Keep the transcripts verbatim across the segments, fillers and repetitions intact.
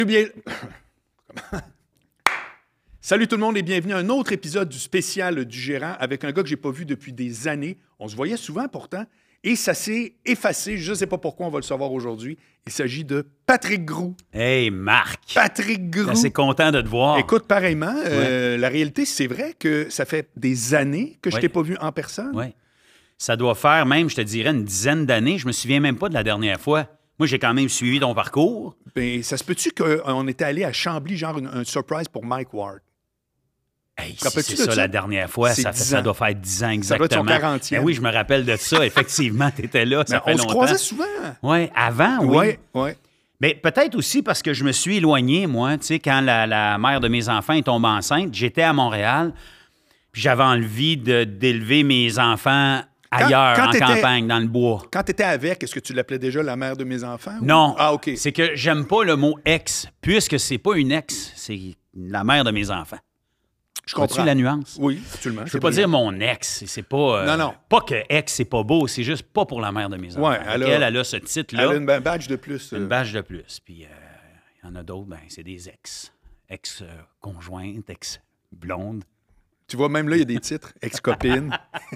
Bien... Salut tout le monde et bienvenue à un autre épisode du spécial du gérant avec un gars que j'ai pas vu depuis des années. On se voyait souvent pourtant et ça s'est effacé. Je ne sais pas pourquoi, on va le savoir aujourd'hui. Il s'agit de Patrick Groulx. Hey Marc! Patrick Groulx! Assez content de te voir. Écoute, pareillement, ouais. euh, la réalité, c'est vrai que ça fait des années que je ouais. t'ai pas vu en personne. Oui. Ça doit faire même, je te dirais, une dizaine d'années. Je me souviens même pas de la dernière fois. Moi, j'ai quand même suivi ton parcours. Ben, ça se peut-tu qu'on était allé à Chambly, genre une, un surprise pour Mike Ward? Hey, si c'est ça, ça la dernière fois, ça, fait, ça doit faire dix ans exactement. Ça doit être son quarantième. Ben oui, je me rappelle de ça. Effectivement, tu étais là, ça ben, fait on longtemps. On se croisait souvent. Oui, avant, oui. Oui, oui. Mais peut-être aussi parce que je me suis éloigné, moi. Tu sais, quand la, la mère de mes enfants est tombée enceinte, j'étais à Montréal, puis j'avais envie de, d'élever mes enfants ailleurs, quand, quand en campagne, dans le bois. Quand tu étais avec, est-ce que tu l'appelais déjà la mère de mes enfants? Ou... Non. Ah, OK. C'est que j'aime pas le mot « ex », puisque c'est pas une ex, c'est la mère de mes enfants. Je comprends. Vois-tu la nuance? Oui, absolument. Je ne veux pas dire mon ex. C'est pas... Euh, non, non. Pas que ex, c'est pas beau. C'est juste pas pour la mère de mes enfants. Ouais, elle, a, elle, elle a ce titre-là. Elle a une badge de plus. Une badge de plus. Puis il euh, y en a d'autres, ben c'est des ex. Ex-conjointes, ex-blondes. Tu vois, même là, il y a des titres. Ex-copine.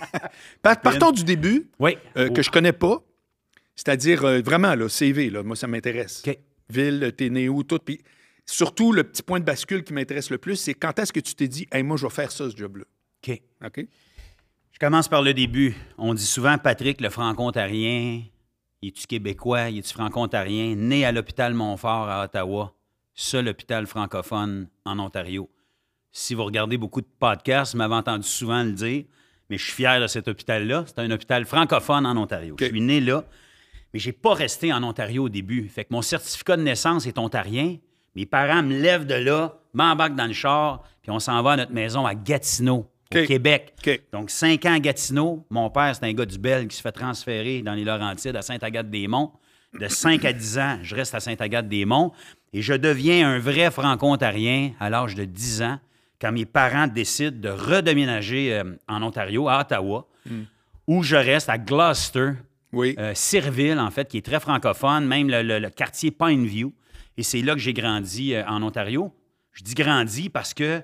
Partons du début, oui. euh, oh. que je connais pas. C'est-à-dire, euh, vraiment, là, C V, là, moi, ça m'intéresse. OK. Ville, t'es né où, tout. Puis surtout, le petit point de bascule qui m'intéresse le plus, c'est quand est-ce que tu t'es dit, hey, moi, je vais faire ça, ce job-là. OK. OK. Je commence par le début. On dit souvent, Patrick, le franco-ontarien, il est-tu québécois, il est-tu franco-ontarien, né à l'hôpital Montfort à Ottawa, seul hôpital francophone en Ontario. Si vous regardez beaucoup de podcasts, vous m'avez entendu souvent le dire, mais je suis fier de cet hôpital-là. C'est un hôpital francophone en Ontario. Okay. Je suis né là, mais je n'ai pas resté en Ontario au début. Fait que mon certificat de naissance est ontarien. Mes parents me lèvent de là, m'embarquent dans le char, puis on s'en va à notre maison à Gatineau, okay. au Québec. Okay. Donc, cinq ans à Gatineau. Mon père, c'est un gars du Bel qui se fait transférer dans les Laurentides à Sainte-Agathe-des-Monts. De cinq à dix ans, je reste à Sainte-Agathe-des-Monts et je deviens un vrai franco-ontarien à l'âge de dix ans quand mes parents décident de redéménager euh, en Ontario, à Ottawa, mm. où je reste à Gloucester, oui. euh, Sirville, en fait, qui est très francophone, même le, le, le quartier Pineview. Et c'est là que j'ai grandi euh, en Ontario. Je dis grandi parce que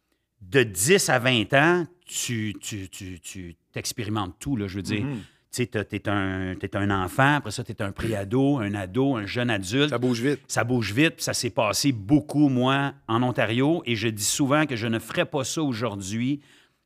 de dix à vingt ans, tu, tu, tu, tu t'expérimentes tout, là, je veux dire. Mm-hmm. Tu sais, t'es un, t'es un enfant, après ça, t'es un pré-ado, un ado, un jeune adulte. Ça bouge vite. Ça bouge vite, puis ça s'est passé beaucoup, moi, en Ontario. Et je dis souvent que je ne ferais pas ça aujourd'hui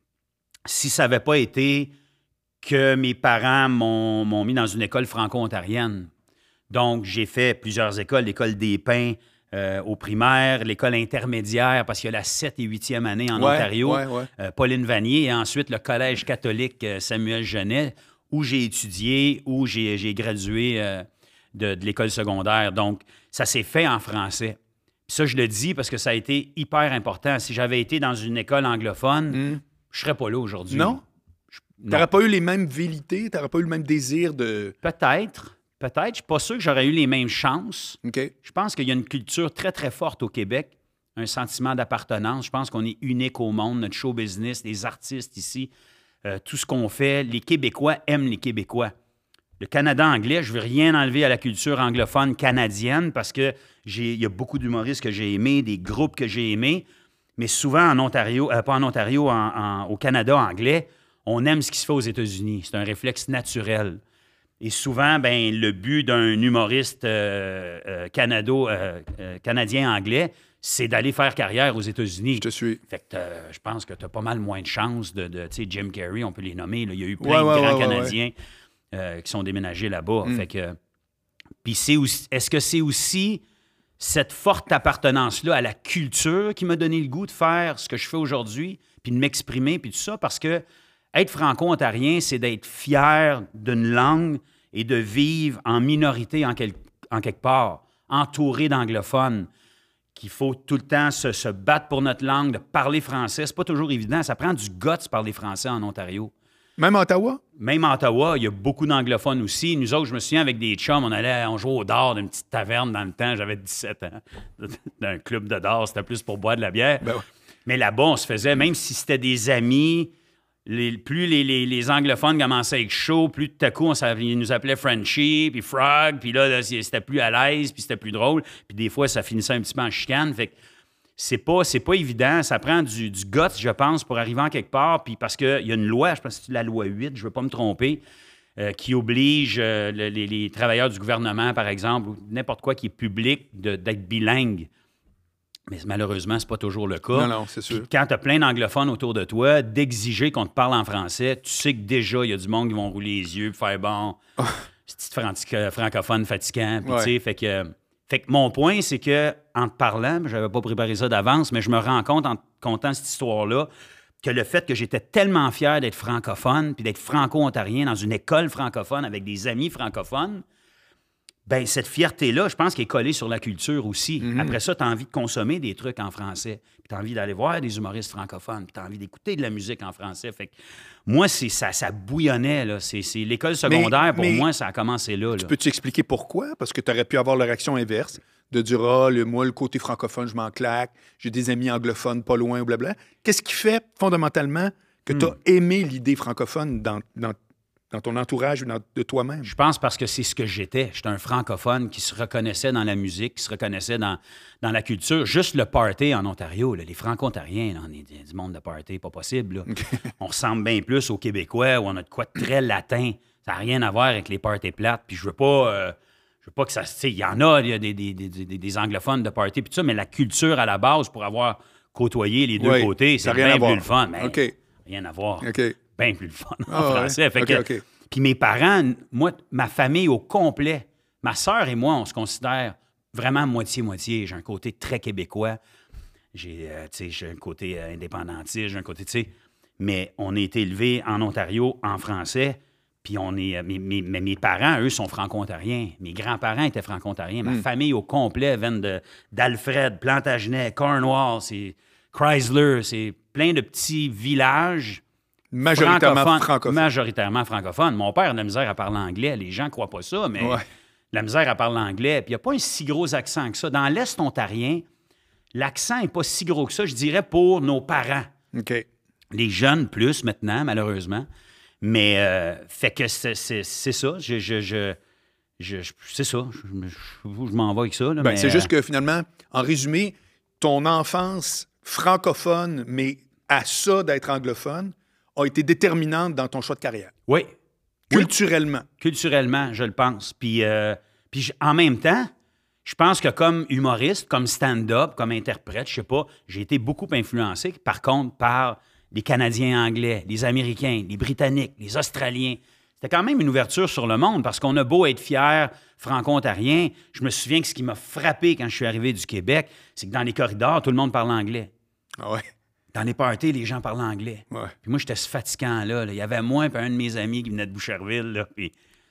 si ça n'avait pas été que mes parents m'ont, m'ont mis dans une école franco-ontarienne. Donc, j'ai fait plusieurs écoles, l'école des Pins euh, au primaire, l'école intermédiaire, parce qu'il y a la septième et huitième année en ouais, Ontario, ouais, ouais. Euh, Pauline Vanier, et ensuite le collège catholique euh, Samuel Genet, où j'ai étudié, où j'ai, j'ai gradué euh, de, de l'école secondaire. Donc, ça s'est fait en français. Puis ça, je le dis parce que ça a été hyper important. Si j'avais été dans une école anglophone, mm. je ne serais pas là aujourd'hui. Non? Tu n'aurais pas eu les mêmes velléités? Tu n'aurais pas eu le même désir de... Peut-être. Peut-être. Je ne suis pas sûr que j'aurais eu les mêmes chances. Okay. Je pense qu'il y a une culture très, très forte au Québec, un sentiment d'appartenance. Je pense qu'on est unique au monde, notre show business, les artistes ici. Euh, tout ce qu'on fait, les Québécois aiment les Québécois. Le Canada anglais, je ne veux rien enlever à la culture anglophone canadienne parce qu'il y a beaucoup d'humoristes que j'ai aimés, des groupes que j'ai aimés, mais souvent en Ontario, euh, pas en Ontario, en, en, au Canada anglais, on aime ce qui se fait aux États-Unis. C'est un réflexe naturel. Et souvent, ben, le but d'un humoriste euh, euh, canado, euh, euh, canadien-anglais, c'est d'aller faire carrière aux États-Unis. Je te suis. Fait que euh, je pense que tu as pas mal moins de chances de, de tu sais, Jim Carrey, on peut les nommer. Là. Il y a eu plein ouais, de ouais, grands ouais, Canadiens ouais. Euh, qui sont déménagés là-bas. Mm. Fait que, puis c'est aussi, est-ce que c'est aussi cette forte appartenance-là à la culture qui m'a donné le goût de faire ce que je fais aujourd'hui, puis de m'exprimer, puis tout ça? Parce que être franco-ontarien, c'est d'être fier d'une langue et de vivre en minorité en, quel, en quelque part, entouré d'anglophones, qu'il faut tout le temps se, se battre pour notre langue, de parler français. C'est pas toujours évident. Ça prend du guts de parler français en Ontario. Même à Ottawa? Même à Ottawa, il y a beaucoup d'anglophones aussi. Nous autres, je me souviens, avec des chums, on allait, on jouait au dard d'une petite taverne dans le temps. J'avais dix-sept ans. D'un club de dard, c'était plus pour boire de la bière. Ben ouais. Mais là-bas, on se faisait, même si c'était des amis, les, plus les, les, les anglophones commençaient à être chauds, plus tout à coup, on, ça, ils nous appelaient Frenchie, puis Frog, puis là, là, c'était plus à l'aise, puis c'était plus drôle. Puis des fois, ça finissait un petit peu en chicane. Fait que c'est pas, c'est pas évident. Ça prend du, du guts, je pense, pour arriver en quelque part. Puis parce qu'il y a une loi, je pense que c'est la loi huit, je ne veux pas me tromper, euh, qui oblige euh, le, les, les travailleurs du gouvernement, par exemple, ou n'importe quoi qui est public, de, d'être bilingue. Mais malheureusement, c'est pas toujours le cas. Non, non, c'est sûr. Puis quand tu as plein d'anglophones autour de toi, d'exiger qu'on te parle en français, tu sais que déjà, il y a du monde qui vont rouler les yeux, faire bon, c'est petit francophone fatigant. Puis, Ouais. tu sais, fait que, fait que mon point, c'est que en te parlant, je n'avais pas préparé ça d'avance, mais je me rends compte en te contant cette histoire-là que le fait que j'étais tellement fier d'être francophone puis d'être franco-ontarien dans une école francophone avec des amis francophones, ben cette fierté-là, je pense qu'elle est collée sur la culture aussi. Mm-hmm. Après ça, tu as envie de consommer des trucs en français, puis tu as envie d'aller voir des humoristes francophones, puis tu as envie d'écouter de la musique en français. Fait que moi, c'est, ça, ça bouillonnait. Là. C'est, c'est l'école secondaire, pour mais moi, ça a commencé là. là. Peux-tu expliquer pourquoi? Parce que tu aurais pu avoir la réaction inverse, de dire, ah, le, moi, le côté francophone, je m'en claque, j'ai des amis anglophones pas loin, ou blabla. Qu'est-ce qui fait, fondamentalement, que tu as Hmm. aimé l'idée francophone dans, dans, dans ton entourage ou dans, de toi-même? Je pense parce que c'est ce que j'étais. J'étais un francophone qui se reconnaissait dans la musique, qui se reconnaissait dans, dans la culture. Juste le party en Ontario, là, les Franco-Ontariens, là, on est du monde de party, pas possible. Là. On ressemble bien plus aux Québécois où on a de quoi de très latin. Ça n'a rien à voir avec les parties plates. Puis je veux pas... euh, je veux pas que ça... Tu sais, il y en a, il y a des, des, des, des, des anglophones de party, puis tout ça, mais la culture à la base, pour avoir côtoyé les deux Oui, côtés, ça c'est n'a rien à bien voir. plus le fun. Mais OK. rien à voir. OK. Bien plus le fun en Ah, ouais. français. Fait OK, que- OK. Puis mes parents, moi, ma famille au complet, ma sœur et moi, on se considère vraiment moitié-moitié. J'ai un côté très québécois. J'ai, euh, tu sais, j'ai un côté euh, indépendantiste, j'ai un côté, tu sais. Mais on a été élevés en Ontario en français. Puis on est. euh, Mes, mes, mes- mes parents, eux, sont franco-ontariens. Mes grands-parents étaient franco-ontariens. Ma famille au complet vient de, d'Alfred, Plantagenet, Cornwall, c'est Chrysler, c'est plein de petits villages. Majoritairement francophones, francophone. Majoritairement francophone. Mon père a de la misère à parler anglais. Les gens ne croient pas ça, mais Ouais. la misère à parler anglais. Puis il n'y a pas un si gros accent que ça. Dans l'Est ontarien, l'accent n'est pas si gros que ça, je dirais, pour nos parents. OK. Les jeunes plus maintenant, malheureusement. Mais euh, fait que c'est, c'est, c'est ça. Je, je, je, je- je- c'est ça. Je, je- je m'en vais avec ça. Là, Ben, mais, c'est juste euh, que finalement, en résumé, ton enfance francophone, mais à ça d'être anglophone, a été déterminante dans ton choix de carrière. Oui. Oui. Culturellement. Culturellement, je le pense. Puis, euh, puis je- en même temps, je pense que comme humoriste, comme stand-up, comme interprète, je sais pas, j'ai été beaucoup influencé, par contre, par les Canadiens anglais, les Américains, les Britanniques, les Australiens. C'était quand même une ouverture sur le monde parce qu'on a beau être fier franco-ontarien. Je me souviens que ce qui m'a frappé quand je suis arrivé du Québec, c'est que dans les corridors, tout le monde parle anglais. Ah ouais. Dans les parties, les gens parlent anglais. Ouais. Puis moi, j'étais ce fatigant-là. là. Il y avait moi et un de mes amis qui venait de Boucherville. Là, puis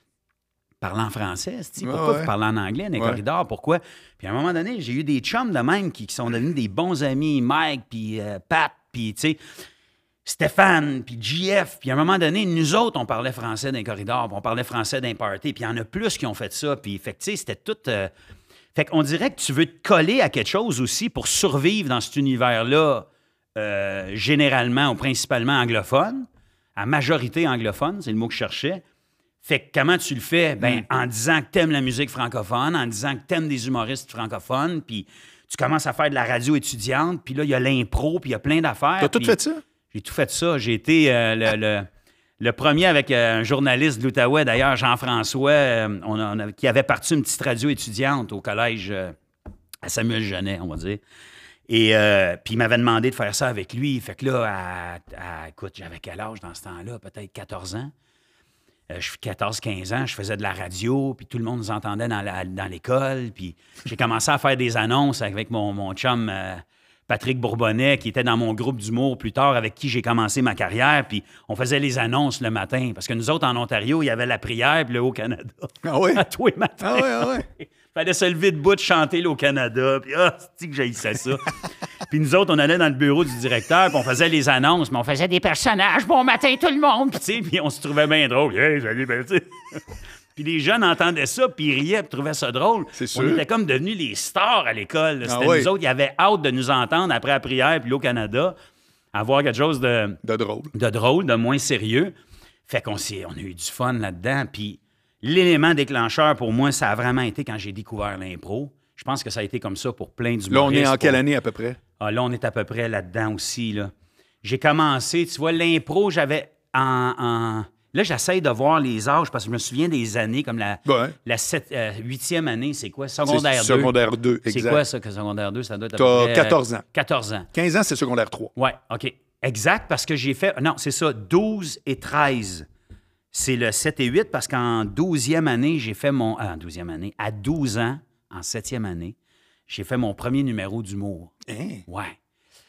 parlant en français, c'est-tu? Ouais, Pourquoi ouais. vous parlez en anglais dans les Ouais. corridors? Pourquoi? Puis à un moment donné, j'ai eu des chums de même qui, qui sont devenus des bons amis. Mike, puis euh, Pat, puis tu sais, Stéphane, puis J F. Puis à un moment donné, nous autres, on parlait français dans les corridors, puis on parlait français dans les parties. Puis il y en a plus qui ont fait ça. Puis fait que, tu sais, c'était tout... euh, Fait qu'on dirait que tu veux te coller à quelque chose aussi pour survivre dans cet univers-là, euh, généralement ou principalement anglophone, à majorité anglophone, c'est le mot que je cherchais. Fait que comment tu le fais? Ben, en disant que t'aimes la musique francophone, en disant que t'aimes des humoristes francophones, puis tu commences à faire de la radio étudiante, puis là, il y a l'impro, puis il y a plein d'affaires. T'as tout puis fait ça? J'ai tout fait ça. J'ai été euh, le, le- le premier avec euh, un journaliste de l'Outaouais, d'ailleurs, Jean-François, euh, on a- on a- qui avait parti une petite radio étudiante au collège euh, à Samuel Genet, on va dire. Et euh, puis il m'avait demandé de faire ça avec lui. Fait que là, à, à- écoute, j'avais quel âge dans ce temps-là? Peut-être quatorze ans. Euh, je suis quatorze quinze ans, je faisais de la radio, puis tout le monde nous entendait dans, la- dans l'école. Puis j'ai commencé à faire des annonces avec mon, mon chum euh, Patrick Bourbonnais, qui était dans mon groupe d'humour plus tard, avec qui j'ai commencé ma carrière. Puis on faisait les annonces le matin. Parce que nous autres, en Ontario, il y avait la prière puis le Haut-Canada. Ah ouais? À tous les matins. Ah ouais, ah ouais. Fallait se lever debout de chanter le Canada. Puis ah, c'est que j'haïssais ça. Puis nous autres, on allait dans le bureau du directeur, puis on faisait les annonces, mais on faisait des personnages. Bon matin, tout le monde. Puis, tu sais, puis on se trouvait bien drôle. Hey, salut, ben, tu sais. Puis les jeunes entendaient ça, puis ils riaient, puis trouvaient ça drôle. C'est On sûr. était comme devenus les stars à l'école. là. Ah C'était oui. nous autres, ils avaient hâte de nous entendre après la prière, puis là, au Canada. avoir quelque chose de, De drôle. de drôle, de moins sérieux. Fait qu'on s'est, on a eu du fun là-dedans. Puis l'élément déclencheur, pour moi, ça a vraiment été quand j'ai découvert l'impro. Je pense que ça a été comme ça pour plein d'humoristes. Là, on est en quelle pour... année à peu près? Ah, là, on est à peu près là-dedans aussi. Là. J'ai commencé, tu vois, l'impro, j'avais en... en... Là, j'essaye de voir les âges parce que je me souviens des années comme la, Ouais. la sept, euh, huitième année, c'est quoi? Secondaire C'est deux. secondaire deux, exact. C'est quoi ça que secondaire deux? Ça doit être à T'as peu près, quatorze ans. quatorze ans. quinze ans, c'est secondaire trois. Oui, OK. Exact, parce que j'ai fait... Non, c'est ça, douze et treize. C'est le sept et huit parce qu'en douzième année, j'ai fait mon... Ah, en douzième année, à douze ans, en septième année, j'ai fait mon premier numéro d'humour. Hein? Ouais.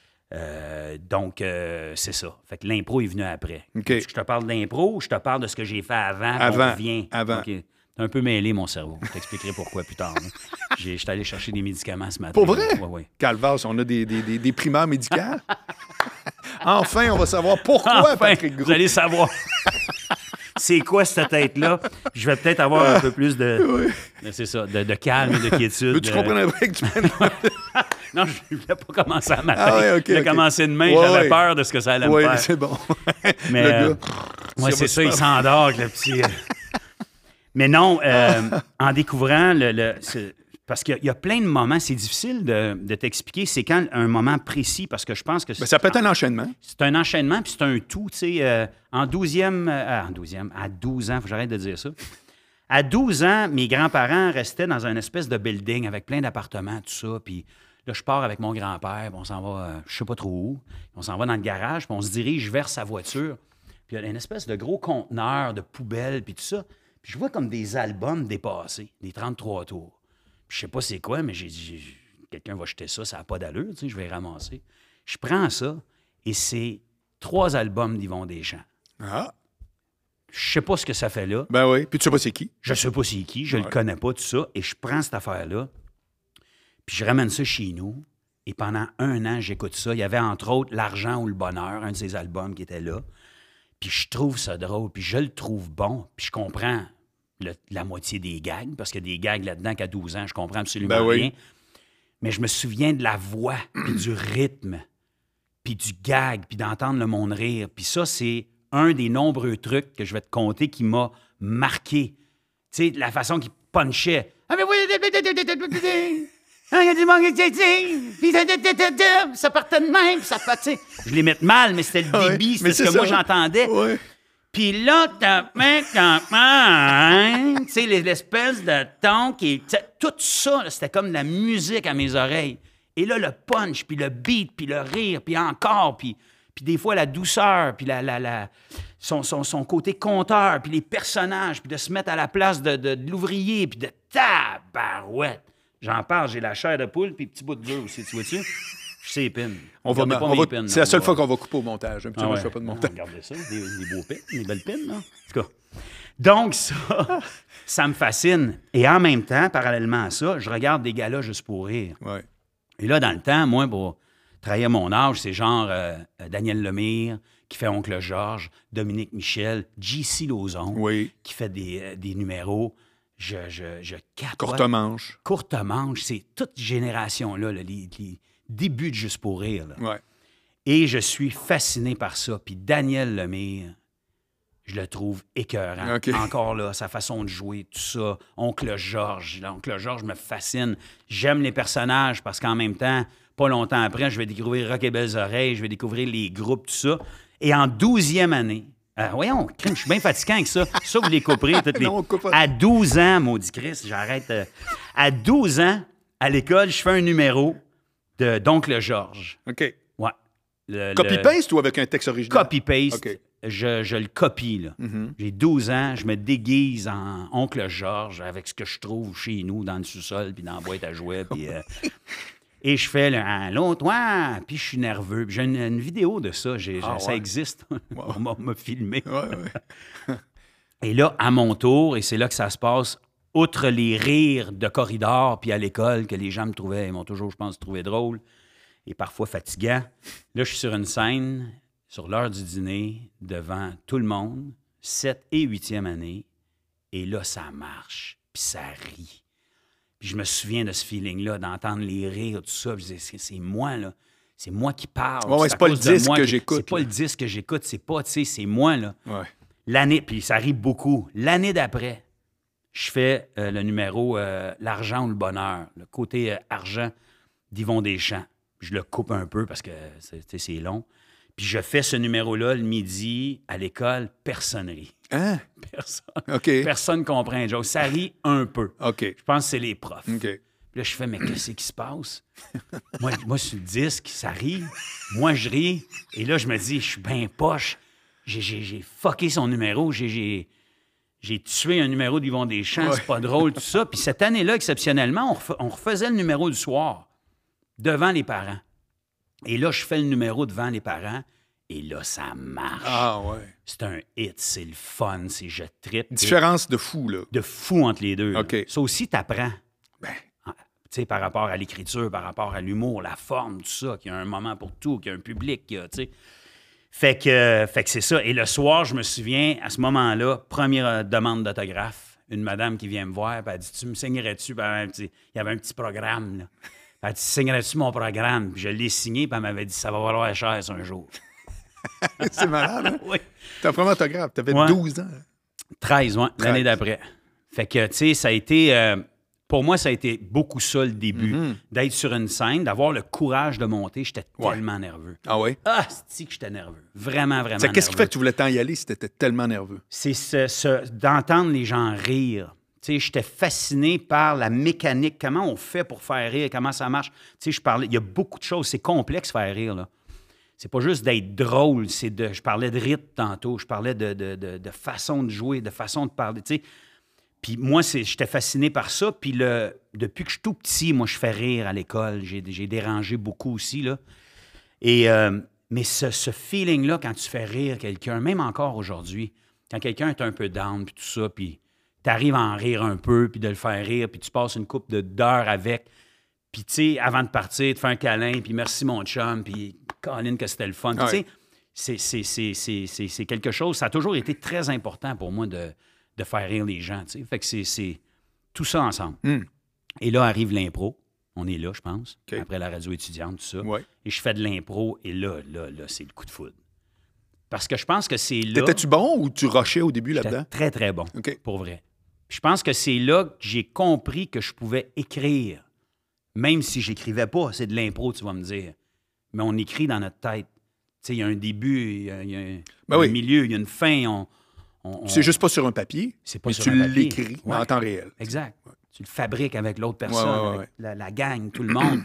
Euh, donc, euh, c'est ça. Fait que l'impro est venu après. OK. Est-ce que je te parle d'impro ou je te parle de ce que j'ai fait avant? Avant, On revient? avant. OK. T'es un peu mêlé, mon cerveau. Je t'expliquerai pourquoi plus tard. Je suis allé chercher des médicaments ce matin. Pour vrai? Oui, oui. Calvas, on a des, des, des, des primeurs médicales. Enfin, on va savoir pourquoi Enfin, Patrick vous Gros. allez savoir. C'est quoi cette tête-là? Je vais peut-être avoir un peu plus de... Oui. C'est ça, de, de calme et de quiétude. Veux-tu de- comprendre un break? Tu Non, je ne voulais pas commencer à matin. Ah ouais, OK, je voulais OK. commencer demain. Ouais, J'avais ouais. peur de ce que ça allait Oui, me faire. c'est bon. Mais, Le euh, gars. ouais, ça c'est va ça, il super. s'endort avec le petit... euh. Mais non, euh, en découvrant le... le- ce- parce qu'il y a- il y, a plein de moments, c'est difficile de, de t'expliquer c'est quand un moment précis, parce que je pense que Ben, ça peut être un enchaînement. c'est un enchaînement, puis c'est un tout, tu sais. euh, en douzième, euh, en douzième, à douze ans, faut que j'arrête de dire ça. À douze ans, mes grands-parents restaient dans un espèce de building avec plein d'appartements, tout ça. Puis là, je pars avec mon grand-père, puis on s'en va, euh, je sais pas trop où. On s'en va dans le garage, puis on se dirige vers sa voiture. Puis il y a une espèce de gros conteneur de poubelle, puis tout ça. Puis je vois comme des albums dépassés, des trente-trois tours. Puis je sais pas c'est quoi, mais j'ai dit, j'ai- quelqu'un va jeter ça, ça n'a pas d'allure, tu sais, je vais les ramasser. Je prends ça, et c'est trois albums d'Yvon Deschamps. Ah, Je sais pas ce que ça fait là. ben oui. Puis tu sais pas c'est qui. Je sais pas c'est qui, je Ouais. le connais pas, tout ça. Et je prends cette affaire-là, puis je ramène ça chez nous. Et pendant un an, j'écoute ça. Il y avait entre autres L'argent ou le bonheur, un de ces albums qui était là. Puis je trouve ça drôle, puis je le trouve bon. Puis je comprends le- la moitié des gags, parce qu'il y a des gags là-dedans qu'à douze ans, je comprends absolument Ben oui. rien. Mais je me souviens de la voix, puis du rythme, puis du gag, puis d'entendre le monde rire. Puis ça, c'est un des nombreux trucs que je vais te conter qui m'a marqué. Tu sais, la façon qu'il punchait. Ah, mais oui, ah, il y a du monde qui dit, puis ça partait de même, puis ça partait. Je les mets mal, mais c'était le Ouais, débit, mais c'était ce c'est que moi ça. j'entendais. Oui. Puis là, t'as main, t'as main, tu sais, l'espèce de ton qui... tu sais, tout ça, là, c'était comme de la musique à mes oreilles. Et là, le punch, puis le beat, puis le rire, puis encore, puis, puis des fois la douceur, puis la, la, la, son, son, son côté conteur, puis les personnages, puis de se mettre à la place de, de, de l'ouvrier, puis de tabarouette. J'en parle, j'ai la chair de poule, puis petit bout de dur aussi, tu vois-tu? Je sais épines. On va, Regardez pas on mes va- pines, c'est la on seule va- fois qu'on va couper au montage. Habituellement, ah ouais. je fais pas de Non, montage. regardez ça, des, des beaux pins, des belles pins, là. En tout cas. Donc, ça, ça me fascine. Et en même temps, parallèlement à ça, je regarde des galas juste pour rire. Ouais. Et là, dans le temps, moi, pour travailler à mon âge, c'est genre euh, Daniel Lemire qui fait Oncle Georges, Dominique Michel, J C Lauzon Oui. qui fait des, euh, des numéros. Je, je, je capote. Courte manche. Courte manche, c'est toute génération-là, là, les, les débuts de Juste pour rire. Là. Ouais. Et je suis fasciné par ça. Puis Daniel Lemire, je le trouve écœurant. OK. Encore là, sa façon de jouer, tout ça. Oncle Georges. Oncle Georges me fascine. J'aime les personnages parce qu'en même temps, pas longtemps après, je vais découvrir Rock et Belles Oreilles, je vais découvrir les groupes, tout ça. Et en douzième année, euh, voyons, crime, je suis bien fatiguant avec ça. Ça, vous les couperez. Toutes les... Non, on coupe pas. À douze ans, maudit Christ, j'arrête. euh, À douze ans, à l'école, je fais un numéro de d'Oncle Georges. OK. Ouais. Le- le- Copy-paste ou avec un texte original? Copy-paste. OK. Je, je le copie, là. Mhm. J'ai douze ans, je me déguise en Oncle Georges avec ce que je trouve chez nous, dans le sous-sol, puis dans la boîte à jouets, puis... euh, et je fais le « Allô, toi? » Puis je suis nerveux. Puis j'ai une, une vidéo de ça, j'ai- Ah, ça ouais. existe. On m'a- on m'a filmé. Ouais, ouais. Et là, à mon tour, et c'est là que ça se passe, outre les rires de corridor puis à l'école que les gens me trouvaient, ils m'ont toujours, je pense, trouvé drôle et parfois fatigant, là, je suis sur une scène, sur l'heure du dîner, devant tout le monde, sept et huitième année, et là, ça marche, puis ça rit. Puis je me souviens de ce feeling-là, d'entendre les rires, tout ça, puis je disais, c'est, c'est moi, là. c'est moi qui parle. Ouais, ouais, c'est pas le disque que qui... j'écoute. C'est pas là. le disque que j'écoute, c'est pas, tu sais, c'est moi, là. Ouais. L'année, puis ça arrive beaucoup. L'année d'après, je fais euh, le numéro euh, L'argent ou le bonheur, le côté euh, argent d'Yvon Deschamps. Je le coupe un peu parce que c'est, c'est long. Puis je fais ce numéro-là le midi à l'école, personne rit. Hein? Personne. OK. Personne comprend un joke. Ça rit un peu. OK. Je pense que c'est les profs. OK. Puis là, je fais, mais qu'est-ce qui se passe? moi, moi, sur le disque, ça rit. Moi, je ris. Et là, je me dis, je suis bien poche. J'ai, j'ai, j'ai fucké son numéro. J'ai, j'ai, j'ai tué un numéro d'Yvon Deschamps. Ouais. C'est pas drôle, tout ça. Puis cette année-là, exceptionnellement, on, ref- on refaisait le numéro du soir devant les parents. Et là, je fais le numéro devant les parents. Et là, ça marche. Ah, ouais. C'est un hit, c'est le fun, c'est je trippe. Différence de fou, là. De fou entre les deux. là. OK. Ça aussi, t'apprends. Ben, Tu sais, par rapport à l'écriture, par rapport à l'humour, la forme, tout ça, qu'il y a un moment pour tout, qu'il y a un public, qu'il y a, tu sais. Fait que, fait que c'est ça. Et le soir, je me souviens, à ce moment-là, première euh, demande d'autographe, une madame qui vient me voir, puis elle dit, tu me signerais-tu? Puis elle, il y avait un petit programme, là. Elle dit, signerais-tu mon programme? Puis je l'ai signé, puis elle m'avait dit, ça va valoir cher, ça, un jour. c'est malade, hein? Oui. T'as un premier autographe. T'avais Ouais. douze ans. treize, ouais, l'année treize. d'après. Fait que, tu sais, ça a été... euh, pour moi, ça a été beaucoup ça, le début. Mm-hmm. D'être sur une scène, d'avoir le courage de monter. J'étais Ouais. tellement nerveux. Ah ouais? Ah, c'est que j'étais nerveux. Vraiment, vraiment C'est qu'est-ce qui nerveux. fait que tu voulais tant y aller si t'étais tellement nerveux? C'est ce, ce- d'entendre les gens rire. Tu sais, j'étais fasciné par la mécanique, comment on fait pour faire rire, comment ça marche. Tu sais, je parlais... Il y a beaucoup de choses. C'est complexe, faire rire, là. C'est pas juste d'être drôle, c'est de... Je parlais de rythme tantôt, je parlais de, de, de, de façon de jouer, de façon de parler, tu sais. Puis moi, c'est, j'étais fasciné par ça. Puis le, depuis que je suis tout petit, moi, je fais rire à l'école. J'ai, j'ai dérangé beaucoup aussi, là. Et, euh, mais ce, ce feeling-là, quand tu fais rire quelqu'un, même encore aujourd'hui, quand quelqu'un est un peu down, puis tout ça, puis t'arrives à en rire un peu, puis de le faire rire, puis tu passes une couple de, d'heures avec, puis tu sais, avant de partir, te faire un câlin, puis merci mon chum, puis Colin, que c'était le fun. Ouais. Tu sais, c'est, c'est, c'est, c'est, c'est, c'est quelque chose, ça a toujours été très important pour moi de, de faire rire les gens, tu sais. Fait que c'est, c'est tout ça ensemble. Mm. Et là arrive l'impro. On est là, je pense, OK. après la radio étudiante, tout ça. Ouais. Et je fais de l'impro, et là, là, là, c'est le coup de foudre. Parce que je pense que c'est là... T'étais-tu bon ou tu rushais au début J'étais là-dedans? très, très bon, OK. pour vrai. Puis je pense que c'est là que j'ai compris que je pouvais écrire, même si j'écrivais pas. C'est de l'impro, tu vas me dire. Mais on écrit dans notre tête. Tu sais, il y a un début, il y a, il y a un, Ben un oui. milieu, il y a une fin. On, on- on- C'est juste pas sur un papier, C'est pas mais sur tu un papier. l'écris Ouais. en temps réel. Exact. Tu le fabriques avec l'autre personne, Ouais, ouais, ouais, avec la, la gang, tout le monde.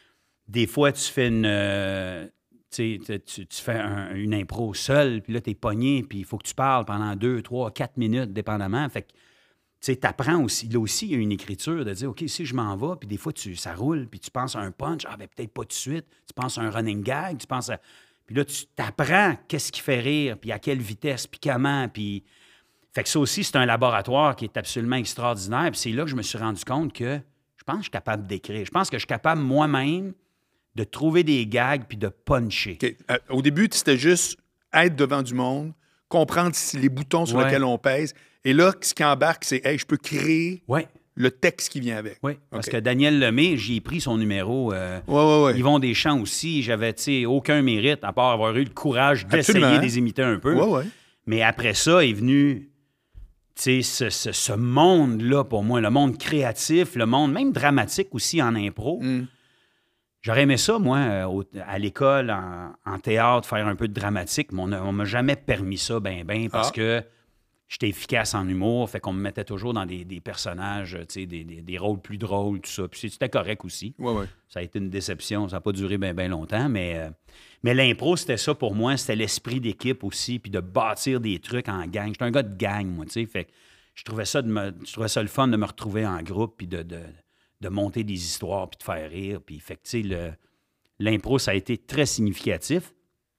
Des fois, tu fais une... euh, tu sais, tu, tu fais un- une impro seul, puis là, t'es pogné, puis il faut que tu parles pendant deux, trois, quatre minutes, dépendamment. Fait que, tu sais, t'apprends aussi. Là aussi, il y a une écriture de dire, OK, si je m'en vais, puis des fois, tu, ça roule, puis tu penses à un punch, ah, ben peut-être pas tout de suite. Tu penses à un running gag, tu penses à... Puis là, tu t'apprends qu'est-ce qui fait rire, puis à quelle vitesse, puis comment, puis... Fait que ça aussi, c'est un laboratoire qui est absolument extraordinaire. Puis c'est là que je me suis rendu compte que je pense que je suis capable d'écrire. Je pense que je suis capable moi-même de trouver des gags puis de puncher. OK. Euh, au début, c'était juste être devant du monde, comprendre si les boutons sur Ouais. lesquels on pèse. Et là, ce qui embarque, c'est, hey, je peux créer Oui, le texte qui vient avec. oui. Parce OK. que Daniel Lemay, j'y ai pris son numéro. Euh, Ouais, ouais, ouais. Yvon Deschamps aussi, j'avais, tu sais, aucun mérite à part avoir eu le courage d'essayer Absolument. de les imiter un peu. Ouais, ouais. Mais après ça est venu, tu sais, ce, ce- ce monde-là pour moi, le monde créatif, le monde même dramatique aussi en impro. Mm. J'aurais aimé ça, moi, euh, au- à l'école, en, en théâtre, faire un peu de dramatique, mais on ne m'a jamais permis ça, ben, ben, parce Ah. que j'étais efficace en humour, fait qu'on me mettait toujours dans des, des personnages, tu sais, des, des- des rôles plus drôles, tout ça. Puis c'était correct aussi. Ouais, ouais. Ça a été une déception, ça n'a pas duré bien ben longtemps, mais, euh, mais l'impro, c'était ça pour moi, c'était l'esprit d'équipe aussi, puis de bâtir des trucs en gang. J'étais un gars de gang, moi, tu sais, fait que je trouvais ça, de me, je trouvais ça le fun de me retrouver en groupe, puis de, de, de monter des histoires, puis de faire rire, puis fait que, tu sais, le- l'impro, ça a été très significatif.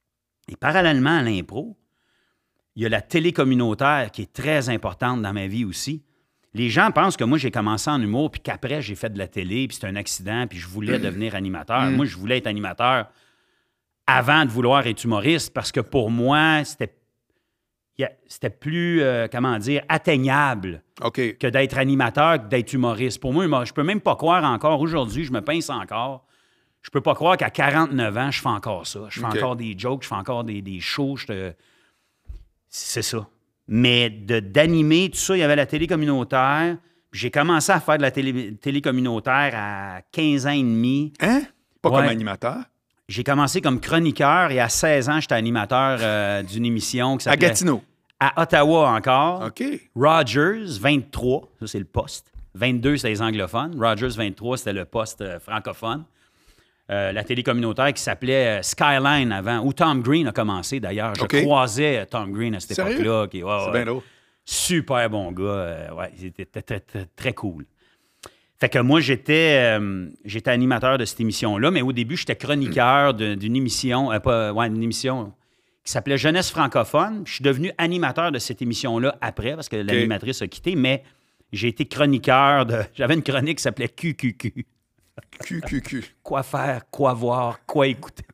Et parallèlement à l'impro, il y a la télé communautaire qui est très importante dans ma vie aussi. Les gens pensent que moi, j'ai commencé en humour, puis qu'après, j'ai fait de la télé, puis c'est un accident, puis je voulais devenir animateur. Moi, je voulais être animateur avant de vouloir être humoriste, parce que pour moi, c'était, il y a- c'était plus, euh, comment dire, atteignable OK. que d'être animateur, que d'être humoriste. Pour moi, humor- je peux même pas croire encore, aujourd'hui, je me pince encore, je peux pas croire qu'à quarante-neuf ans, je fais encore ça. Je fais Okay. encore des jokes, je fais encore des, des shows. Je te... C'est ça. Mais de, d'animer, tout ça, il y avait la télé communautaire. J'ai commencé à faire de la télé, télé communautaire à quinze ans et demi. Hein? Pas Ouais. comme animateur. J'ai commencé comme chroniqueur et à seize ans, j'étais animateur euh, d'une émission qui À s'appelait... Gatineau. À Ottawa encore. OK. Rogers, vingt-trois, ça c'est le poste. vingt-deux, c'était les anglophones. Rogers, vingt-trois, c'était le poste euh, francophone. Euh, la télé communautaire qui s'appelait euh, Skyline avant, où Tom Green a commencé d'ailleurs. Je OK. croisais euh, Tom Green à cette Sérieux? époque-là. qui- ouais, C'est ouais. bien drôle. Super bon gars. euh, ouais, c'était très, très, très, très cool. Fait que moi, j'étais, euh, j'étais animateur de cette émission-là, mais au début, j'étais chroniqueur de- d'une émission, euh, pas, ouais, une émission qui s'appelait Jeunesse francophone. Je suis devenu animateur de cette émission-là après, parce que l'animatrice a quitté, mais j'ai été chroniqueur de... J'avais une chronique qui s'appelait Q Q Q. Q Q Q. Quoi faire, quoi voir, quoi écouter.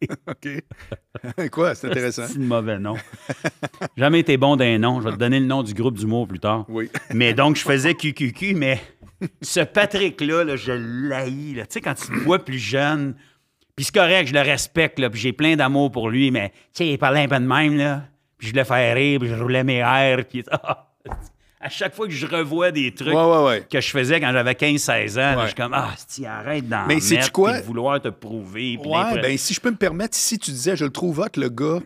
OK. Quoi? C'est intéressant. C'est un mauvais nom. Jamais été bon d'un nom. Je vais te donner le nom du groupe d'humour plus tard. Oui. Mais donc, je faisais Q Q Q, mais ce Patrick-là, là, je l'haïs. là. Tu sais, quand tu le vois plus jeune, puis c'est correct, je le respecte, là, puis j'ai plein d'amour pour lui, mais tu sais, il parlait un peu de même, là, puis je le fais rire, puis je roulais mes airs, puis ah, à chaque fois que je revois des trucs Ouais, ouais, ouais. que je faisais quand j'avais quinze seize ans, là, Ouais. je suis comme, ah, si arrête d'en Mais mettre, sais-tu quoi? puis de vouloir te prouver. puis Ouais, l'impre- ben si je peux me permettre, si tu disais, je le trouve hot, le gars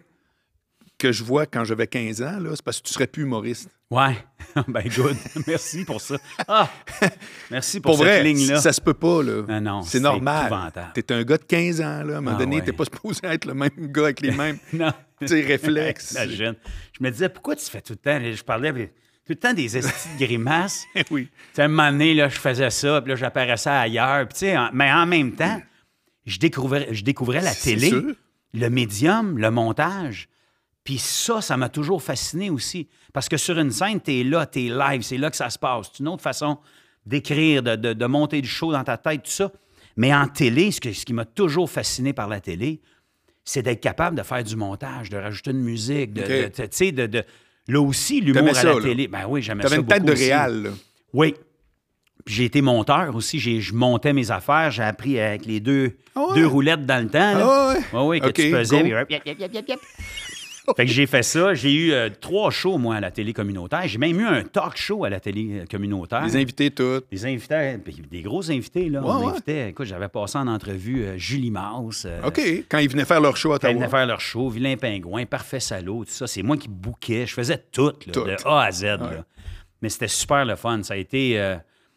que je vois quand j'avais quinze ans, là, c'est parce que tu serais plus humoriste. Ouais, ben good. Merci pour ça. Ah, merci pour, Pour cette vrai, ligne-là. ça se peut pas, là. Ah non, c'est c'est normal. épouvantable. T'es un gars de quinze ans, là. À un moment Ah donné, ouais. t'es pas supposé être le même gars avec les mêmes Non. tu sais, réflexes. Imagine. Je me disais, pourquoi tu fais tout le temps... Je parlais avec- tout le temps des estis de grimaces. Oui. Tu sais, à un moment donné, là, je faisais ça, puis là, j'apparaissais ailleurs. Puis, tu sais, en- mais en même temps, je découvrais, je découvrais la C'est télé, sûr. le médium, le montage. Puis ça, ça m'a toujours fasciné aussi. Parce que sur une scène, t'es là, t'es live, c'est là que ça se passe. C'est une autre façon d'écrire, de, de- de monter du show dans ta tête, tout ça. Mais en télé, ce, que- ce qui m'a toujours fasciné par la télé, c'est d'être capable de faire du montage, de rajouter une musique, de, OK. de- tu sais, de, de- là aussi, l'humour T'aimais à ça, la là. télé. Ben oui, j'aimais ça T'avais une beaucoup tête de aussi. réal, là. Oui. Puis j'ai été monteur aussi. J'ai, je montais mes affaires. J'ai appris avec les deux, Ah ouais? deux roulettes dans le temps. Là. Ah ouais? Ouais, oui, que OK, tu pesais. go. puis yep, yep, yep, yep, yep. Fait que j'ai fait ça. J'ai eu euh, trois shows, moi, à la télé communautaire. J'ai même eu un talk show à la télé communautaire. Les invités, toutes. Des invités, puis des gros invités, là. Ouais, On ouais. invitait, écoute, j'avais passé en entrevue euh, Julie Mauss. euh, OK. Quand ils venaient faire leur show à Quand ils Ottawa. venaient faire leur show, Vilain Pingouin, Parfait Salaud, tout ça. C'est moi qui bouquais. Je faisais tout, là, Tout. de A à Z. là. Ouais. Mais c'était super le fun. Ça a été... euh,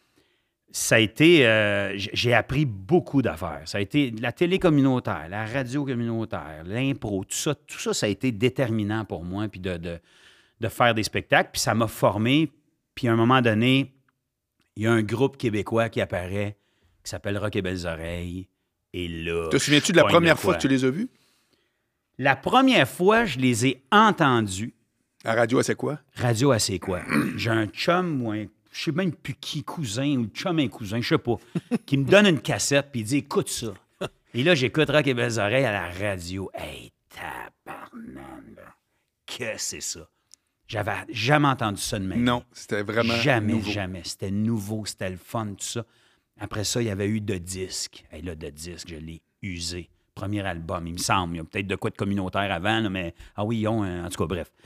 ça a été... euh, j- j'ai appris beaucoup d'affaires. Ça a été la télé communautaire, la radio communautaire, l'impro, tout ça, tout ça, ça a été déterminant pour moi, puis de, de, de faire des spectacles. Puis ça m'a formé. Puis à un moment donné, il y a un groupe québécois qui apparaît qui s'appelle Rock et Belles Oreilles. Et là... Te souviens-tu de la je pogne première de fois quoi. que tu les as vus? La première fois, je les ai entendus. À la radio, c'est quoi? Radio, à c'est quoi? J'ai un chum ou un... Je sais même plus qui, cousin ou chum un cousin, je sais pas, qui me donne une cassette puis il dit « Écoute ça. » Et là, j'écoute Rock et Belles Oreilles à la radio. Hey, tabarnak, que c'est ça? J'avais jamais entendu ça de ma vie. Non, c'était vraiment Jamais, nouveau. jamais. C'était nouveau, c'était le fun, tout ça. Après ça, il y avait eu De Disque. Et là, De Disque, je l'ai usé. Premier album, il me semble. Il y a peut-être de quoi de communautaire avant, là, mais ah oui, ils ont, un- en tout cas, bref.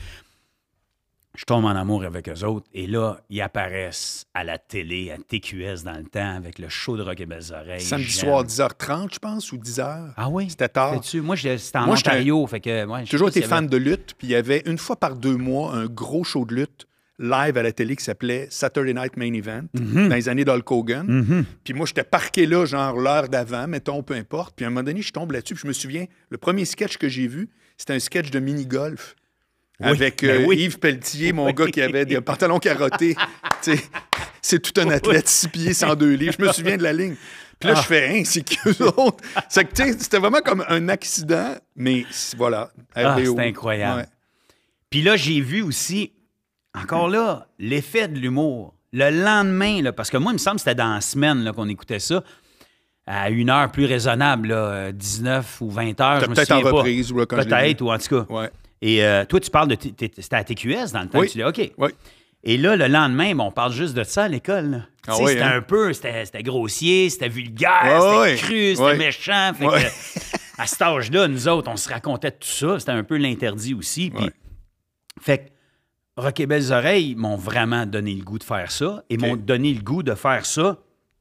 Je tombe en amour avec eux autres. Et là, ils apparaissent à la télé, à T Q S dans le temps, avec le show de Rock et Belles Oreilles. Samedi J'aime. soir, dix heures trente, je pense, ou dix heures. Ah oui? C'était tard. C'était-tu? Moi, je- c'était en Moi, j'étais- Ontario. Fait que, ouais, je J'ai toujours sais été pas s'il y fan de lutte, puis il y avait une fois par deux mois un gros show de lutte live à la télé qui s'appelait Saturday Night Main Event, Mhm. dans les années d'Hulk Hogan. Puis moi, j'étais parqué là, genre l'heure d'avant, mettons, peu importe. Puis à un moment donné, je tombe là-dessus, puis je me souviens, le premier sketch que j'ai vu, c'était un sketch de mini-golf. Oui, Avec ben euh, oui. Yves Pelletier, mon Oui. gars qui avait des pantalons carottés. Tu sais, c'est tout un athlète, six pieds, cent deux livres. Je me souviens de la ligne. Puis là, Ah. je fais, hein, c'est qui eux autres? C'est que, tu sais, c'était vraiment comme un accident, mais c- voilà. Ah, R B O. c'est incroyable. Ouais. Puis là, j'ai vu aussi, encore là, l'effet de l'humour. Le lendemain, là, parce que moi, il me semble que c'était dans la semaine là, qu'on écoutait ça, à une heure plus raisonnable, là, euh, dix-neuf ou vingt heures, C'était je me peut-être en souviens pas. reprise, ou là, quand je l'ai Peut-être, vu. ou en tout cas. Ouais. Et euh, toi, tu parles de... t- t- C'était à T Q S dans le temps, Oui. tu dis, OK. Oui. Et là, le lendemain, bon, on parle juste de ça à l'école. là. Tu Ah sais, oui, c'était hein? un peu, c'était c'était grossier, c'était vulgaire, Ouais, c'était ouais. cru, c'était Ouais. méchant. Fait Ouais. que, à cet âge-là, nous autres, on se racontait tout ça. C'était un peu l'interdit aussi. Puis, Ouais. fait que Rock et Belles Oreilles m'ont vraiment donné le goût de faire ça et OK. m'ont donné le goût de faire ça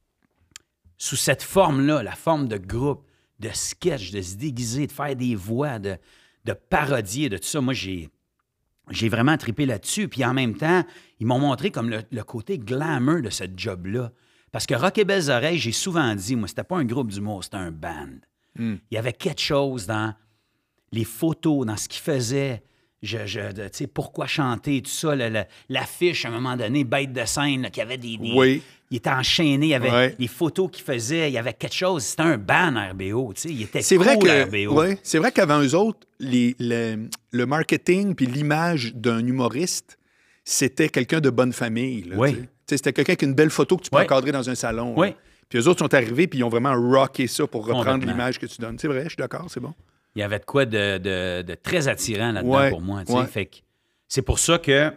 sous cette forme-là, la forme de groupe, de sketch, de se déguiser, de faire des voix, de, de parodier, de tout ça. Moi, j'ai, j'ai vraiment trippé là-dessus. Puis en même temps, ils m'ont montré comme le, le côté glamour de ce job-là. Parce que Rock et Belles Oreilles, j'ai souvent dit, moi, c'était pas un groupe d'humour, c'était un band. Mm. Il y avait quelque chose dans les photos, dans ce qu'ils faisaient. Je, je, de- tu sais, pourquoi chanter, tout ça. le- le- l'affiche, à un moment donné, bête de scène, là, qu'il y avait des... des- Oui. Il était enchaîné, il y avait Ouais. les photos qu'il faisait, il y avait quelque chose. C'était un band R B O, tu sais. Il était C'est cool, vrai R B que, O. ouais, c'est vrai qu'avant eux autres, les, le, le marketing puis l'image d'un humoriste, c'était quelqu'un de bonne famille. Là, Oui. tu sais. Tu sais, c'était quelqu'un qui a une belle photo que tu peux Oui. encadrer dans un salon. Oui. là. Puis eux autres sont arrivés puis ils ont vraiment rocké ça pour reprendre Complètement. l'image que tu donnes. C'est vrai, je suis d'accord, c'est bon. Il y avait de quoi de, de- de très attirant là-dedans Ouais, pour moi. tu sais. ouais. Fait que c'est pour ça que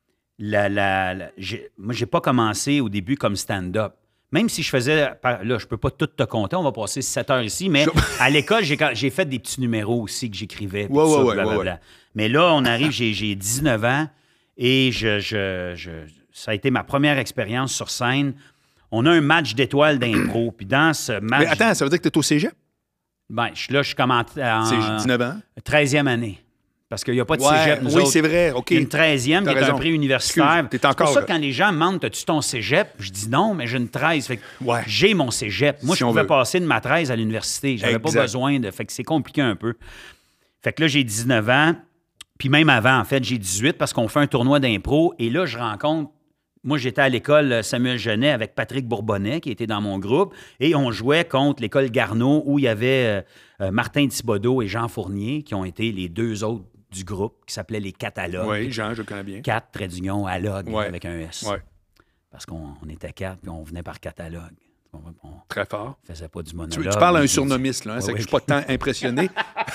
la, la, la- j'ai, moi, j'ai pas commencé au début comme stand-up. Même si je faisais... par- Là, je peux pas tout te compter, on va passer sept heures ici, mais à l'école, j'ai, j'ai fait des petits numéros aussi que j'écrivais. puis Ouais, tout ouais, ça, ouais, blablabla. ouais, ouais. Mais là, on arrive, j'ai, j'ai dix-neuf ans et je, je, je- ça a été ma première expérience sur scène. On a un match d'étoiles d'impro. Puis dans ce match... Mais attends, ça veut dire que tu es au cégep? Ben, je, là, je suis comme en, en C'est dix-neuf ans? treizième année. Parce qu'il n'y a pas de Ouais, cégep, nous oui, autres. c'est vrai, OK. Il y a une treizième T'as qui est un raison. prix universitaire. Excuse, t'es C'est encore- pour ça que quand les gens me demandent, as-tu ton cégep? Je dis non, mais j'ai une treize. Fait que Ouais. j'ai mon cégep. Moi, Si je on pouvais veut. passer de ma treize à l'université. J'avais pas Exact. besoin de... Fait que c'est compliqué un peu. Fait que là, j'ai dix-neuf ans. Puis même avant, en fait, j'ai dix-huit parce qu'on fait un tournoi d'impro. Et là, je rencontre... Moi, j'étais à l'école Samuel Genet avec Patrick Bourbonnais, qui était dans mon groupe, et on jouait contre l'école Garneau, où il y avait euh, euh, Martin Thibodeau et Jean Fournier, qui ont été les deux autres du groupe, qui s'appelaient les Catalogues. Oui, Jean, je le connais bien. Quatre, trait d'union, alogue, Ouais. avec un S. Ouais. Parce qu'on on était quatre, puis on venait par catalogue. On ne Très fort. faisait pas du Tu, monologue. tu parles à mais un du- surnommiste, là. Hein? Ouais, c'est que oui. je suis pas tant impressionné.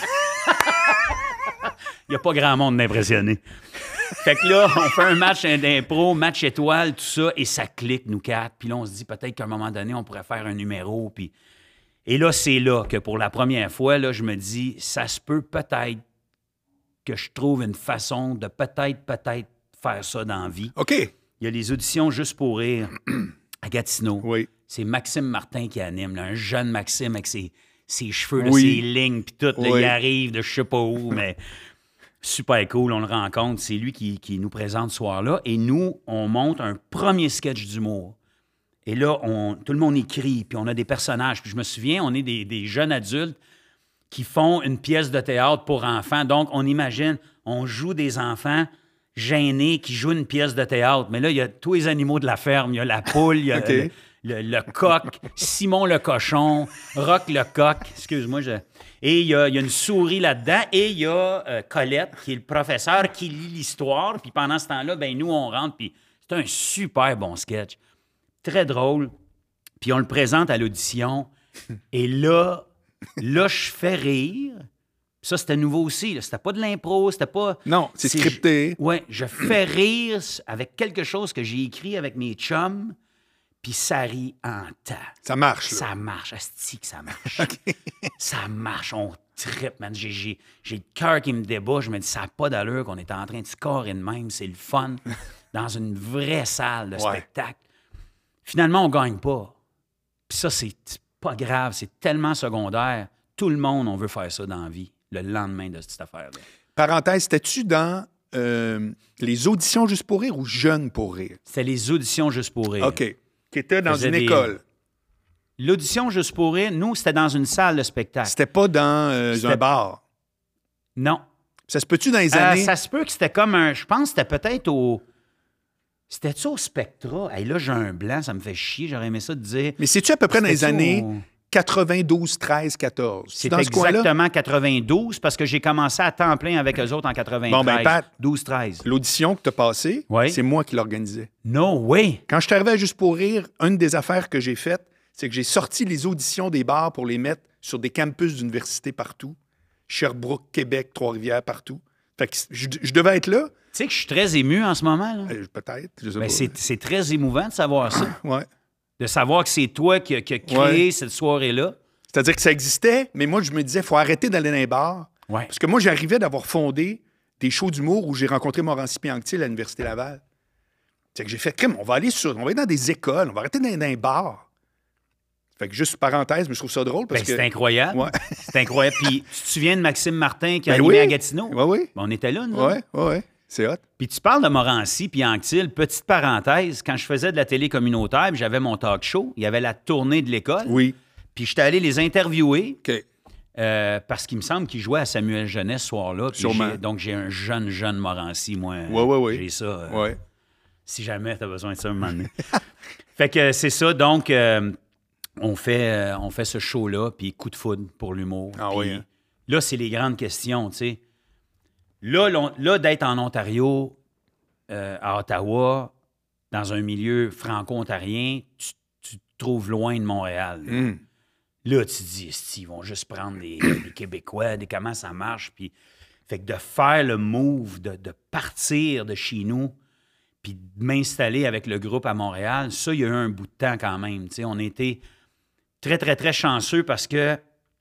Il n'y a pas grand monde d'impressionné. Fait que là, on fait un match d'impro, match étoile, tout ça, et ça clique, nous quatre. Puis là, on se dit peut-être qu'à un moment donné, on pourrait faire un numéro. Puis... Et là, c'est là que pour la première fois, là, je me dis, ça se peut peut-être que je trouve une façon de peut-être, peut-être faire ça dans la vie. OK. Il y a les auditions Juste pour rire à Gatineau. Oui. C'est Maxime Martin qui anime, là, un jeune Maxime avec ses, ses cheveux, là, Oui. ses lignes, puis tout. Là, Oui. il arrive de je sais pas où, mais super cool, on le rencontre. C'est lui qui, qui nous présente ce soir-là. Et nous, on monte un premier sketch d'humour. Et là, on, tout le monde écrit, puis on a des personnages. Puis je me souviens, on est des, des jeunes adultes qui font une pièce de théâtre pour enfants. Donc, on imagine, on joue des enfants gênés qui jouent une pièce de théâtre. Mais là, il y a tous les animaux de la ferme. Il y a la poule, il y a OK. le, le- le coq, Simon le cochon, Rock le coq. Excuse-moi, je... Et il y, a, il y a une souris là-dedans. Et il y a euh, Colette, qui est le professeur, qui lit l'histoire. Puis pendant ce temps-là, ben nous, on rentre. Puis c'est un super bon sketch. Très drôle. Puis on le présente à l'audition. Et là, là, je fais rire. Ça, c'était nouveau aussi. Là. C'était pas de l'impro, c'était pas... Non, c'est scripté. Oui, je fais rire avec quelque chose que j'ai écrit avec mes chums, puis ça rit en temps. Ça marche, là. Ça marche, asti que ça marche. Ça marche, on trippe, man. J'ai, j'ai, j'ai le cœur qui me débat. Je me dis, ça n'a pas d'allure qu'on est en train de scorer de même. C'est le fun dans une vraie salle de Ouais. spectacle. Finalement, on gagne pas. Puis ça, c'est pas grave. C'est tellement secondaire. Tout le monde, on veut faire ça dans la vie, le lendemain de cette affaire-là. Parenthèse, c'était-tu dans euh, les auditions Juste pour rire ou Jeunes pour rire? C'était les auditions Juste pour rire. OK. Qui était dans Faisait une des- école. L'audition Juste pour rire, nous, c'était dans une salle de spectacle. C'était pas dans euh, C'était- un bar. Non. Ça se peut-tu dans les Euh, années... ça se peut que c'était comme un... Je pense que c'était peut-être au... C'était-tu au Spectra? Hey, là, j'ai un blanc, ça me fait chier. J'aurais aimé ça de dire... Mais c'est-tu à peu près dans les C'était-tu années au- quatre-vingt-douze, treize, quatorze? C'est dans ce coin-là? exactement quatre-vingt-douze parce que j'ai commencé à temps plein avec eux autres en quatre-vingt-treize. Bon, ben, Pat. douze treize. L'audition que tu as passée, Oui. c'est moi qui l'organisais. No way! Quand je suis arrivé à Juste pour rire, une des affaires que j'ai faites, c'est que j'ai sorti les auditions des bars pour les mettre sur des campus d'université partout. Sherbrooke, Québec, Trois-Rivières, partout. Fait que je, je devais être là. Tu sais que je suis très ému en ce moment. Là. Euh, Peut-être, je sais Ben, pas. c'est, c'est très émouvant de savoir ça. Ouais. De savoir que c'est toi qui as créé Ouais. cette soirée-là. C'est-à-dire que ça existait, mais moi, je me disais, il faut arrêter d'aller dans les bars. Ouais. Parce que moi, j'arrivais d'avoir fondé des shows d'humour où j'ai rencontré Morancy Pianctil à l'Université Laval. C'est que j'ai fait, crème, on va aller sur, on va aller dans des écoles, on va arrêter d'aller dans les bars. Fait que juste parenthèse, mais je trouve ça drôle parce Ben, que... c'est incroyable. Ouais. C'est incroyable. Puis tu te souviens de Maxime Martin qui a Ben animé oui. à Gatineau? Oui, oui. Ben, on était là, nous. Oui, oui, oui. C'est hot. Puis tu parles de Morancy puis Anctil. Petite parenthèse, quand je faisais de la télé communautaire, puis j'avais mon talk show, il y avait la tournée de l'école. Oui. Puis j'étais allé les interviewer OK. euh, parce qu'il me semble qu'ils jouaient à Samuel Jeunesse ce soir-là. Puis Sûrement. j'ai- Donc j'ai un jeune, jeune Morancy, moi. Oui, oui, oui. J'ai ça. euh, Oui. Si jamais tu as besoin de ça un moment donné. Fait que c'est ça. Donc, euh, on, fait, euh, on fait ce show-là, puis coup de foudre pour l'humour. Ah Puis oui, hein? là, c'est les grandes questions, tu sais. Là, l'on- là d'être en Ontario, euh, à Ottawa, dans un milieu franco-ontarien, tu, tu te trouves loin de Montréal. là. Hum. Là, tu te dis, esti, ils vont juste prendre des, des Québécois, des comment ça marche. Puis, fait que de faire le move, de, de partir de chez nous, puis de m'installer avec le groupe à Montréal, ça, il y a eu un bout de temps quand même. Tu sais, on a été très, très, très chanceux parce que,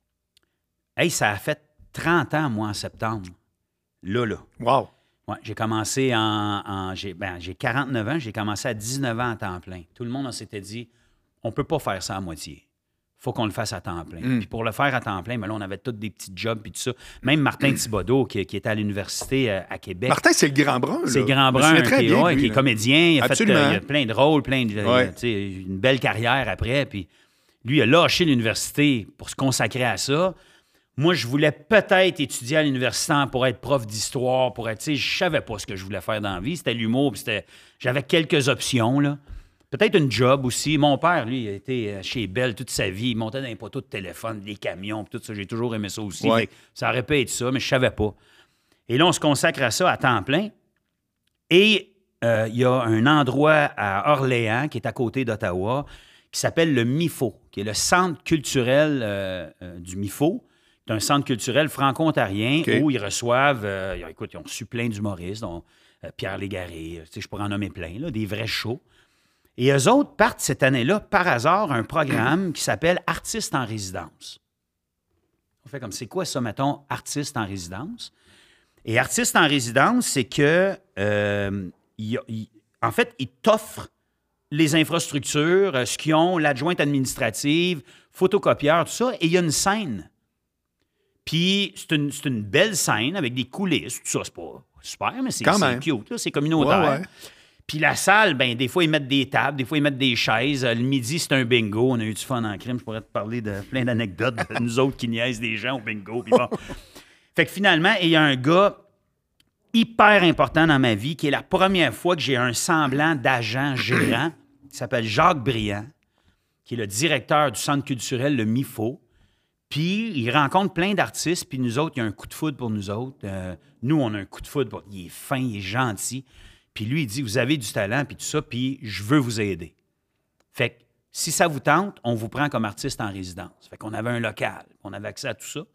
hey, ça a fait trente ans, moi, en septembre. Là, là. Wow. Ouais, j'ai commencé en. en- j'ai, ben, j'ai quarante-neuf ans, j'ai commencé à dix-neuf ans à temps plein. Tout le monde on s'était dit, on peut pas faire ça à moitié. Faut qu'on le fasse à temps plein. Mm. Puis pour le faire à temps plein, ben là, on avait tous des petits jobs puis tout ça. Même Martin Thibodeau, qui, qui était à l'université euh, à Québec. Martin, c'est le grand brun. C'est là. le Grand Je me Brun, souviens très qui, bien, ouais, lui, qui est là. comédien. Il a, fait, Absolument. euh, il a plein de rôles, plein de, Ouais. tu sais, une belle carrière après. Puis lui, il a lâché l'université pour se consacrer à ça. Moi, je voulais peut-être étudier à l'université pour être prof d'histoire, pour être, tu sais, je savais pas ce que je voulais faire dans la vie. C'était l'humour, puis c'était, j'avais quelques options, là. Peut-être une job aussi. Mon père, lui, il a été chez Bell toute sa vie. Il montait dans les poteaux de téléphone, des camions, puis tout ça. J'ai toujours aimé ça aussi. Ouais. Fait que ça aurait pu être ça, mais je savais pas. Et là, on se consacre à ça à temps plein. Et euh, il y a un endroit à Orléans, qui est à côté d'Ottawa, qui s'appelle le M I F O, qui est le Centre culturel euh, euh, du M I F O. C'est un centre culturel franco-ontarien OK. où ils reçoivent, euh, écoute, ils ont reçu plein d'humoristes, dont euh, Pierre Légaré, tu sais, je pourrais en nommer plein, là, des vrais shows. Et eux autres partent cette année-là, par hasard, un programme qui s'appelle Artistes en résidence. On fait comme, c'est quoi ça, mettons, Artistes en résidence? Et Artistes en résidence, c'est que, euh, il- il- en fait, ils t'offrent les infrastructures, euh, ce qu'ils ont, l'adjointe administrative, photocopieur, tout ça, et il y a une scène. Puis c'est une, c'est une belle scène avec des coulisses, tout ça, c'est pas super, mais c'est, Quand c'est même. cute, là, c'est communautaire. Ouais, ouais. Puis la salle, ben des fois, ils mettent des tables, des fois, ils mettent des chaises. Euh, Le midi, c'est un bingo. On a eu du fun en crime. Je pourrais te parler de plein d'anecdotes de nous autres qui niaisent des gens au bingo. Puis bon. Fait que finalement, il y a un gars hyper important dans ma vie qui est la première fois que j'ai un semblant d'agent gérant qui s'appelle Jacques Briand, qui est le directeur du centre culturel, le M I F O. Puis, il rencontre plein d'artistes, puis nous autres, il y a un coup de foudre pour nous autres. Euh, nous, on a un coup de foudre. Pour... Il est fin, il est gentil. Puis lui, il dit, vous avez du talent, puis tout ça, puis je veux vous aider. Fait que, si ça vous tente, on vous prend comme artiste en résidence. Fait qu'on avait un local, on avait accès à tout ça.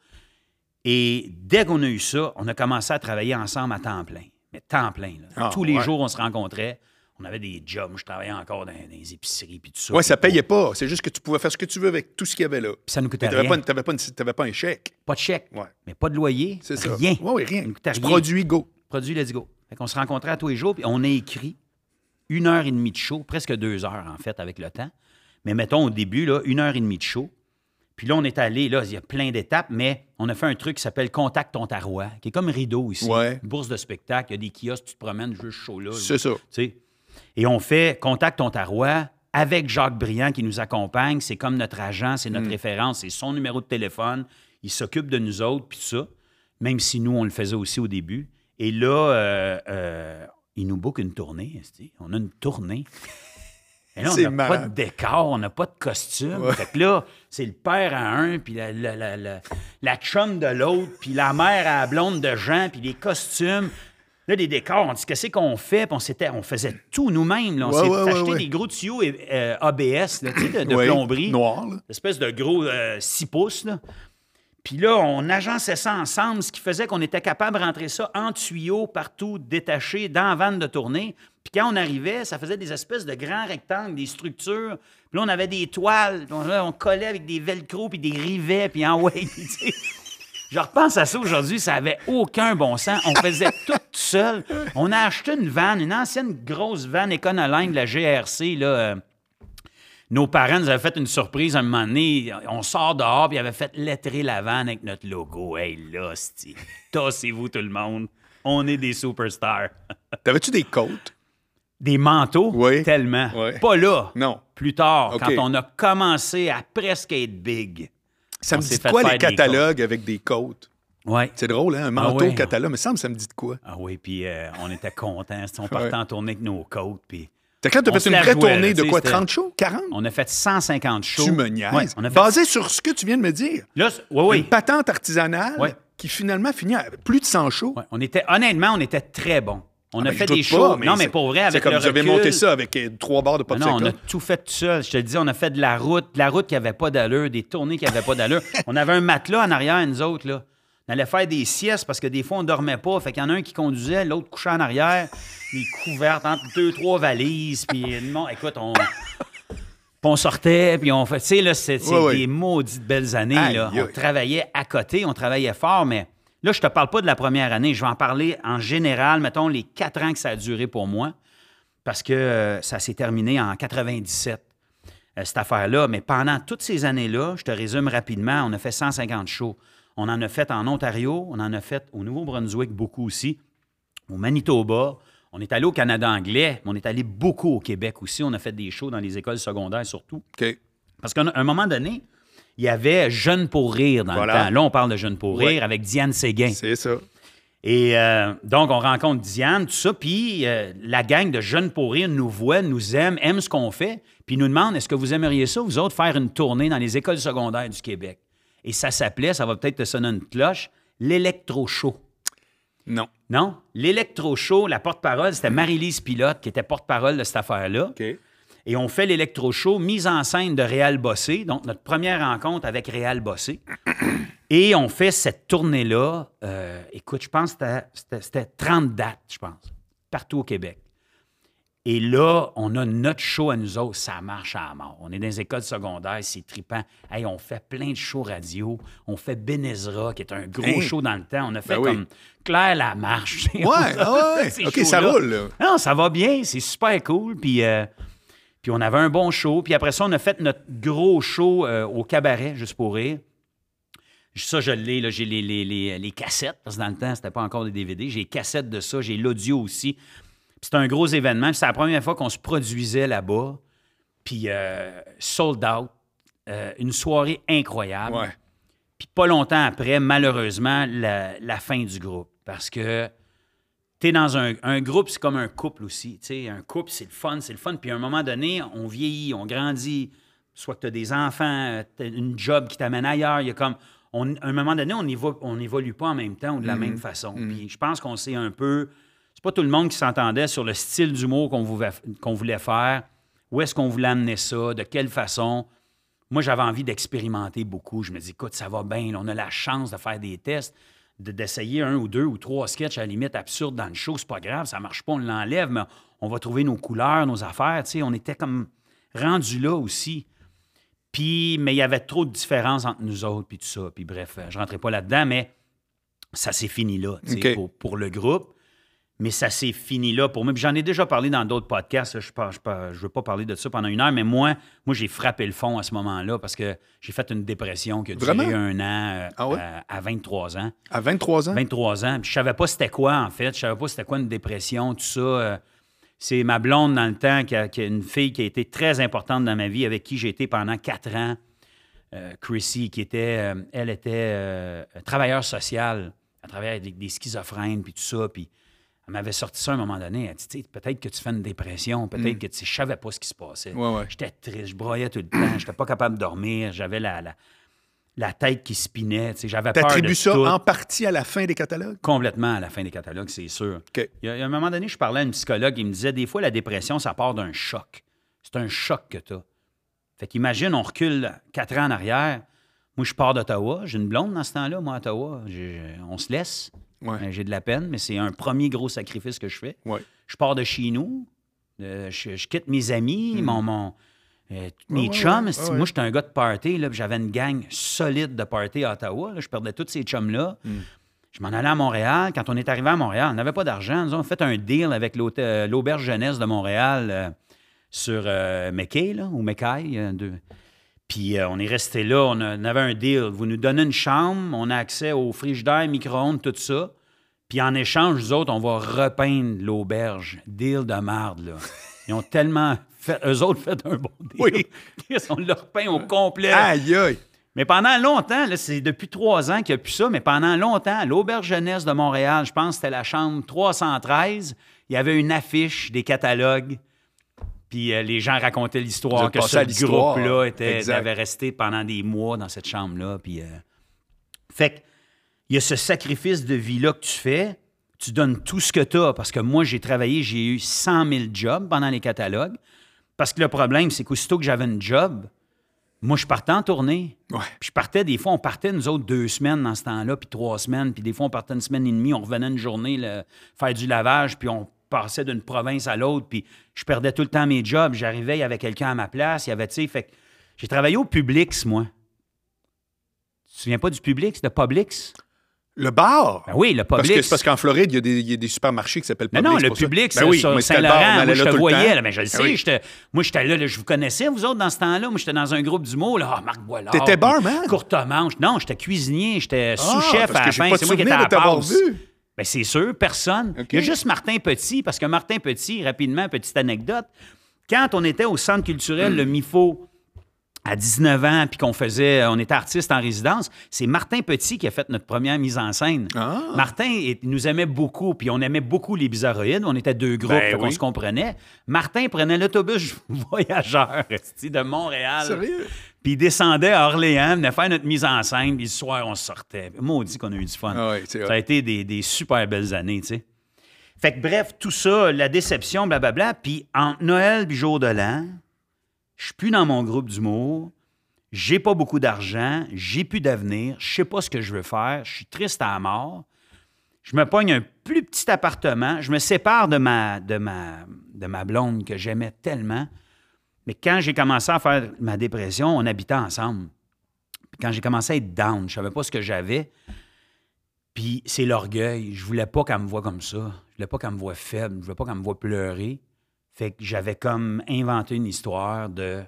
Et dès qu'on a eu ça, on a commencé à travailler ensemble à temps plein. Mais temps plein, là. Ah, Tous les ouais. jours, on se rencontrait. On avait des jobs. Je travaillais encore dans, dans les épiceries, puis tout ça. Oui, ça Puis payait pas. C'est juste que tu pouvais faire ce que tu veux avec tout ce qu'il y avait là. Puis ça nous coûtait Tu n'avais rien. pas, t'avais pas, une- t'avais pas un chèque. Pas de chèque, Ouais. mais pas de loyer, C'est ça. rien. Oui, oui, rien. Ça nous coûtait Tu rien. produis, go. Produit, let's go. Fait qu'on se rencontrait à tous les jours, puis on a écrit une heure et demie de show, presque deux heures, en fait, avec le temps. Mais mettons, au début, là, une heure et demie de show. Puis là, on est allé, là, il y a plein d'étapes, mais on a fait un truc qui s'appelle Contact Ontario, qui est comme Rideau ici. Ouais. Une bourse de spectacle, il y a des kiosques, tu te promènes juste chaud là. C'est ça. Tu sais. Et on fait Contact Ontario avec Jacques Briand qui nous accompagne. C'est comme notre agent, c'est Mm. notre référence, c'est son numéro de téléphone. Il s'occupe de nous autres, puis tout ça. Même si nous, on le faisait aussi au début. Et là, euh, euh, il nous book une tournée. esti. On a une tournée. Et là, C'est on n'a pas marrant. de décor, on n'a pas de costume. Fait que là, c'est le père à un, puis la, la, la, la, la chum de l'autre, puis la mère à la blonde de Jean, puis les costumes. Là, des décors, on dit qu'est-ce qu'on fait? Puis on, s'était, on faisait tout nous-mêmes. Là. On Ouais, s'est ouais, acheté ouais, des gros tuyaux euh, A B S là, tu sais, de, de Ouais, plomberie. noir, là. Espèce de gros euh, six pouces. Là. Puis là, on agençait ça ensemble, ce qui faisait qu'on était capable de rentrer ça en tuyaux, partout, détaché, dans la vanne de tournée. Puis quand on arrivait, ça faisait des espèces de grands rectangles, des structures. Puis là, on avait des toiles. On, là, on collait avec des velcro, puis des rivets, puis en ouais. Puis, tu sais, je repense à ça aujourd'hui, ça avait aucun bon sens. On faisait tout seul. On a acheté une vanne, une ancienne grosse vanne Econoline de la G R C, là. Euh, Nos parents nous avaient fait une surprise un moment donné. On sort dehors, puis ils avaient fait lettrer la vanne avec notre logo. Hey, là, c'ti, tassez-vous tout le monde. On est des superstars. T'avais-tu des côtes? Des manteaux? Oui. Tellement. Oui. Pas là. Non. Plus tard, Okay. quand on a commencé à presque être big. Ça On me s'est dit de fait quoi, faire les des catalogues avec des côtes? Oui. C'est drôle, hein? Un manteau Ah ouais. catalogue, mais ça me, ça me dit de quoi? Ah oui, puis euh, on était contents. On partait Ouais. en tournée avec nos côtes, puis... T'as quand t'as On fait se une la vraie jouait, tournée là, de tu quoi? sais, trente shows? quarante? On a fait cent cinquante shows. Tu me niaises. Ouais, on a fait... Basé sur ce que tu viens de me dire. Là, c'est- oui, oui. Une patente artisanale Ouais. qui finalement finit à plus de cent shows. Ouais, on était, honnêtement, on était très bons. On Ah, a ben, fait je doute des shows. pas, non, mais c'est- pour vrai, C'est avec comme le vous avez recul- monté ça avec euh, trois barres de Non, popsicle. non, on a tout fait tout seul. Je te le dis, on a fait de la route, de la route qui n'avait pas d'allure, des tournées qui n'avaient pas d'allure. On avait un matelas en arrière, nous autres, là. On allait faire des siestes parce que des fois, on ne dormait pas. Fait qu'il y en a un qui conduisait, l'autre couchait en arrière, les couvertes entre deux, trois valises. Puis, non, écoute, on... Puis on sortait, puis on fait... Tu sais, là, c'est c'est Ouais, ouais. des maudites belles années, Aïe, là. aïe. On travaillait à côté, on travaillait fort, mais... Là, je te parle pas de la première année. Je vais en parler en général, mettons, les quatre ans que ça a duré pour moi, parce que euh, ça s'est terminé en quatre-vingt-dix-sept, euh, cette affaire-là. Mais pendant toutes ces années-là, je te résume rapidement, on a fait cent cinquante shows. On en a fait en Ontario, on en a fait au Nouveau-Brunswick beaucoup aussi, au Manitoba. On est allé au Canada anglais, mais on est allé beaucoup au Québec aussi. On a fait des shows dans les écoles secondaires surtout. OK. Parce qu'à un moment donné, il y avait Jeunes pour rire dans Voilà. le temps. Là, on parle de Jeunes pour rire Ouais. avec Diane Séguin. C'est ça. Et euh, donc, on rencontre Diane, tout ça, puis euh, la gang de Jeunes pour rire nous voit, nous aime, aime ce qu'on fait, puis nous demande, est-ce que vous aimeriez ça, vous autres, faire une tournée dans les écoles secondaires du Québec? Et ça s'appelait, ça va peut-être te sonner une cloche, l'Électro-Show. Non. Non? L'Électro-Show, la porte-parole, c'était Marie-Lise Pilote qui était porte-parole de cette affaire-là. OK. Et on fait l'Électro-Show, mise en scène de Réal Bossé, donc notre première rencontre avec Réal Bossé. Et on fait cette tournée-là, euh, écoute, je pense que c'était- c'était c'était trente dates, je pense, partout au Québec. Et là, on a notre show à nous autres, ça marche à la mort. On est dans les écoles secondaires, c'est trippant. Hey, on fait plein de shows radio. On fait Benezra, qui est un gros Hein? show dans le temps. On a fait Ben oui. comme Claire Lamarche. Ouais, ah ouais. Ces OK, ça shows-là. roule, là. Non, ça va bien, c'est super cool. Puis, euh, puis on avait un bon show. Puis après ça, on a fait notre gros show euh, au cabaret, juste pour rire. Ça, je l'ai, là, j'ai les, les, les, les cassettes, parce que dans le temps, c'était pas encore des D V D. J'ai les cassettes de ça, j'ai l'audio aussi. Puis c'était un gros événement. Puis c'est la première fois qu'on se produisait là-bas. Puis euh, sold out. Euh, une soirée incroyable. Ouais. Puis pas longtemps après, malheureusement, la, la fin du groupe. Parce que t'es dans un, un groupe, c'est comme un couple aussi. T'sais, un couple, c'est le fun, c'est le fun. Puis à un moment donné, on vieillit, on grandit. Soit que tu as des enfants, t'as une job qui t'amène ailleurs. Il y a comme... On, à un moment donné, on n'évolue on évolue pas en même temps ou de la même façon. Puis je pense qu'on sait un peu... C'est pas tout le monde qui s'entendait sur le style d'humour qu'on voulait, qu'on voulait faire. Où est-ce qu'on voulait amener ça? De quelle façon? Moi, j'avais envie d'expérimenter beaucoup. Je me dis, écoute, ça va bien. Là, on a la chance de faire des tests, de- d'essayer un ou deux ou trois sketchs à la limite absurdes dans le show. C'est pas grave, ça marche pas, on l'enlève, mais on va trouver nos couleurs, nos affaires. Tu sais, on était comme rendus là aussi. Puis, mais il y avait trop de différences entre nous autres, puis tout ça. Puis bref, je rentrais pas là-dedans, mais ça s'est fini là, tu sais, OK. pour, pour le groupe. Mais ça s'est fini là pour moi. Puis j'en ai déjà parlé dans d'autres podcasts. là. Je ne veux pas parler de ça pendant une heure, mais moi, moi j'ai frappé le fond à ce moment-là parce que j'ai fait une dépression qui a duré Vraiment? un an euh, Ah ouais? à, à vingt-trois ans. À vingt-trois ans? vingt-trois ans. Puis je savais pas c'était quoi, en fait. Je savais pas c'était quoi une dépression, tout ça. Euh, C'est ma blonde dans le temps, qui a, qui a une fille qui a été très importante dans ma vie, avec qui j'ai été pendant quatre ans. Euh, Chrissy, qui était, euh, elle était euh, travailleuse sociale. Elle travaillait avec des schizophrènes, puis tout ça. Puis elle m'avait sorti ça à un moment donné. Elle dit, tu sais, peut-être que tu fais une dépression, peut-être que tu sais, je savais pas ce qui se passait. Ouais, ouais. J'étais triste, je broyais tout le temps, j'étais pas capable de dormir, j'avais la, la, la tête qui spinait, tu sais, j'avais peur de T'attribues ça tout. en partie à la fin des catalogues? Complètement à la fin des catalogues, c'est sûr. OK. Il y, a, il y a un moment donné, je parlais à une psychologue, il me disait, des fois, la dépression, ça part d'un choc. C'est un choc que tu as. Fait qu'imagine, on recule quatre ans en arrière. Moi, je pars d'Ottawa. J'ai une blonde dans ce temps-là, moi, à Ottawa. J'ai- on se laisse. Ouais. J'ai de la peine, mais c'est un premier gros sacrifice que je fais. Ouais. Je pars de chez nous. euh, je, je quitte mes amis, Mm. mon, mon, euh, tous mes ouais, chums. ouais, c'est- ouais, ouais. Moi, j'étais un gars de party. Là, puis j'avais une gang solide de party à Ottawa. Là. Je perdais tous ces chums-là. Mm. Je m'en allais à Montréal. Quand on est arrivé à Montréal, on n'avait pas d'argent. Nous, on a fait un deal avec l'hôtel- euh, l'auberge jeunesse de Montréal euh, sur euh, McKay, là, ou McKay. euh, de- Puis euh, on est resté là. On, a- on avait un deal. Vous nous donnez une chambre, on a accès au frigidaire, micro-ondes, tout ça. Puis en échange, nous autres, on va repeindre l'auberge. Deal de marde, là. Ils ont tellement fait... Eux autres fait un bon deal. Oui. On le repeint au complet. Aïe, aïe. Mais pendant longtemps, là, c'est depuis trois ans qu'il n'y a plus ça, mais pendant longtemps, l'auberge jeunesse de Montréal, je pense que c'était la chambre trois cent treize, il y avait une affiche des catalogues, puis euh, les gens racontaient Vous l'histoire êtes que passé à ce l'histoire, groupe-là hein. était, Exact. avait resté pendant des mois dans cette chambre-là. Puis, euh, Fait que, il y a ce sacrifice de vie-là que tu fais, tu donnes tout ce que tu as, parce que moi, j'ai travaillé, j'ai eu cent mille jobs pendant les catalogues, parce que le problème, c'est qu'aussitôt que j'avais une job, moi, je partais en tournée. Ouais. Puis je partais, des fois, on partait, nous autres, deux semaines dans ce temps-là, puis trois semaines, puis des fois, on partait une semaine et demie, on revenait une journée là, faire du lavage, puis on passait d'une province à l'autre, puis je perdais tout le temps mes jobs. J'arrivais, il y avait quelqu'un à ma place, il y avait, tu sais, fait que j'ai travaillé au Publix, moi. Tu te souviens pas du Publix, de Publix? Le bar? Ben oui, le Parce Publix. que c'est parce qu'en Floride, il y, a des- il y a des supermarchés qui s'appellent Non, Publix. non, le pour ça. Publix Ben oui, sur moi, c'était le bar, on Saint-Laurent, moi, allait je là te tout le voyais, temps. là, mais je le Ah sais, oui. j'étais- moi, j'étais là, là, je vous connaissais, vous autres, dans ce temps-là. Moi, j'étais dans un groupe d'humour, là, ah, Marc Boilard. T'étais puis barman? Courte manche. Non, j'étais cuisinier, j'étais Ah, sous-chef parce à que la j'ai fin. pas de C'est moi qui étais souvenir à la de t'avoir passe. vu. Ben, c'est sûr, personne. OK. Il y a juste Martin Petit, parce que Martin Petit, rapidement, petite anecdote, quand on était au centre culturel, le MIFO, à dix-neuf ans, puis qu'on faisait, on était artiste en résidence, c'est Martin Petit qui a fait notre première mise en scène. Ah. Martin il nous aimait beaucoup, puis on aimait beaucoup les Bizarroïdes. On était deux groupes, Ben fait qu'on oui. se comprenait. Martin prenait l'autobus voyageur esti, de Montréal. Sérieux? Puis il descendait à Orléans, venait faire notre mise en scène, puis le soir, on sortait. Maudit qu'on a eu du fun. Ah ouais, c'est Ça vrai. a été des, des super belles années, tu sais. Fait que bref, tout ça, la déception, blablabla. Puis entre Noël puis jour de l'an, je suis plus dans mon groupe d'humour, j'ai pas beaucoup d'argent, j'ai plus d'avenir, je sais pas ce que je veux faire, je suis triste à la mort. Je me pogne un plus petit appartement, je me sépare de ma, de ma, de ma blonde que j'aimais tellement. Mais quand j'ai commencé à faire ma dépression, on habitait ensemble. Puis quand j'ai commencé à être down, je savais pas ce que j'avais. Puis c'est l'orgueil. Je voulais pas qu'elle me voie comme ça. Je voulais pas qu'elle me voie faible. Je voulais pas qu'elle me voie pleurer. Fait que j'avais comme inventé une histoire de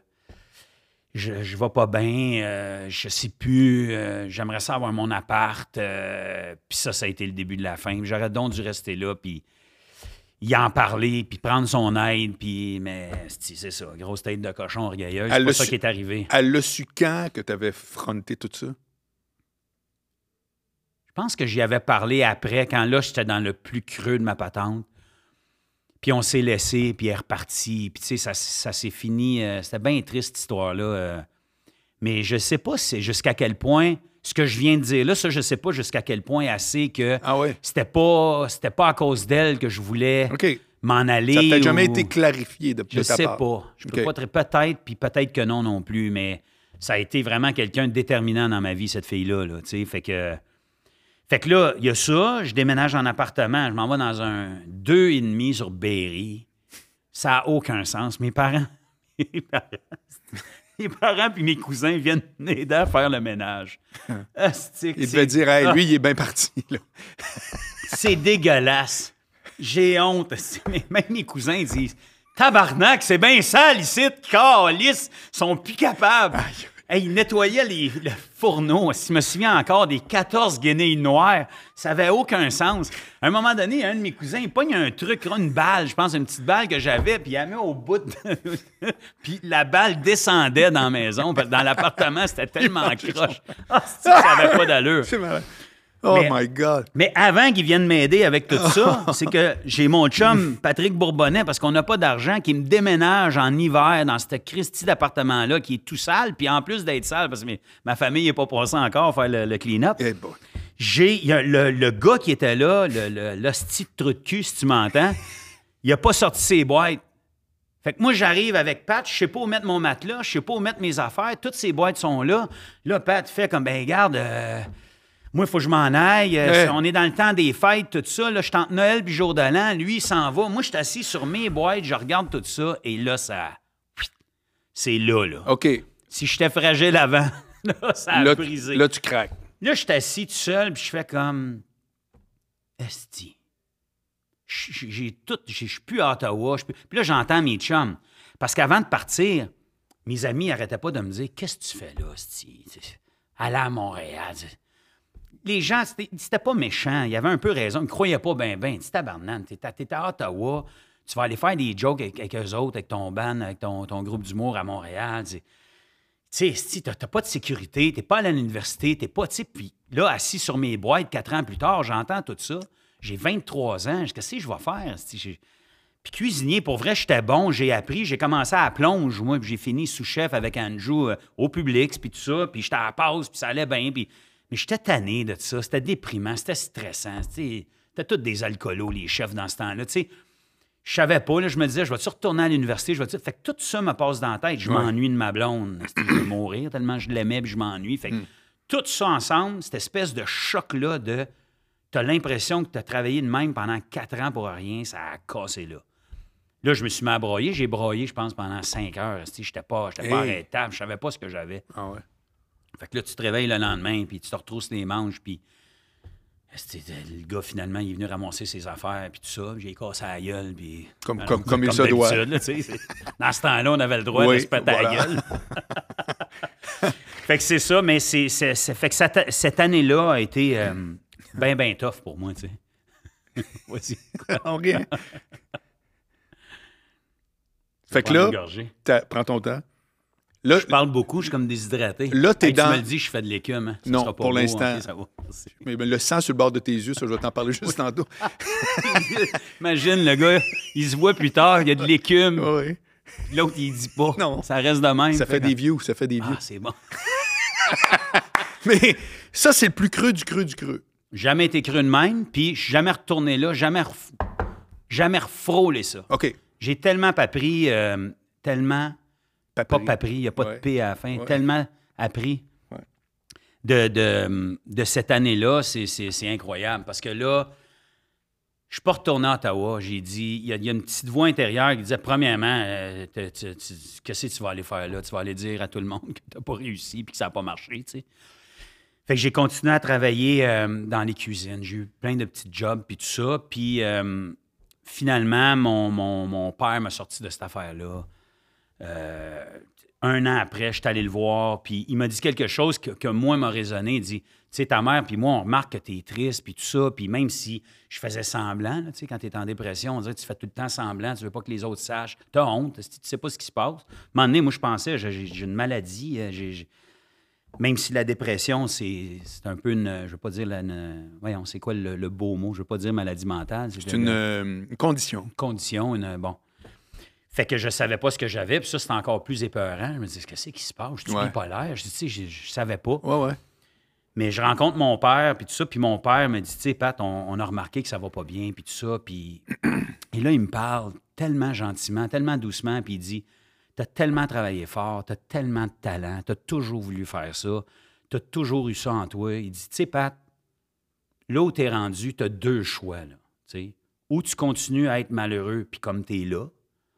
je, je vais pas bien, euh, je sais plus, euh, j'aimerais ça avoir mon appart. euh, puis ça, ça a été le début de la fin. J'aurais donc dû rester là, puis y en parler, puis prendre son aide, puis mais c'est c'est ça, grosse tête de cochon orgueilleuse. C'est Elle pas l'a ça su- qui est arrivé. Elle l'a su quand que tu avais fronté tout ça? Je pense que j'y avais parlé après, quand là, j'étais dans le plus creux de ma patente. Puis on s'est laissé, puis elle est repartie. Puis tu sais, ça, ça s'est fini. euh, c'était bien triste, cette histoire-là. euh. mais je sais pas si- jusqu'à quel point, ce que je viens de dire là, ça, je sais pas jusqu'à quel point assez que Ah ouais? c'était pas, c'était pas à cause d'elle que je voulais OK. m'en aller. Ça n'a peut-être jamais ou- été clarifié de, de Je ta sais part. pas. Je peux OK. pas très- peut-être, puis peut-être que non non plus, mais ça a été vraiment quelqu'un de déterminant dans ma vie, cette fille-là. Là, tu sais. fait que, fait que là, il y a ça. Je déménage en appartement. Je m'en vais dans un deux et demi sur Berry. Ça n'a aucun sens. Mes parents, mes parents, mes parents puis mes cousins viennent m'aider à faire le ménage. Asti que Il c'est- devait dire, hey, Ah, lui, il est bien parti. Là. c'est dégueulasse. J'ai honte. Mais même mes cousins disent tabarnak, c'est bien sale ici, calice, ils sont plus capables. Hey, ils nettoyaient les, le fourneau. Je me souviens encore des quatorze guenilles noires. Ça avait aucun sens. À un moment donné, un de mes cousins, il pogne un truc, une balle, je pense, une petite balle que j'avais, puis il la met au bout de... puis la balle descendait dans la maison. Parce que dans l'appartement, c'était tellement croche. Ah, c'est que ça avait pas d'allure. C'est malin. Oh Mais- my God. Mais avant qu'ils viennent m'aider avec tout ça, c'est que j'ai mon chum Patrick Bourbonnais, parce qu'on n'a pas d'argent, qui me déménage en hiver dans ce Christie d'appartement-là qui est tout sale. Puis en plus d'être sale, parce que mes- ma famille n'est pas passée encore à faire le, le clean-up, Eh boy. j'ai il y a le, le gars qui était là, le, le, l'hostie de trou de cul, si tu m'entends, il a pas sorti ses boîtes. Fait que moi, j'arrive avec Pat, je sais pas où mettre mon matelas, je sais pas où mettre mes affaires, toutes ces boîtes sont là. Là, Pat fait comme, ben regarde, euh, moi, il faut que je m'en aille. Euh, Ouais. On est dans le temps des fêtes, tout ça. Là, je tente Noël puis jour de l'an. Lui, il s'en va. Moi, je suis assis sur mes boîtes, je regarde tout ça, et là, ça... C'est là, là. OK. Si j'étais fragile avant, là, ça a Là, brisé. là, tu craques. Là, je suis assis tout seul, puis je fais comme... Esti. J- J'ai tout... Je suis plus à Ottawa. je suis plus- Puis là, j'entends mes chums. Parce qu'avant de partir, mes amis n'arrêtaient pas de me dire « Qu'est-ce que tu fais là, Esti? Aller à Montréal. » Les gens, c'était c'était pas méchant. Ils avaient un peu raison. Ils ne croyaient pas bien, bien. Tu tabarnane, t'es à, t'es à Ottawa. Tu vas aller faire des jokes avec, avec eux autres, avec ton band, avec ton, ton groupe d'humour à Montréal. Tu sais, si t'as t'as pas de sécurité, t'es pas allé à l'université, t'es pas, tu sais, puis là, assis sur mes boîtes, quatre ans plus tard, j'entends tout ça. J'ai vingt-trois ans, qu'est-ce que je vais faire? c'ti? J'ai- Puis cuisinier, pour vrai, j'étais bon, j'ai appris, j'ai commencé à la plonge, moi, puis j'ai fini sous-chef avec Andrew euh, au Publix, puis tout ça, puis j'étais à la pause, puis ça allait bien, puis... Mais j'étais tanné de ça, c'était déprimant, c'était stressant, tu sais, c'était tous des alcoolos, les chefs, dans ce temps-là, tu sais. Je savais pas, là, je me disais, je vais-tu retourner à l'université, je vais Fait que tout ça me passe dans la tête. Je Ouais. m'ennuie de ma blonde. C'était- Je vais mourir tellement je l'aimais puis je m'ennuie. Fait que tout ça ensemble, cette espèce de choc-là de... T'as l'impression que t'as travaillé de même pendant quatre ans pour rien, ça a cassé là. Là, je me suis mis à broyer. J'ai broyé, je pense, pendant cinq heures. Je n'étais pas, j'étais pas Hey. arrêtable. Je savais pas ce que j'avais. Ah ouais. Fait que là, tu te réveilles le lendemain, puis tu te retrousses les manches, puis... C'était- Le gars, finalement, il est venu ramasser ses affaires, puis tout ça. Puis j'ai cassé la gueule, puis... Comme- Alors, comme- comme il se doit. d'habitude, là, tu sais, c'est- Dans ce temps-là, on avait le droit Oui, de se péter voilà. la gueule. Fait que c'est ça, mais c'est... c'est- c'est- Fait que cette, cette année-là a été euh, ben, ben tough pour moi, tu sais. Vas-y. On rien. Fait que Prends là, une gorgée. t'as- prends ton temps. Là, Je parle beaucoup, je suis comme déshydraté. Là, t'es Hey, dans- Tu me le dis, je fais de l'écume. Hein. Ça Non, sera pas pour beau, l'instant. ok, ça va. Merci. mais ben, le sang sur le bord de tes yeux, ça, je vais t'en parler juste tantôt. Imagine, le gars, il se voit plus tard, il y a de l'écume. Oui. Puis L'autre, il dit pas. Non. Ça reste de même. Ça fait que- des views, ça fait des views. Ah, c'est bon. Mais ça, c'est le plus creux du creux du creux. Jamais été cru de même, puis je suis jamais retourné là, jamais, ref- jamais refrôlé ça. OK. J'ai tellement pas pris, euh, tellement, Papri. pas appris, il n'y a pas Ouais. de P à la fin, Ouais. tellement appris Ouais. de, de, de cette année-là, c'est, c'est, c'est incroyable. Parce que là, je suis pas retourné à Ottawa. J'ai dit, il y, a- il y a une petite voix intérieure qui disait, premièrement, euh, t'as- tu- tu- qu'est-ce que tu vas aller faire là? Tu vas aller dire à tout le monde que tu n'as pas réussi puis que ça n'a pas marché, tu sais. Fait que j'ai continué à travailler euh, dans les cuisines. J'ai eu plein de petits jobs puis tout ça. Puis euh, finalement, mon, mon, mon père m'a sorti de cette affaire-là. Euh, un an après, je suis allé le voir, puis il m'a dit quelque chose que, que moi m'a résonné. Il dit, tu sais, ta mère puis moi, on remarque que tu es triste, puis tout ça, puis même si je faisais semblant, là, tu sais, quand tu es en dépression, on dirait que tu fais tout le temps semblant, tu veux pas que les autres sachent, tu as honte, tu sais pas ce qui se passe. À un moment donné, moi, je pensais, j'ai, j'ai- j'ai une maladie, euh, j'ai... j'ai- Même si la dépression, c'est, c'est un peu une... Je veux pas dire... La, une- voyons, c'est quoi le, le beau mot? Je veux pas dire maladie mentale. C'est une, euh, une condition. condition, une... Bon. Fait que je savais pas ce que j'avais, puis ça, c'était encore plus épeurant. Je me disais, qu'est-ce qui se passe? Je suis Ouais. bipolaire. Je dis, tu sais, je, je savais pas. Ouais, ouais. Mais je rencontre mon père, puis tout ça, puis mon père me dit, tu sais, Pat, on, on a remarqué que ça va pas bien, puis tout ça, puis... Et là, il me parle tellement gentiment, tellement doucement, puis il dit, t'as tellement travaillé fort, t'as tellement de talent, t'as toujours voulu faire ça, t'as toujours eu ça en toi. Il dit, tu sais, Pat, là où t'es rendu, t'as deux choix, là, tu sais. Ou tu continues à être malheureux, puis comme t'es là,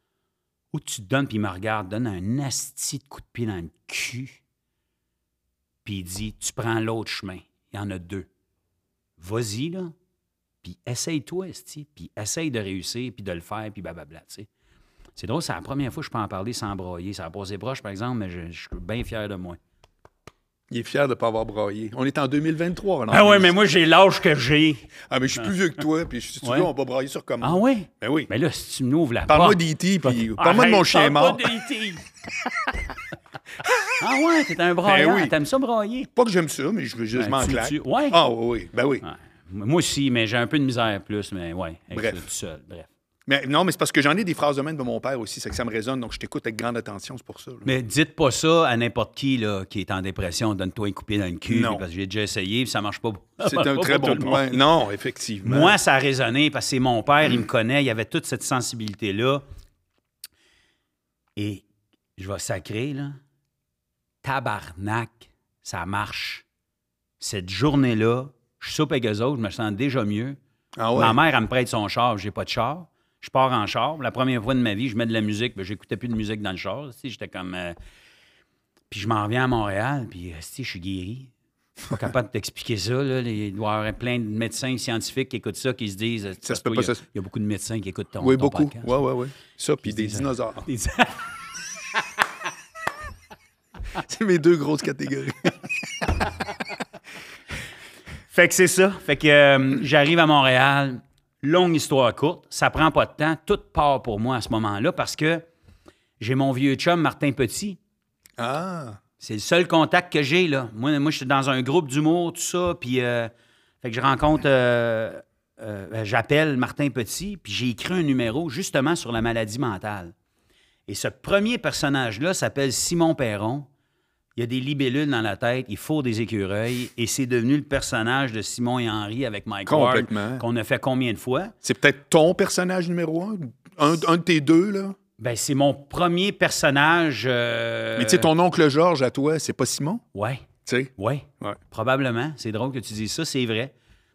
ou tu te donnes, puis il me regarde, donne un asti de coup de pied dans le cul, puis il dit, tu prends l'autre chemin. Il y en a deux. Vas-y, là, puis essaye-toi, esti, puis essaye de réussir, puis de le faire, puis blablabla, tu sais. C'est drôle, c'est la première fois que je peux en parler sans broyer. Ça a passé proche, par exemple, mais je, je suis bien fier de moi. Il est fier de ne pas avoir braillé. On est en deux mille vingt-trois. alors. Ah oui, mais moi, j'ai l'âge que j'ai. Ah, mais je suis plus vieux que toi, puis si tu Ouais. veux, on va brailler sur commande. Ah oui? Ben oui. Mais là, si tu m'ouvres la Parle-moi porte... d'E T, puis Ah, parle-moi de mon arrête, chien parle mort. pas d'E T. Ah ouais, t'es un brailleur. Ben oui. T'aimes ça brailler? Pas que j'aime ça, mais je, je, je Ben, m'en tu- claque. tu- ouais. Ah oui, oui, ben oui. Ouais. Moi aussi, mais j'ai un peu de misère plus, mais ouais, avec Bref. ça, tout seul, bref. Mais non, mais c'est parce que j'en ai des phrases de même de mon père aussi, c'est que ça me résonne, donc je t'écoute avec grande attention, c'est pour ça. là. Mais dites pas ça à n'importe qui là, qui est en dépression. Donne-toi un coupé dans le cul. Non. Parce que j'ai déjà essayé et ça marche pas. ça C'est marche un pas très pour tout bon le point. monde. Non, effectivement. Moi, ça a résonné parce que c'est mon père, il me connaît, il avait toute cette sensibilité-là. Et je vais sacrer, là. Tabarnak, ça marche. Cette journée-là, je soupe avec eux autres, je me sens déjà mieux. Ah ouais? Ma mère, elle me prête son char, j'ai pas de char. Je pars en char. La première fois de ma vie, je mets de la musique, mais j'écoutais plus de musique dans le char. J'étais comme... Euh... Puis je m'en reviens à Montréal, puis je suis guéri. Je suis pas capable de t'expliquer ça. Là. Il doit y avoir plein de médecins scientifiques qui écoutent ça, qui se disent... Ça se peut pas, il, y a, ça... il y a beaucoup de médecins qui écoutent ton, oui, ton beaucoup. podcast. Oui, oui, oui. Ça, puis des disent, dinosaures. Des... C'est mes deux grosses catégories. Fait que c'est ça. Fait que euh, j'arrive à Montréal. Longue histoire courte. Ça prend pas de temps. Tout part pour moi à ce moment-là parce que j'ai mon vieux chum, Martin Petit. Ah! C'est le seul contact que j'ai, là. Moi, moi je suis dans un groupe d'humour, tout ça, puis... Euh, fait que je rencontre... Euh, euh, j'appelle Martin Petit, puis j'ai écrit un numéro justement sur la maladie mentale. Et ce premier personnage-là s'appelle Simon Perron. Il y a des libellules dans la tête, il faut des écureuils, et c'est devenu le personnage de Simon et Henri avec Mike Ward, qu'on a fait combien de fois? C'est peut-être ton personnage numéro un? Un, un de tes deux, là? Ben, c'est mon premier personnage... Euh... Mais tu sais, ton oncle Georges, à toi, c'est pas Simon? Ouais. Tu sais? Ouais. Ouais. Probablement. C'est drôle que tu dises ça, c'est vrai.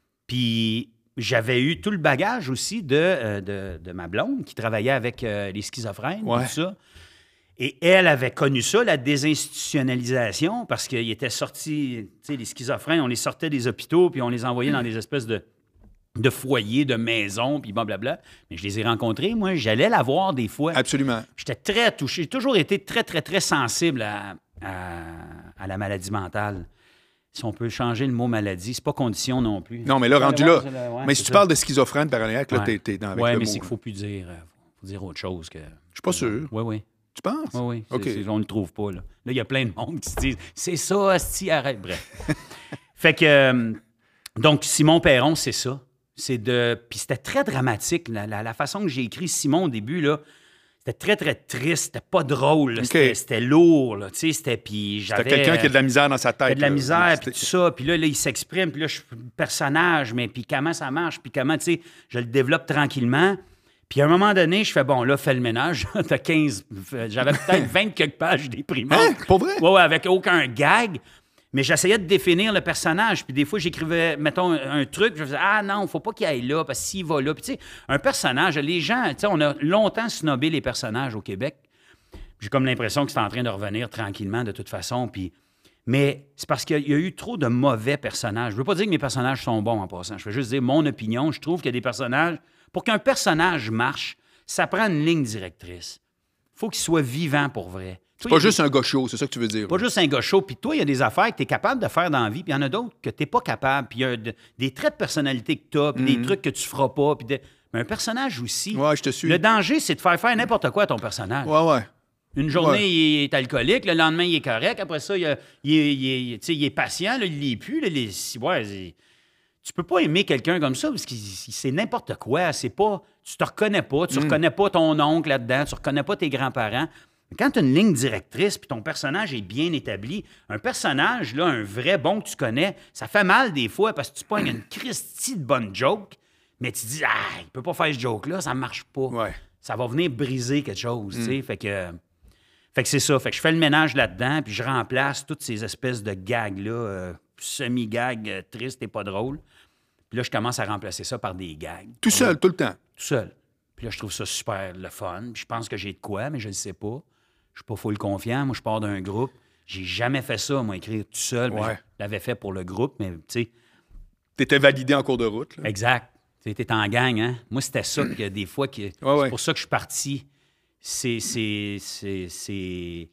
Puis j'avais eu tout le bagage aussi de, euh, de, de ma blonde qui travaillait avec euh, les schizophrènes, ouais. tout ça. Et elle avait connu ça, la désinstitutionnalisation, parce qu'il était sorti, tu sais, les schizophrènes, on les sortait des hôpitaux, puis on les envoyait dans des espèces de, de foyers, de maisons, puis blablabla. Mais je les ai rencontrés, moi, j'allais la voir des fois. Absolument. J'étais très touché. J'ai toujours été très, très, très sensible à, à, à la maladie mentale. Si on peut changer le mot maladie, c'est pas condition non plus. Non, mais là, rendu là. Ouais, mais si tu ça. parles de schizophrène paranoïaque, là, ouais. t'es, t'es dans avec ouais, le mais mot. c'est qu'il faut plus dire, faut dire autre chose que... Je suis pas sûr. Oui, oui. Tu penses? Oui, oui. OK. C'est, c'est, on ne le trouve pas, là. Là, il y a plein de monde qui se disent « C'est ça, asti, arrête. » Bref. Fait que... Euh, donc, Simon Perron, c'est ça. C'est de... Puis c'était très dramatique. La, la, la façon que j'ai écrit Simon au début, là, c'était très, très triste. C'était pas drôle. Okay. C'était, c'était lourd, là. Tu sais, c'était... Puis j'avais... C'était quelqu'un qui a de la misère dans sa tête. Qui a de la là. misère, puis tout ça. Puis là, là, il s'exprime. Puis là, je suis un personnage, mais puis comment ça marche? Puis comment, tu sais, je le développe tranquillement. Puis à un moment donné, je fais, bon, là, fais le ménage. T'as quinze... J'avais peut-être vingt quelques pages déprimantes. Hein? Pas vrai? Ouais, ouais, avec aucun gag. Mais j'essayais de définir le personnage. Puis des fois, j'écrivais, mettons, un, un truc. Je faisais, ah non, faut pas qu'il aille là, parce que s'il va là. Puis tu sais, un personnage, les gens, tu sais, on a longtemps snobé les personnages au Québec. J'ai comme l'impression que c'est en train de revenir tranquillement, de toute façon. Puis... Mais c'est parce qu'il y a eu trop de mauvais personnages. Je veux pas dire que mes personnages sont bons en passant. Je veux juste dire mon opinion. Je trouve qu'il y a des personnages... Pour qu'un personnage marche, ça prend une ligne directrice. Il faut qu'il soit vivant pour vrai. C'est pas juste un gars chaud, c'est ça que tu veux dire. Pas juste un gars chaud. Puis toi, il y a des affaires que tu es capable de faire dans la vie, puis il y en a d'autres que tu n'es pas capable. Puis il y a de, des traits de personnalité que tu as, puis mm-hmm. des trucs que tu feras pas. Puis de... Mais un personnage aussi. Ouais, je te suis. Le danger, c'est de faire faire n'importe quoi à ton personnage. Ouais, ouais. Une journée, ouais. il est alcoolique, le lendemain, il est correct. Après ça, il, il, il, il, il est patient, là, il l'est plus. Là, les... ouais, c'est... Tu peux pas aimer quelqu'un comme ça parce que c'est n'importe quoi. C'est pas, tu te reconnais pas, tu mm. reconnais pas ton oncle là-dedans, tu reconnais pas tes grands-parents. Mais quand tu as une ligne directrice puis ton personnage est bien établi, un personnage, là, un vrai bon que tu connais, ça fait mal des fois parce que tu pognes une Christie de bonne joke, mais tu dis, ah, il peut pas faire ce joke-là, ça marche pas. Ouais. Ça va venir briser quelque chose, mm. tu sais. Fait que, fait que c'est ça. Fait que je fais le ménage là-dedans puis je remplace toutes ces espèces de gags-là, euh, semi-gags euh, tristes et pas drôles. Puis là, je commence à remplacer ça par des gags. Tout seul, tout le temps? Tout seul. Puis là, je trouve ça super le fun. Puis je pense que j'ai de quoi, mais je ne sais pas. Je suis pas full confiant. Moi, je pars d'un groupe. J'ai jamais fait ça, moi, écrire tout seul. Ouais. Je l'avais fait pour le groupe, mais tu sais... T'étais validé en cours de route. Là. Exact. Tu étais en gang, hein? Moi, c'était ça que des fois... Que... Ouais, c'est ouais. pour ça que je suis parti. C'est... c'est, c'est, c'est...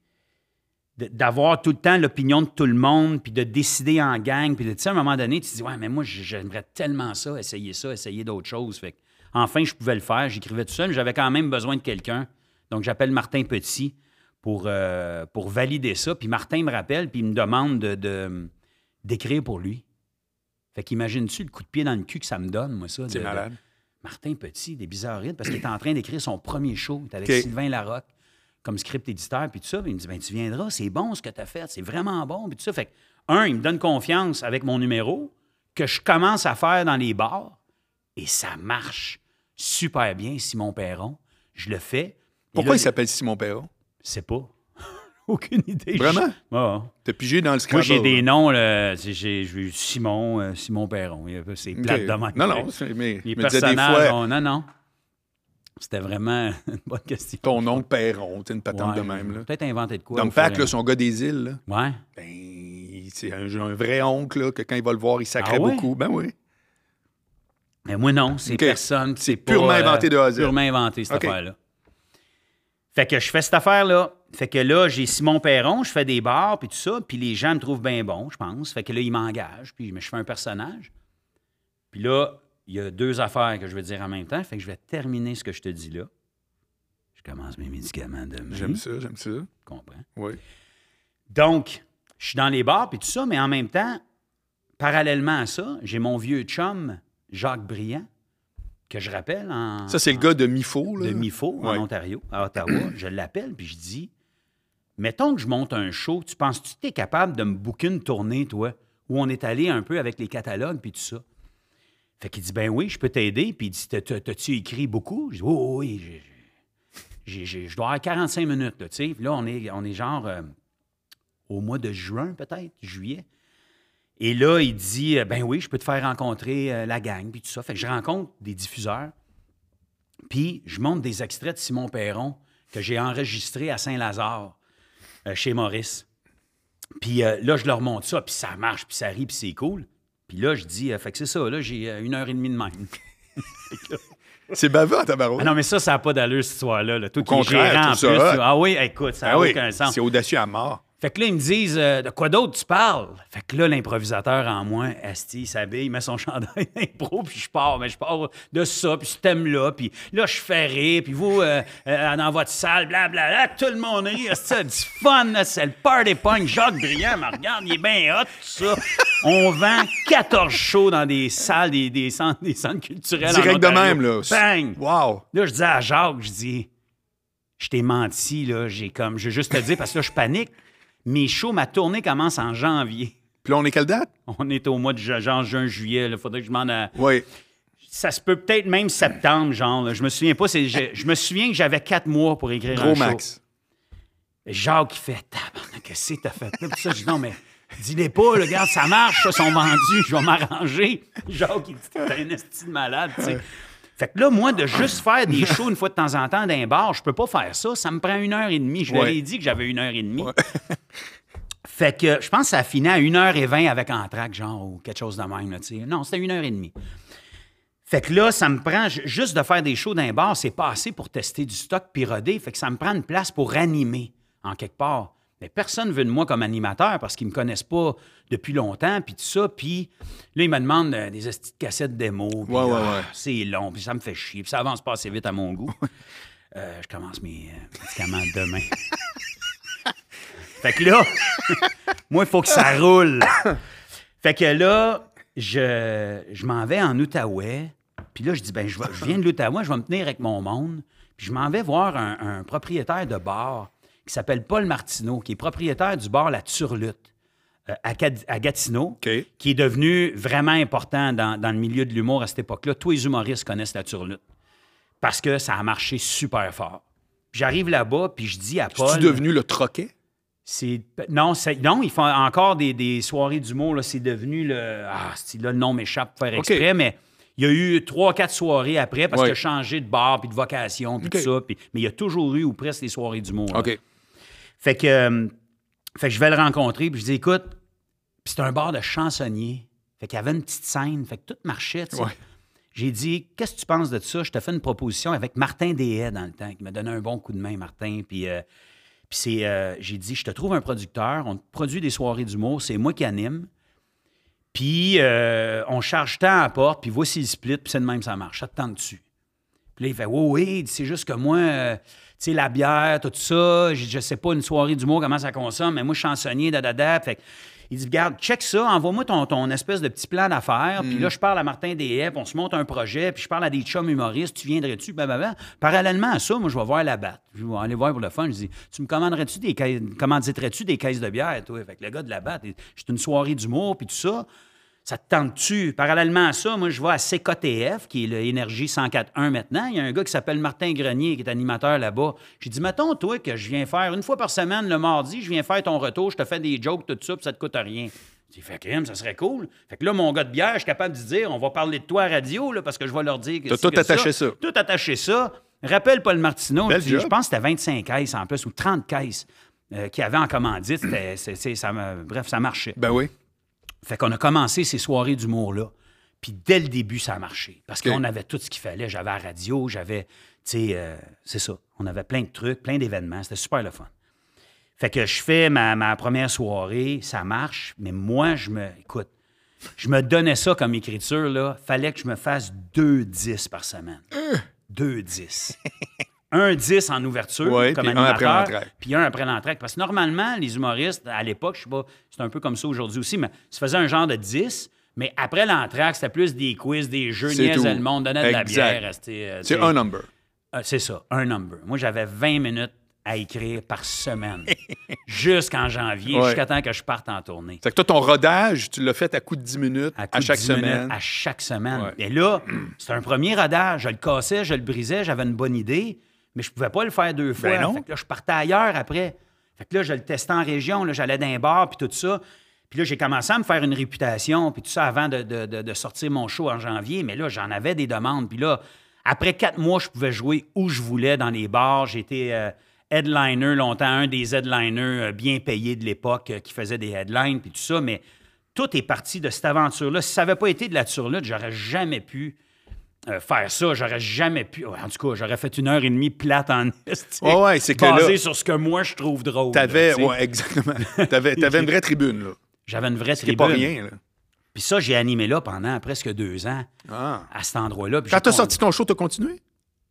d'avoir tout le temps l'opinion de tout le monde, puis de décider en gang, puis de, tu sais, à un moment donné, tu te dis, ouais, mais moi, j'aimerais tellement ça, essayer ça, essayer d'autres choses. Fait que, enfin, je pouvais le faire, j'écrivais tout seul, mais j'avais quand même besoin de quelqu'un. Donc, j'appelle Martin Petit pour, euh, pour valider ça. Puis Martin me rappelle, puis il me demande de, de, d'écrire pour lui. Fait qu'imagines-tu le coup de pied dans le cul que ça me donne, moi, ça? C'est de, malade. De Martin Petit, des Bizarrides, parce qu'il était en train d'écrire son premier show. Il était avec okay. Sylvain Larocque, comme script éditeur, puis tout ça. Puis il me dit, ben tu viendras, c'est bon ce que tu as fait, c'est vraiment bon, puis tout ça. Fait que, un, il me donne confiance avec mon numéro, que je commence à faire dans les bars, et ça marche super bien, Simon Perron. Je le fais. Pourquoi là, il s'appelle Simon Perron? sais pas. Aucune idée. Vraiment? Je... Ah. T'as pigé dans le Scrabble. Moi, j'ai des noms, là, j'ai vu Simon, euh, Simon Perron. C'est plate okay. de même. Non, non, mais les je me personnages, des fois... on... non, non. C'était vraiment une bonne question. Ton oncle Perron, tu une patente ouais, de même. Peut-être inventé de quoi. Donc, Pac, son gars des îles, là, ouais. ben, c'est un, un vrai oncle là, que quand il va le voir, il sacrait ah, ouais? beaucoup. Ben oui. Mais moi, non. C'est okay. personne. C'est purement pas, inventé de A à Z. Purement inventé, cette okay. affaire-là. Fait que je fais cette affaire-là. Fait que là, j'ai Simon Perron, je fais des bars, puis tout ça, puis les gens me trouvent bien bon, je pense. Fait que là, ils m'engagent, puis je fais un personnage. Puis là, il y a deux affaires que je vais dire en même temps. Fait que je vais terminer ce que je te dis là. Je commence mes médicaments demain. J'aime ça, j'aime ça. Tu comprends? Oui. Donc, je suis dans les bars, puis tout ça, mais en même temps, parallèlement à ça, j'ai mon vieux chum, Jacques Briand, que je rappelle en... Ça, c'est le en, gars de Mifo, là? De Mifo, ouais. en Ontario, à Ottawa. Je l'appelle, puis je dis, mettons que je monte un show, tu penses-tu que tu es capable de me booker une tournée, toi, où on est allé un peu avec les catalogues, puis tout ça? Fait qu'il dit, ben oui, je peux t'aider. Puis il dit, t'as-tu écrit beaucoup? Je dis, oh, oui, je dois avoir quarante-cinq minutes, là, tu sais. Là, on est, on est genre euh, au mois de juin, peut-être, juillet. Et là, il dit, ben oui, je peux te faire rencontrer euh, la gang, puis tout ça. Fait que je rencontre des diffuseurs, puis je monte des extraits de Simon Perron que j'ai enregistrés à Saint-Lazare, euh, chez Maurice. Puis euh, là, je leur montre ça, puis ça marche, puis ça rit, puis c'est cool. Puis là, je dis, euh, fait que c'est ça, là, j'ai euh, une heure et demie de même. C'est bavard, tabarouette. Ah non, mais ça, ça n'a pas d'allure, cette histoire-là. Là. Tout Au contraire, gérant, tout en ça, plus. ouais. Ah oui, écoute, ça n'a ah oui, aucun sens. C'est audacieux à mort. Fait que là, ils me disent, euh, de quoi d'autre tu parles? Fait que là, l'improvisateur en moi, asti, il s'habille, il met son chandail d'impro, puis je pars. Mais je pars de ça, puis ce thème-là, puis là, je fais rire, puis vous, euh, euh, dans votre salle, blablabla, tout le monde rit, c'est du fun, c'est le party punk. Jacques Briand, me regarde, il est bien hot, tout ça. On vend quatorze shows dans des salles, des, des, centres, des centres culturels. Direct de même, là. Bang! Wow! Là, je dis à Jacques, je dis, je t'ai menti, là, j'ai comme, je veux juste te dire, parce que là, je panique. Mes shows, ma tournée commence en janvier. Puis là, on est quelle date? On est au mois de genre juin, juillet. Il faudrait que je m'en... A... Oui. Ça se peut peut-être même septembre, genre. Là. Je me souviens pas. Je, je me souviens que j'avais quatre mois pour écrire Gros un show. max. Jacques, qui fait, tabarnak, qu'est-ce que t'as fait là? Puis ça, je dis, non, mais dis-les pas, le gars, ça marche, ça, sont vendus, je vais m'arranger. Jacques, il dit, t'es un esti de malade, tu sais. Fait que là, moi, de juste faire des shows une fois de temps en temps d'un bar, je peux pas faire ça. Ça me prend une heure et demie. Je lui ouais. avais dit que j'avais une heure et demie. Ouais. Fait que je pense que ça a fini à une heure vingt avec Entraque, genre, ou quelque chose de même. Là, t'sais. Non, c'était une heure et demie. Fait que là, ça me prend... Juste de faire des shows d'un bar, c'est pas assez pour tester du stock puis roder. Fait que ça me prend une place pour animer, en quelque part. Mais personne ne veut de moi comme animateur parce qu'ils me connaissent pas depuis longtemps, puis tout ça. Puis là, ils me demandent euh, des petites cassettes démo. Puis ouais, ouais, ah, ouais. c'est long, puis ça me fait chier. Puis ça avance pas assez vite à mon goût. euh, je commence mes euh, médicaments demain. Fait que là, moi, il faut que ça roule. Fait que là, je, je m'en vais en Outaouais. Puis là, je dis, ben je, vais, je viens de l'Outaouais, je vais me tenir avec mon monde. Puis je m'en vais voir un, un propriétaire de bar qui s'appelle Paul Martineau, qui est propriétaire du bar La Turlute euh, à, à Gatineau, okay. qui est devenu vraiment important dans, dans le milieu de l'humour à cette époque-là. Tous les humoristes connaissent La Turlute parce que ça a marché super fort. J'arrive là-bas, puis je dis à Paul... Es-tu devenu le Troquet? C'est, non, non, ils font encore des, des soirées d'humour. Là, c'est devenu le... Ah, là, le nom m'échappe pour faire exprès, okay. mais il y a eu trois, quatre soirées après parce ouais. qu'il a changé de bar, puis de vocation, puis okay. tout ça. Puis, mais il y a toujours eu ou presque des soirées d'humour. OK. Fait que, euh, fait que je vais le rencontrer, puis je dis, écoute, puis c'est un bar de chansonniers. Fait qu'il y avait une petite scène, fait que tout marchait, tu sais. Ouais. J'ai dit, qu'est-ce que tu penses de ça? Je te fais une proposition avec Martin Deshaies dans le temps, qui m'a donné un bon coup de main, Martin, puis... Euh, Puis c'est, euh, j'ai dit, je te trouve un producteur, on te produit des soirées d'humour, c'est moi qui anime. Puis euh, on charge tant à la porte, puis voici le split, puis c'est de même, ça marche, ça te tente dessus. Puis là, il fait, oui, oui, c'est juste que moi, euh, tu sais, la bière, tout ça, je, je sais pas, une soirée d'humour, comment ça consomme, mais moi, je suis chansonnier, da, da, da. Fait il dit, regarde, check ça, envoie-moi ton, ton espèce de petit plan d'affaires. Mm. Puis là, je parle à Martin Deshaies, on se monte un projet, puis je parle à des chums humoristes, tu viendrais-tu? Ben, ben, ben. Parallèlement à ça, moi, je vais voir la batte. Je vais aller voir pour le fun. Je dis, tu me commanderais-tu des caisses, commanditerais-tu des caisses de bière, toi? Fait que le gars de la batte, c'est une soirée d'humour, puis tout ça. Ça te tente-tu? Parallèlement à ça, moi, je vais à C K T F, qui est l'Énergie cent quatre point un maintenant. Il y a un gars qui s'appelle Martin Grenier, qui est animateur là-bas. J'ai dit, mettons, toi, que je viens faire une fois par semaine, le mardi, je viens faire ton retour, je te fais des jokes, tout ça, puis ça te coûte rien. J'ai fait crime, ça serait cool. Fait que là, mon gars de bière, je suis capable de dire, on va parler de toi à radio, là, parce que je vais leur dire que. T'as c'est tout que attaché ça. Tout attaché ça. Rappelle Paul Martineau, Bel tu- job. je pense que c'était vingt-cinq caisses en plus, ou trente caisses euh, qu'il y avait en commandite. C'était- c'est- c'est- ça me- bref, ça marchait. Ben oui. Fait qu'on a commencé ces soirées d'humour-là. Puis dès le début, ça a marché. Parce OK. qu'on avait tout ce qu'il fallait. J'avais la radio, j'avais, tu sais, euh, c'est ça. On avait plein de trucs, plein d'événements. C'était super le fun. Fait que je fais ma, ma première soirée, ça marche. Mais moi, je me, écoute, je me donnais ça comme écriture, là. Fallait que je me fasse deux dix par semaine. Deux dix. Un dix en ouverture, Ouais, comme puis un après animateur, l'entracte. puis un après l'entracte. Parce que normalement, les humoristes, à l'époque, je sais pas, c'est un peu comme ça aujourd'hui aussi, mais ça faisait un genre de dix, mais après l'entracte, c'était plus des quiz, des jeux, C'est niaisait tout. le monde, donnait de la Exact. bière. C'était, euh, C'est t'sais, un number. euh, c'est ça, un number. Moi, j'avais vingt minutes à écrire par semaine, jusqu'en janvier, Ouais. jusqu'à temps que je parte en tournée. C'est que toi, ton rodage, tu l'as fait à coup de dix minutes à, À, coup de chaque dix minutes, semaine. à chaque semaine. Ouais. Et là, c'était un premier rodage. Je le cassais, je le brisais, j'avais une bonne idée, mais je pouvais pas le faire deux fois. Ben non. Fait que là, je partais ailleurs après. Fait que là, je le testais en région, là, j'allais dans un bar, puis tout ça. Puis là, j'ai commencé à me faire une réputation, puis tout ça avant de, de- de- de sortir mon show en janvier. Mais là, j'en avais des demandes. Puis là, après quatre mois, je pouvais jouer où je voulais dans les bars. J'étais euh, headliner longtemps, un des headliners euh, bien payés de l'époque euh, qui faisait des headlines, puis tout ça. Mais tout est parti de cette aventure-là. Si ça n'avait pas été de la turlute, j'aurais jamais pu euh, faire ça. J'aurais jamais pu. En tout cas, j'aurais fait une heure et demie plate en esti, Ouais, ouais, c'est que basée là- sur ce que moi je trouve drôle. T'avais, là, tu sais. ouais, exactement. T'avais, t'avais une vraie tribune, là. J'avais une vraie Ce qui n'est tribune. pas rien, là. Puis ça, j'ai animé là pendant presque deux ans, Ah. à cet endroit-là. Puis Quand j'ai t'as con- sorti ton show, t'as continué?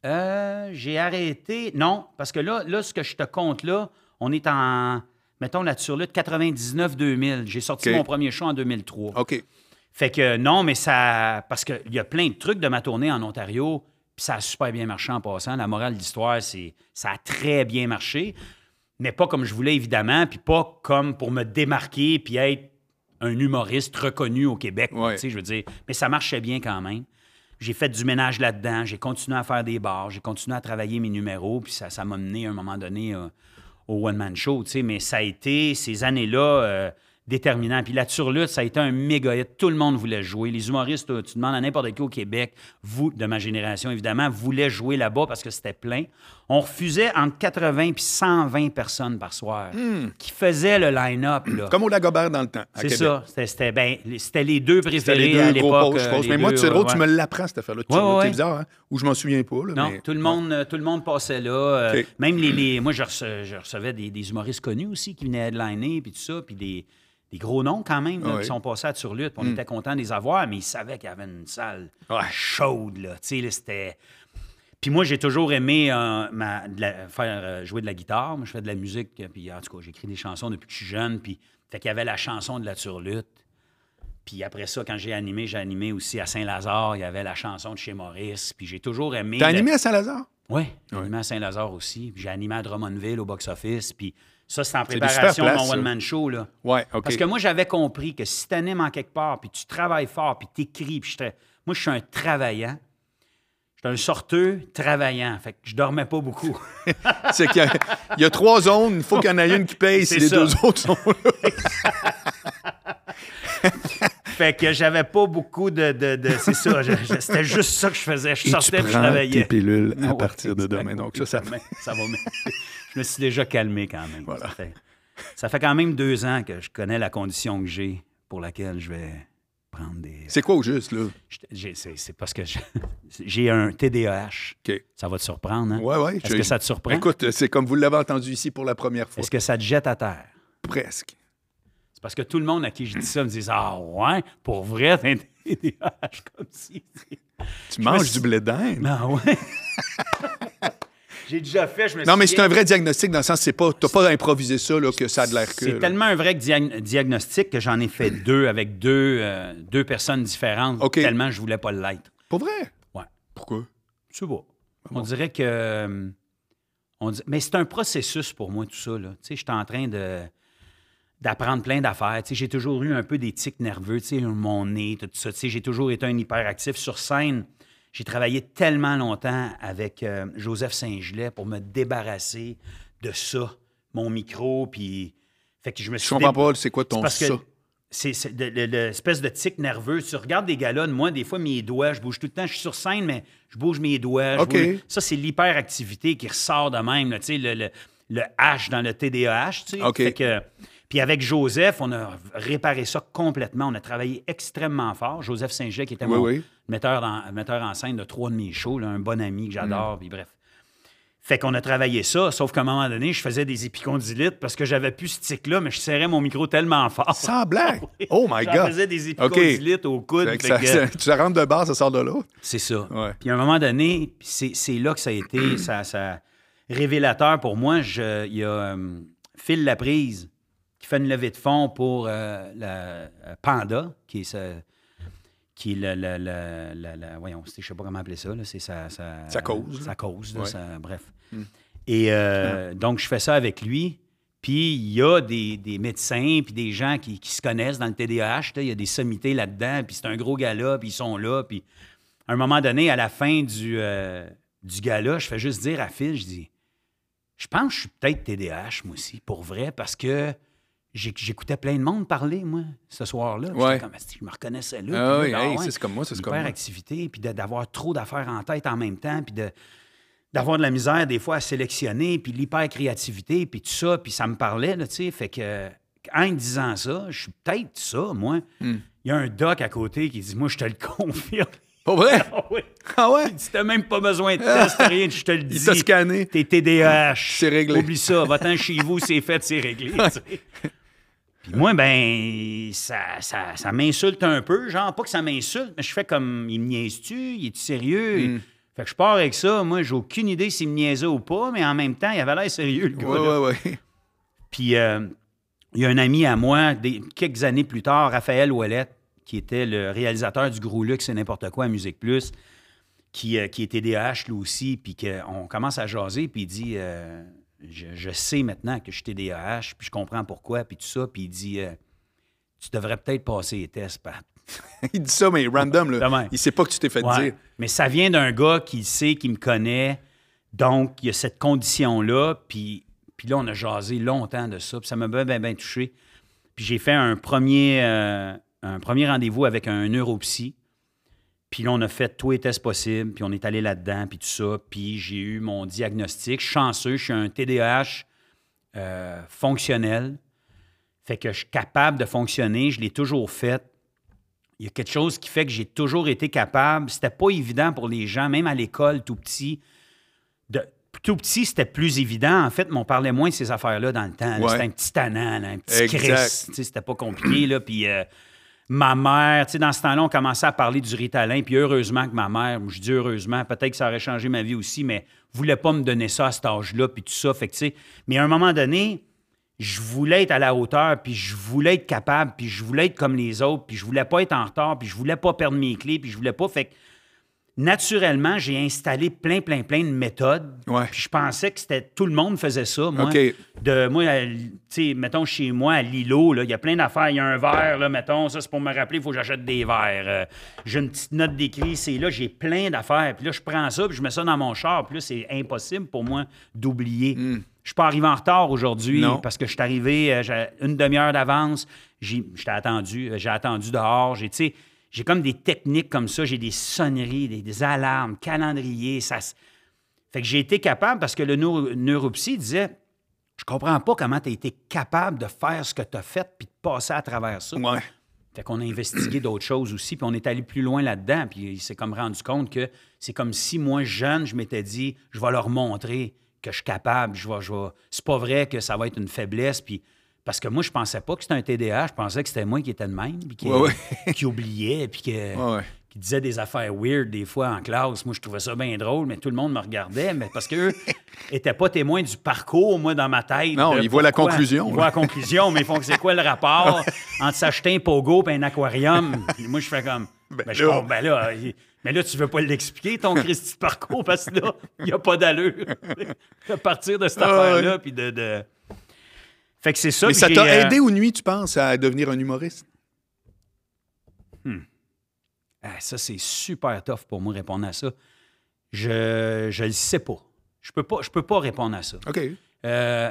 Euh, j'ai arrêté. Non, parce que là, là, ce que je te compte là, on est en, mettons, la turlute quatre-vingt-dix-neuf deux mille. J'ai sorti OK. mon premier show en deux mille trois. OK. Fait que non, mais ça... Parce qu'il y a plein de trucs de ma tournée en Ontario, puis ça a super bien marché en passant. La morale de l'histoire, c'est ça a très bien marché, mais pas comme je voulais, évidemment, puis pas comme pour me démarquer puis être un humoriste reconnu au Québec, Ouais. tu sais, je veux dire. Mais ça marchait bien quand même. J'ai fait du ménage là-dedans, j'ai continué à faire des bars, j'ai continué à travailler mes numéros, puis ça, ça m'a mené à un moment donné euh, au one-man show, tu sais. Mais ça a été, ces années-là, euh, déterminant. Puis la turlute, ça a été un méga hit. Tout le monde voulait jouer. Les humoristes, tu demandes à n'importe qui au Québec, vous, de ma génération, évidemment, voulaient jouer là-bas parce que c'était plein. On refusait entre quatre-vingts et cent vingt personnes par soir qui faisaient le line-up, là. Comme au Lagobert dans le temps, à C'est Québec. ça. C'était, c'était, ben, les- c'était les deux C'était préférés les deux à gros l'époque. posts, je euh, pense. les Mais moi, deux, c'est drôle, ouais. tu me l'apprends, cette affaire-là. Tu Ouais, vois, ouais, C'est ouais. bizarre, hein? Ou je m'en souviens pas, là. Non, mais... tout, le monde, euh, tout le monde passait là. euh, OK. Même les, les- moi, je, rece- je recevais des, des humoristes connus aussi qui venaient headliner, puis tout ça, puis des, des gros noms quand même, là, Ouais. qui sont passés à Turlutte. puis On était contents de les avoir, mais ils savaient qu'il y avait une salle Ouais. chaude, là. Tu sais, là, c'était... Puis moi, j'ai toujours aimé euh, ma- de la- faire euh, jouer de la guitare. Moi, je fais de la musique, euh, puis en tout cas, j'écris des chansons depuis que je suis jeune, puis fait qu'il y avait la chanson de la Turlutte. Puis après ça, quand j'ai animé, j'ai animé aussi à Saint-Lazare. Il y avait la chanson de chez Maurice. Puis j'ai toujours aimé... T'as le- animé à Saint-Lazare? Oui, j'ai animé à Saint-Lazare aussi. Puis j'ai animé à Drummondville au box-office. Puis ça, c'est en des préparation super de places, mon ça. one-man show. Là. Ouais, OK. Parce que moi, j'avais compris que si tu animes en quelque part, puis tu travailles fort, puis tu écris, puis je tra- moi, je suis un travaillant. Je suis un sorteux travaillant. Fait que je dormais pas beaucoup. C'est qu'il y a, il y a trois zones, il faut qu'il y en ait une qui paye si C'est les ça. deux autres sont là. Fait que j'avais pas beaucoup de... de, de- c'est ça, je- je- c'était juste ça que je faisais. Je sortais, puis je travaillais. pilules à Ouais, partir de exact. demain. Donc ça, ça... Mais ça va. Mais je me suis déjà calmé quand même. Voilà. Ça fait, ça fait quand même deux ans que je connais la condition que j'ai pour laquelle je vais prendre des. C'est quoi au juste, là? Je- j'ai- C'est c'est parce que je- j'ai un T D A H. OK. Ça va te surprendre, hein? Ouais, ouais. Est-ce je- que ça te surprend? Écoute, c'est comme vous l'avez entendu ici pour la première fois. Est-ce que ça te jette à terre? Presque. C'est parce que tout le monde à qui je dis ça me dit Ah ouais, pour vrai, t'as un T D A H comme si. Tu me manges suis- du blé d'Inde. Non, ouais. J'ai déjà fait, je me Non, mais souviens- c'est un vrai diagnostic dans le sens, c'est pas, t'as pas improvisé ça, là, que ça a de l'air que. C'est là. tellement un vrai diag- diagnostic que j'en ai fait deux avec deux, euh, deux personnes différentes. OK. Tellement je voulais pas l'être. Pas vrai? Ouais. Pourquoi? Tu vois. On dirait que. euh, on dit- Mais c'est un processus pour moi, tout ça. Là. Tu sais, je suis en train de, d'apprendre plein d'affaires. Tu sais, j'ai toujours eu un peu des tics nerveux, tu sais, mon nez, tout ça. Tu sais, j'ai toujours été un hyperactif. Sur scène, j'ai travaillé tellement longtemps avec euh, Joseph Saint-Gelais pour me débarrasser de ça, mon micro, puis... Fait que je me suis... Je comprends pas, c'est quoi ton parce que ça? C'est, c'est de- de- de- l'espèce de tic nerveux. Tu regardes des gars-là, moi, des fois, mes doigts, je bouge tout le temps. Je suis sur scène, mais je bouge mes doigts. je OK. bouge- Ça, c'est l'hyperactivité qui ressort de même, là, tu sais, le, le, le H dans le T D A H, tu sais. OK. Fait que... Puis avec Joseph, on a réparé ça complètement. On a travaillé extrêmement fort. Joseph Saint-Gelais, qui était Oui, mon oui. Metteur, dans- metteur en scène de trois de mes shows, là, un bon ami que j'adore, Mm. puis bref. Fait qu'on a travaillé ça, sauf qu'à un moment donné, je faisais des épicondylites parce que j'avais plus ce tic-là, mais je serrais mon micro tellement fort. Sans blague? Oui. Oh my J'en God! faisais des épicondylites au coude. Fait que fait ça, que- ça- tu rentres de base, ça sort de l'autre. C'est ça. Ouais. Puis à un moment donné, puis c'est, c'est là que ça a été ça, ça- révélateur pour moi. Je- Il y a euh, Phil Laprise qui fait une levée de fonds pour euh, la euh, Panda, qui est, sa- qui est le, le- le- le- le- voyons, je ne sais pas comment appeler ça, là, c'est sa, sa, Sa cause, là. Sa cause, là, Ouais. sa- bref. Mm. Et euh, donc, je fais ça avec lui. Puis, il y a des, des médecins puis des gens qui, qui se connaissent dans le T D A H. là. Il y a des sommités là-dedans. Puis, c'est un gros gala. Puis, ils sont là. Puis, à un moment donné, à la fin du, euh, du gala, je fais juste dire à Phil, je dis, je pense que je suis peut-être T D A H, moi aussi, pour vrai, parce que j'ai- j'écoutais plein de monde parler, moi, ce soir-là. Puis Ouais. j'étais comme, Asti, je me reconnaissais là. Ah Puis oui, là, hey, ah ouais, c'est c'est comme moi, c'est comme moi. l'hyperactivité, puis de- d'avoir trop d'affaires en tête en même temps, puis de, d'avoir de la misère des fois à sélectionner, puis l'hypercréativité, puis tout ça, puis ça me parlait, là, tu sais. Fait que, en disant ça, je suis peut-être ça, moi. Il Hmm. y a un doc à côté qui dit, moi, je te le confirme. Pas vrai? Ah oui. Ah ouais? Il dit, t'as même pas besoin de test, rien, je te le dis. Il t'a scanné. T'es T D A H. C'est réglé. Oublie ça, va-t'en chez vous, c'est fait, c'est réglé, tu sais. Puis moi, ben, ça, ça, ça m'insulte un peu. Genre, pas que ça m'insulte, mais je fais comme, il me niaise-tu? Il est-tu sérieux? Mm. Fait que je pars avec ça. Moi, j'ai aucune idée s'il me niaisait ou pas, mais en même temps, il avait l'air sérieux, le gars. Ouais, là. ouais, ouais. Puis euh, il y a un ami à moi, des- quelques années plus tard, Raphaël Ouellette, qui était le réalisateur du Gros Luxe et n'importe quoi à Musique Plus, qui, euh, qui est T D A H lui aussi, puis qu'on commence à jaser, puis il dit euh, je, je sais maintenant que je suis T D A H, puis je comprends pourquoi, puis tout ça, puis il dit euh, tu devrais peut-être passer les tests, Pat. Il dit ça, mais random, là. Demain. Il sait pas que tu t'es fait Ouais. dire. Mais ça vient d'un gars qui sait, qui me connaît, donc il y a cette condition-là, puis, puis là, on a jasé longtemps de ça, puis ça m'a bien, bien, bien touché. Puis j'ai fait un premier, euh, un premier rendez-vous avec un neuropsy. Puis là, on a fait tous les tests possibles, puis on est allé là-dedans, puis tout ça. Puis j'ai eu mon diagnostic. Je suis chanceux, je suis un T D A H euh, fonctionnel. Fait que je suis capable de fonctionner, je l'ai toujours fait. Il y a quelque chose qui fait que j'ai toujours été capable. C'était pas évident pour les gens, même à l'école, tout petit. De, tout petit, c'était plus évident. En fait, mais on parlait moins de ces affaires-là dans le temps. là. Ouais. C'était un petit tannant, là, un petit Exact. Chris. Tu sais, c'était pas compliqué. Là. Puis euh, ma mère, tu sais, dans ce temps-là, on commençait à parler du Ritalin. Puis heureusement que ma mère, je dis heureusement, peut-être que ça aurait changé ma vie aussi, mais voulait pas me donner ça à cet âge-là, puis tout ça. Fait que, tu sais, mais à un moment donné, je voulais être à la hauteur, puis je voulais être capable, puis je voulais être comme les autres, puis je voulais pas être en retard, puis je voulais pas perdre mes clés, puis je voulais pas... Fait que, naturellement, j'ai installé plein, plein, plein de méthodes. Ouais. Puis je pensais que c'était... Tout le monde faisait ça, moi. OK. De, moi, à- tu sais, mettons, chez moi, à Lilo, là, il y a plein d'affaires. Il y a un verre, là, mettons, ça, c'est pour me rappeler, il faut que j'achète des verres. Euh, j'ai une petite note d'écrit, c'est là, j'ai plein d'affaires. Puis là, je prends ça, puis je mets ça dans mon char. Puis là, c'est impossible pour moi d'oublier. Mm. Je suis pas arrivé en retard aujourd'hui Non. parce que je suis arrivé, euh, j'ai une demi-heure d'avance. J'ai, j'étais attendu, euh, j'ai attendu dehors. J'ai, tu sais, j'ai comme des techniques comme ça. J'ai des sonneries, des, des alarmes, calendrier. Ça, se- fait que j'ai été capable parce que le neuro, neuropsy disait je comprends pas comment tu as été capable de faire ce que tu as fait puis de passer à travers ça. Ouais. Fait qu'on a investigué d'autres choses aussi, puis on est allé plus loin là-dedans, puis il s'est comme rendu compte que c'est comme si moi, jeune, je m'étais dit, je vais leur montrer que je suis capable, je vais, je vais... C'est pas vrai que ça va être une faiblesse, puis... Parce que moi, je pensais pas que c'était un T D A H, je pensais que c'était moi qui étais de même, puis qui, Ouais, ouais. qui oubliait, puis que- Ouais, ouais. qui disait des affaires weird des fois en classe. Moi, je trouvais ça bien drôle, mais tout le monde me regardait, mais parce qu'eux n'étaient pas témoins du parcours, moi, dans ma tête. Non, de ils voient la pourquoi- conclusion. Ils voient la conclusion, mais ils font que c'est quoi le rapport entre s'acheter un pogo et un aquarium? Puis moi, je fais comme... Ben Ben, je là. comprends, ben là, il- mais là, tu veux pas l'expliquer, ton Christy de parcours, parce que là, il n'y a pas d'allure. À partir de cette Ah, affaire-là, ouais. puis de... de- Fait que c'est ça. Mais que ça j'ai, t'a euh, aidé ou nuit, tu penses, à devenir un humoriste? Hmm. Ah, ça, c'est super tough pour moi répondre à ça. Je je le sais pas. Je peux pas, je peux pas répondre à ça. OK. Euh,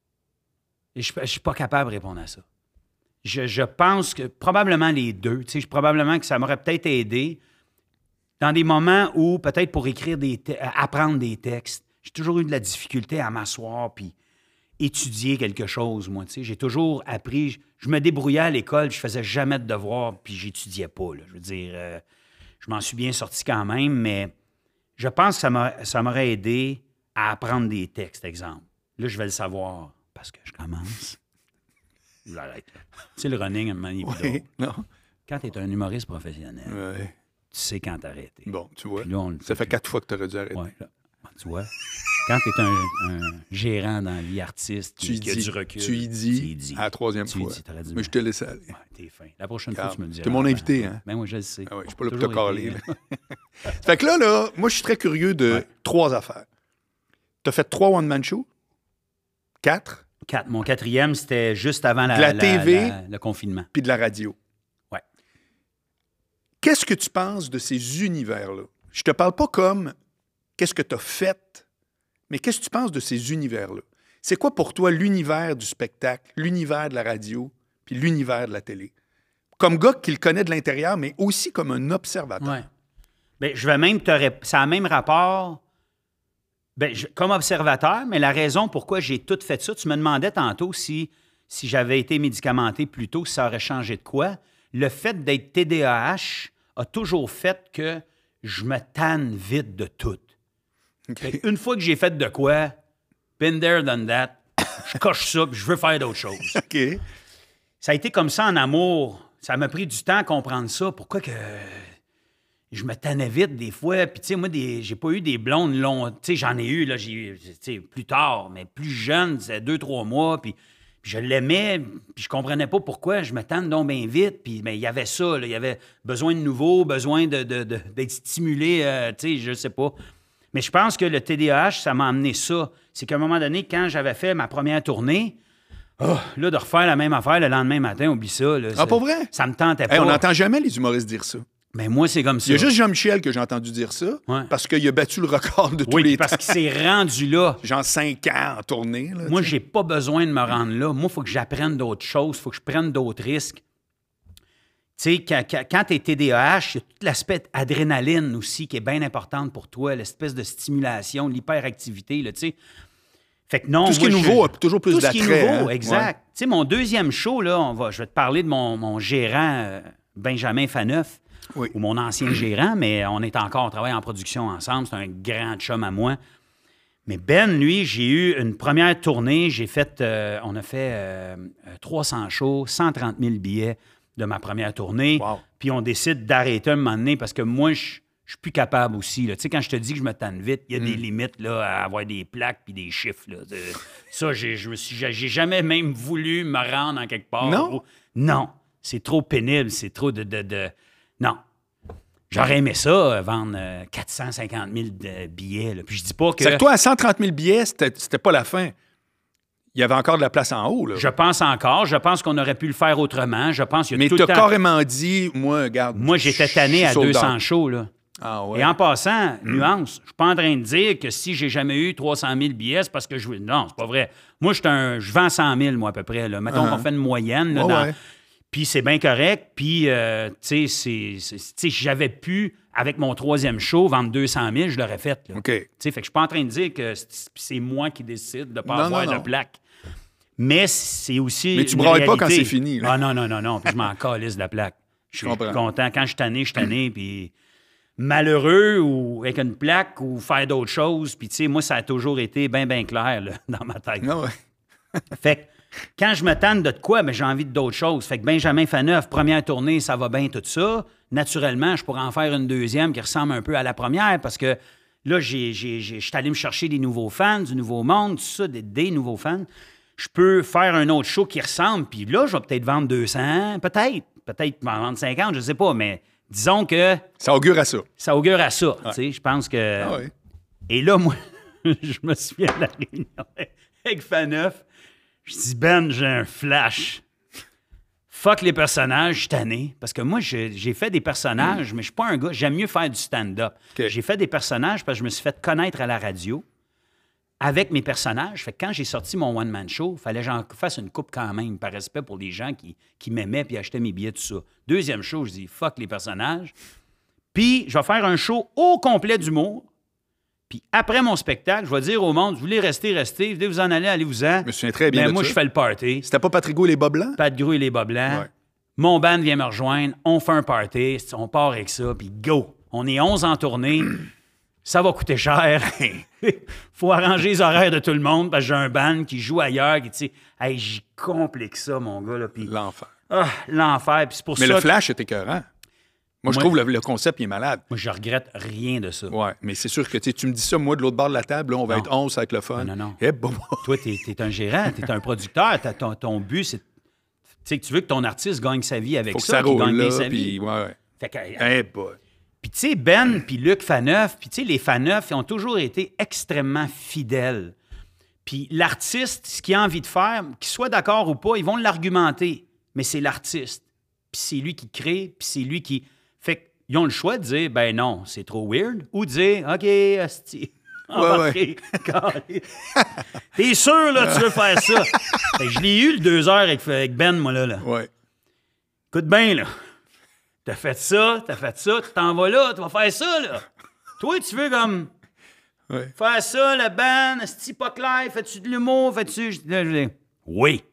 je ne suis pas capable de répondre à ça. Je, je pense que probablement les deux. Tu sais, probablement que ça m'aurait peut-être aidé dans des moments où, peut-être pour écrire des te- apprendre des textes, j'ai toujours eu de la difficulté à m'asseoir puis étudier quelque chose, moi. Tu sais, j'ai toujours appris. Je, je me débrouillais à l'école, je faisais jamais de devoirs puis j'étudiais pas. Là. Je veux dire, euh, je m'en suis bien sorti quand même, mais je pense que ça m'a- ça m'aurait aidé à apprendre des textes, exemple. Là, je vais le savoir parce que je commence. Je l'arrête. Tu sais, le running, à un moment donné, il est plus Oui, drôle. non. Quand tu es un humoriste professionnel, Ouais. tu sais quand t'arrêter. Bon, tu vois. Puis là, on le Ça fait quatre fois que tu aurais dû arrêter. Ouais, là. Tu vois, quand tu es un, un gérant dans la vie artiste qui, Tu y qui a dis, du recul, tu y dis, tu y dis. à la troisième Tu y fois. dis, t'aurais dû Mais me- je te laisse aller. Ouais, t'es fin. La prochaine Calme. fois, tu me le diras. T'es mon Ben, invité, hein? Ben, moi, je le sais. Ah ouais, je suis pas là pour te Toujours caler. été, là. Fait que là, là, moi, je suis très curieux de Ouais. trois affaires. Tu as fait trois one-man shows? Quatre? Quatre. Mon quatrième, c'était juste avant la, De la T V. la- le confinement. Puis de la radio. Ouais. Qu'est-ce que tu penses de ces univers-là? Je te parle pas comme qu'est-ce que tu as fait, mais qu'est-ce que tu penses de ces univers-là? C'est quoi pour toi l'univers du spectacle, l'univers de la radio, puis l'univers de la télé? Comme gars qui le connaît de l'intérieur, mais aussi comme un observateur. Ouais. Ben, je vais même te rép- ça a le même rapport ben, je- comme observateur, mais la raison pourquoi j'ai tout fait ça, tu me demandais tantôt si, si j'avais été médicamenté plus tôt, si ça aurait changé de quoi. Le fait d'être T D A H a toujours fait que je me tanne vite de tout. OK. Fait une fois que j'ai fait de quoi, been there, done that, je coche ça, puis je veux faire d'autres choses. OK. Ça a été comme ça en amour. Ça m'a pris du temps à comprendre ça. Pourquoi que je me tannais vite des fois. Puis, tu sais, moi, des, j'ai pas eu des blondes longues. Tu sais, j'en ai eu, là, j'ai eu, tu sais, plus tard, mais plus jeune, c'est deux, trois mois. Puis, puis je l'aimais, puis je comprenais pas pourquoi je me tanne donc bien vite. Puis, mais il y avait ça, là, il y avait besoin de nouveau, besoin de, de- de- d'être stimulé, euh, tu sais, je sais pas. Mais je pense que le T D A H, ça m'a amené ça. C'est qu'à un moment donné, quand j'avais fait ma première tournée, oh, là, de refaire la même affaire le lendemain matin, oublie ça. Là, Ah, ça, pas vrai? Ça me tentait pas. Hey, on n'entend jamais les humoristes dire ça. Mais moi, c'est comme ça. Il y a juste Jean-Michel que j'ai entendu dire ça, Ouais. parce qu'il a battu le record de tous Oui, les parce temps. qu'il s'est rendu là. Genre cinq ans en tournée. Là, Moi, tu sais. j'ai pas besoin de me rendre là. Moi, il faut que j'apprenne d'autres choses. Il faut que je prenne d'autres risques. Tu sais, quand, quand, quand tu es T D A H, il y a tout l'aspect adrénaline aussi qui est bien importante pour toi, l'espèce de stimulation, l'hyperactivité, là, tu sais. Fait que non, Tout ce qui moi, est je- nouveau a toujours plus Tout ce qui est d'attrait, nouveau, hein? exact. Tu sais, mon deuxième show, là, on va, je vais te parler de mon, mon gérant, euh, Benjamin Faneuf, Oui. ou mon ancien gérant, mais on est encore, on travaille en production ensemble, c'est un grand chum à moi. Mais Ben, lui, j'ai eu une première tournée, j'ai fait, euh, on a fait euh, trois cents shows, cent trente mille billets de ma première tournée. Wow. Puis on décide d'arrêter un moment donné parce que moi, je je suis plus capable aussi. là. Tu sais, quand je te dis que je me tanne vite, il y a des limites là, à avoir des plaques puis des chiffres. Là. De- ça, j'ai, je me suis, j'ai j'ai jamais même voulu me rendre en quelque part. Non? où- Non. C'est trop pénible, c'est trop de... de, de- Non. J'aurais aimé ça, euh, vendre euh, quatre cent cinquante mille de billets. Là. Puis je dis pas que... C'est que toi, à cent trente mille billets, c'était, c'était pas la fin. Il y avait encore de la place en haut. Là. Je pense encore. Je pense qu'on aurait pu le faire autrement. Je pense qu'il y a Mais tout tu as le temps... carrément dit, moi, regarde. Moi, j'étais je tanné suis à sold deux cents out. shows, là. Ah ouais. Et en passant, nuance, je suis pas en train de dire que si j'ai jamais eu trois cent mille billets, c'est parce que je... Non, c'est pas vrai. Moi, je, un... je vends cent mille, moi, à peu près. Là. Mettons Uh-huh. qu'on fait une moyenne. Là, Ouais, dans- ouais. Puis c'est bien correct. Puis, euh, tu sais, c'est- c'est- tu sais, si j'avais pu, avec mon troisième show, vendre deux cent mille, je l'aurais fait. Là. OK. Tu sais, fait que je suis pas en train de dire que c'est c'est moi qui décide de ne pas Non, avoir non, de non. plaque. Mais c'est aussi. Mais tu une brailles pas réalité. quand c'est fini, là. Ah non, non, non, non. Puis je m'en calisse de la plaque. Je suis comprends. content. Quand je suis tanné, je suis tanné. Puis malheureux ou avec une plaque ou faire d'autres choses. Puis tu sais, moi, ça a toujours été bien, bien clair là, dans ma tête. Ah ouais. Fait que quand je me tanne de quoi, ben, j'ai envie de d'autres choses. Fait que Benjamin Faneuf, première tournée, ça va bien, tout ça. Naturellement, je pourrais en faire une deuxième qui ressemble un peu à la première parce que là, j'ai, j'ai, j'ai- je suis allé me chercher des nouveaux fans, du nouveau monde, tout ça, des, des nouveaux fans. Je peux faire un autre show qui ressemble, puis là, je vais peut-être vendre deux cents, peut-être. Peut-être m'en vendre cinquante, je sais pas, mais disons que Ça augure à ça. ça augure à ça. Tu sais, je pense que... Ah ouais. Et là, moi, je me souviens de la réunion avec Faneuf. Je dis, Ben, j'ai un flash. Fuck les personnages, je suis tanné. Parce que moi, j'ai, j'ai fait des personnages, mm. mais je suis pas un gars. J'aime mieux faire du stand-up. Okay. J'ai fait des personnages parce que je me suis fait connaître à la radio avec mes personnages. Fait que quand j'ai sorti mon one-man show, il fallait que j'en fasse une coupe quand même, par respect pour les gens qui, qui m'aimaient puis achetaient mes billets, tout ça. Deuxième show, je dis, fuck les personnages. Puis, je vais faire un show au complet d'humour. Puis après mon spectacle, je vais dire au monde, vous voulez rester, restez, vous voulez vous en aller, allez-vous-en. Je me souviens très bien Mais de moi, ça. je fais le party. C'était pas Patrick Gros et les bas blancs? Pat Gros et les bas blancs. Ouais. Mon band vient me rejoindre, on fait un party, on part avec ça, puis go! On est onze en tournée, ça va coûter cher. Faut arranger les horaires de tout le monde, parce que j'ai un band qui joue ailleurs, qui, tu sais, hey, j'y complique ça, mon gars, là, puis... L'enfer. Ah, l'enfer, puis c'est pour Mais ça... Mais le flash était écœurant. Moi, je moi, trouve le, le concept, il est malade. Moi, je regrette rien de ça. Oui, mais c'est sûr que tu me dis ça, moi, de l'autre bord de la table, là, on va non. être onze avec le fun. Non, non, non. Eh, bon. Toi, tu es un gérant, tu es un producteur. Ton, ton but, c'est tu que tu veux que ton artiste gagne sa vie avec Faut que ça, ça qu'il gagne là, bien sa puis, vie. Ouais, ouais. Fait que, eh, boy. Puis, tu sais, Ben puis Luc Faneuf, puis tu sais, les Faneuf, ils ont toujours été extrêmement fidèles. Puis l'artiste, ce qu'il a envie de faire, qu'il soit d'accord ou pas, ils vont l'argumenter. Mais c'est l'artiste. Puis c'est lui qui crée, puis c'est lui qui... Fait que ils ont le choix de dire, ben non, c'est trop weird, ou de dire, OK, hostie, embarqué, ouais. T'es sûr, là, tu veux faire ça? Fait que je l'ai eu le deux heures avec, avec Ben, moi, là. là. Ouais. Écoute bien, là. T'as fait ça, t'as fait ça, tu t'en vas là, tu vas faire ça, là. Toi, tu veux comme ouais. faire ça, le band, c'est pas clair, fais-tu de l'humour, fais-tu... Là, je dis, oui.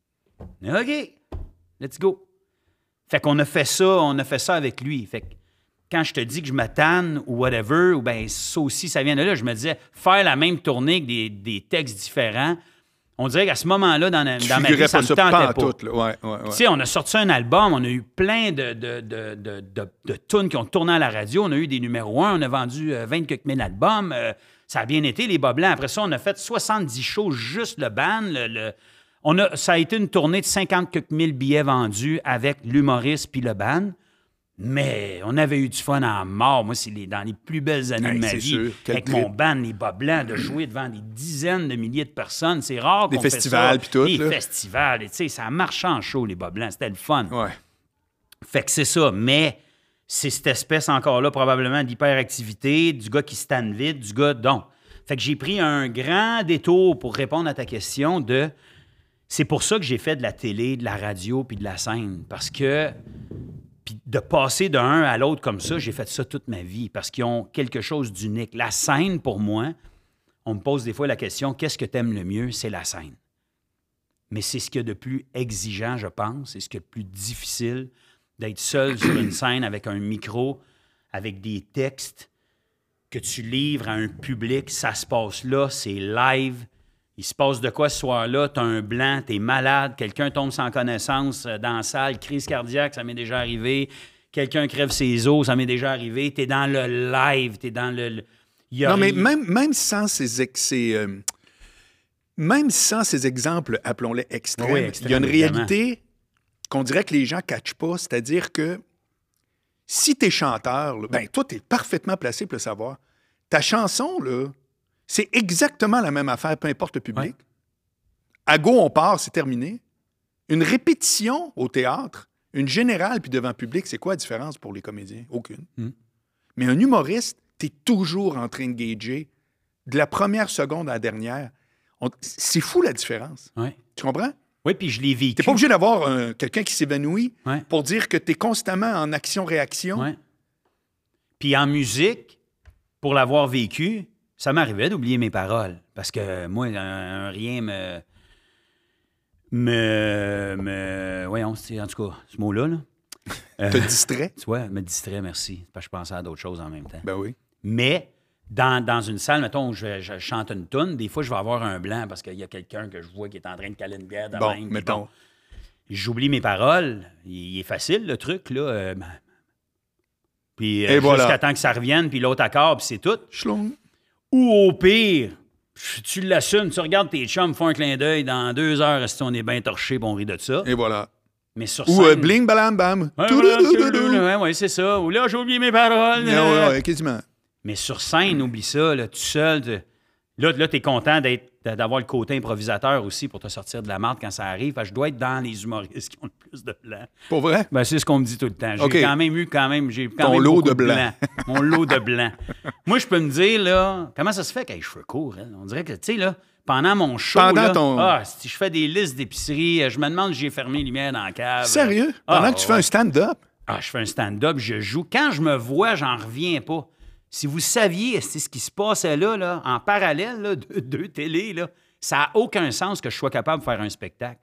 OK, let's go. Fait qu'on a fait ça, on a fait ça avec lui. Fait que quand je te dis que je me tanne ou whatever, ou ben ça aussi, ça vient de là, je me disais, faire la même tournée avec des, des textes différents, on dirait qu'à ce moment-là, dans, la, dans ma vie, ça me tentait pas. Tout, là. Ouais, ouais, ouais. Tu sais, on a sorti un album, on a eu plein de, de, de, de, de, de tunes qui ont tourné à la radio, on a eu des numéros un, on a vendu vingt quelques mille albums, euh, ça a bien été, les bas blancs. Après ça, on a fait soixante-dix shows, juste le band, le... le on a, ça a été une tournée de cinquante quelques mille billets vendus avec l'humoriste puis le band. Mais on avait eu du fun en mort. Moi, c'est les, dans les plus belles années hey, de ma vie. Sûr. Avec trip. Mon band, les bas blancs, de jouer devant des dizaines de milliers de personnes. C'est rare qu'on fait ça. Des festivals puis tout. Des là. festivals. Tu sais, ça marche en show, les bas blancs. C'était le fun. Ouais. Fait que c'est ça. Mais c'est cette espèce encore-là, probablement, d'hyperactivité, du gars qui se tanne vite, du gars... Donc, fait que j'ai pris un grand détour pour répondre à ta question de... C'est pour ça que j'ai fait de la télé, de la radio puis de la scène. Parce que... Puis de passer d'un à l'autre comme ça, j'ai fait ça toute ma vie parce qu'ils ont quelque chose d'unique. La scène, pour moi, on me pose des fois la question, qu'est-ce que tu aimes le mieux? C'est la scène. Mais c'est ce qu'il y a de plus exigeant, je pense. C'est ce qu'il y a de plus difficile d'être seul sur une scène avec un micro, avec des textes que tu livres à un public. Ça se passe là, c'est live. Il se passe de quoi ce soir-là? T'as un blanc, t'es malade, quelqu'un tombe sans connaissance dans la salle, crise cardiaque, ça m'est déjà arrivé. Quelqu'un crève ses os, ça m'est déjà arrivé. T'es dans le live, t'es dans le... le... A... Non, mais même, même sans ces... Ex- ces euh, même sans ces exemples, appelons-les extrêmes, oui, extrême, il y a une réalité évidemment. Qu'on dirait que les gens ne catchent pas, c'est-à-dire que si t'es chanteur, là, ben toi, t'es parfaitement placé pour le savoir. Ta chanson, là... C'est exactement la même affaire, peu importe le public. Ouais. À go, on part, c'est terminé. Une répétition au théâtre, une générale, puis devant le public, c'est quoi la différence pour les comédiens? Aucune. Mm. Mais un humoriste, t'es toujours en train de gager de la première seconde à la dernière. On... C'est fou la différence. Ouais. Tu comprends? Oui, puis je l'ai vécu. T'es pas obligé d'avoir euh, quelqu'un qui s'évanouit ouais. pour dire que t'es constamment en action-réaction. Ouais. Puis en musique, pour l'avoir vécu... Ça m'arrivait d'oublier mes paroles, parce que moi, un, un rien me... me... me voyons, en tout cas, ce mot-là, là. Euh, te distrait? Tu vois, me distrait, merci, parce que je pensais à d'autres choses en même temps. Ben oui. Mais dans, dans une salle, mettons, où je, je chante une toune, des fois, je vais avoir un blanc, parce qu'il y a quelqu'un que je vois qui est en train de caler une bière de bon, même. Mettons. Bon, j'oublie mes paroles. Il, il est facile, le truc, là. Euh, puis euh, jusqu'à voilà. temps que ça revienne, puis l'autre accord, puis c'est tout. Schlong. Ou au pire, tu l'assumes, tu regardes tes chums, font un clin d'œil, dans deux heures, si on est bien torché, on rit de ça. Et voilà. Mais sur Ou scène... euh, bling, balam, bam. Ouais, voilà, ouais, c'est ça. Ou là, j'ai oublié mes paroles. Ouais, ouais, ouais, quasiment. Mais sur scène, oublie ça, là, tout seul, Là, là tu es content d'être, d'avoir le côté improvisateur aussi pour te sortir de la marde quand ça arrive. Parce que je dois être dans les humoristes qui ont le plus de blanc. Pour vrai? Ben, c'est ce qu'on me dit tout le temps. J'ai Okay. quand même eu quand même, j'ai quand Ton même lot beaucoup de blanc. Mon lot de blanc. Moi, je peux me dire, là, comment ça se fait qu'avec les cheveux courts, hein? On dirait que, tu sais, là, pendant mon show, Pendant là, ton- ah, si je fais des listes d'épicerie, je me demande si j'ai fermé les lumières dans la cave. Sérieux? Ah, Pendant que tu fais ouais. un stand-up? Ah, je fais un stand-up, je joue. Quand je me vois, j'en reviens pas. Si vous saviez c'est ce qui se passait là, là en parallèle là, de deux télés, là, ça n'a aucun sens que je sois capable de faire un spectacle.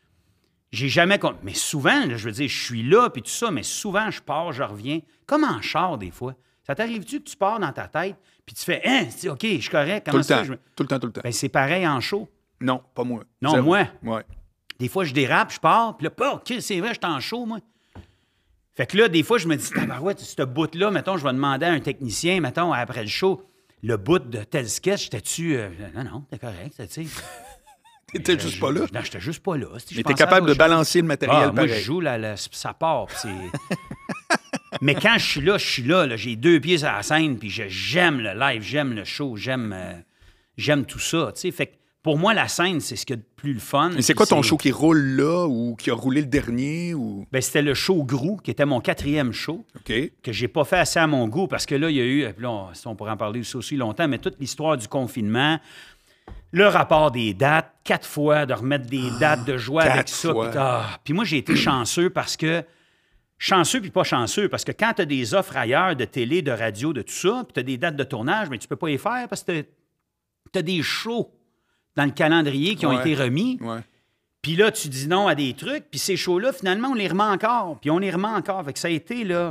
J'ai jamais... con- Mais souvent, là, je veux dire, je suis là, puis tout ça, mais souvent, je pars, je reviens. Comme en char, des fois. Ça t'arrive-tu que tu pars dans ta tête, puis tu fais « Hein, c'est OK, je suis correct, Tout comment le ça temps. fait? Je me- Tout le temps, tout le temps. Ben, c'est pareil en show. Non, pas moi. Non, Zéro. moi. Ouais. Des fois, je dérape, je pars, puis là, oh, OK, c'est vrai, je suis en show, moi. Fait que là, des fois, je me dis, tabarouette, ce bout-là, mettons, je vais demander à un technicien, mettons, après le show, le bout de tel sketch, j'étais-tu. Euh, non, non, t'es correct, tu sais. T'étais Je- juste je- pas là. Non, j'étais juste pas là. Si je Mais t'es pensais à capable de d'autres choses. balancer le matériel Ah, moi, pareil. je joue, la, la- ça part. puis c'est... Mais quand je suis là, je suis là. là, j'ai deux pieds sur la scène, puis je- j'aime le live, j'aime le show, j'aime, euh, j'aime tout ça. Tu sais, fait que pour moi, la scène, c'est ce qu'il y a de plus le fun. Mais c'est puis quoi ton show qui roule là ou qui a roulé le dernier? Ou... Ben, c'était le show Grou, qui était mon quatrième show. OK. Que j'ai pas fait assez à mon goût parce que là, il y a eu, puis là, on, on pourrait en parler aussi, aussi longtemps, mais toute l'histoire du confinement, le rapport des dates, quatre fois, de remettre des dates, de jouer avec quatre ça. fois. Puis, ah, puis moi, j'ai été chanceux parce que, chanceux puis pas chanceux, parce que quand tu as des offres ailleurs de télé, de radio, de tout ça, puis tu as des dates de tournage, mais tu peux pas les faire parce que tu as des shows dans le calendrier qui ont Ouais. été remis. Ouais. Puis là, tu dis non à des trucs, puis ces shows-là, finalement, on les remet encore, puis on les remet encore. Fait que ça a été, là,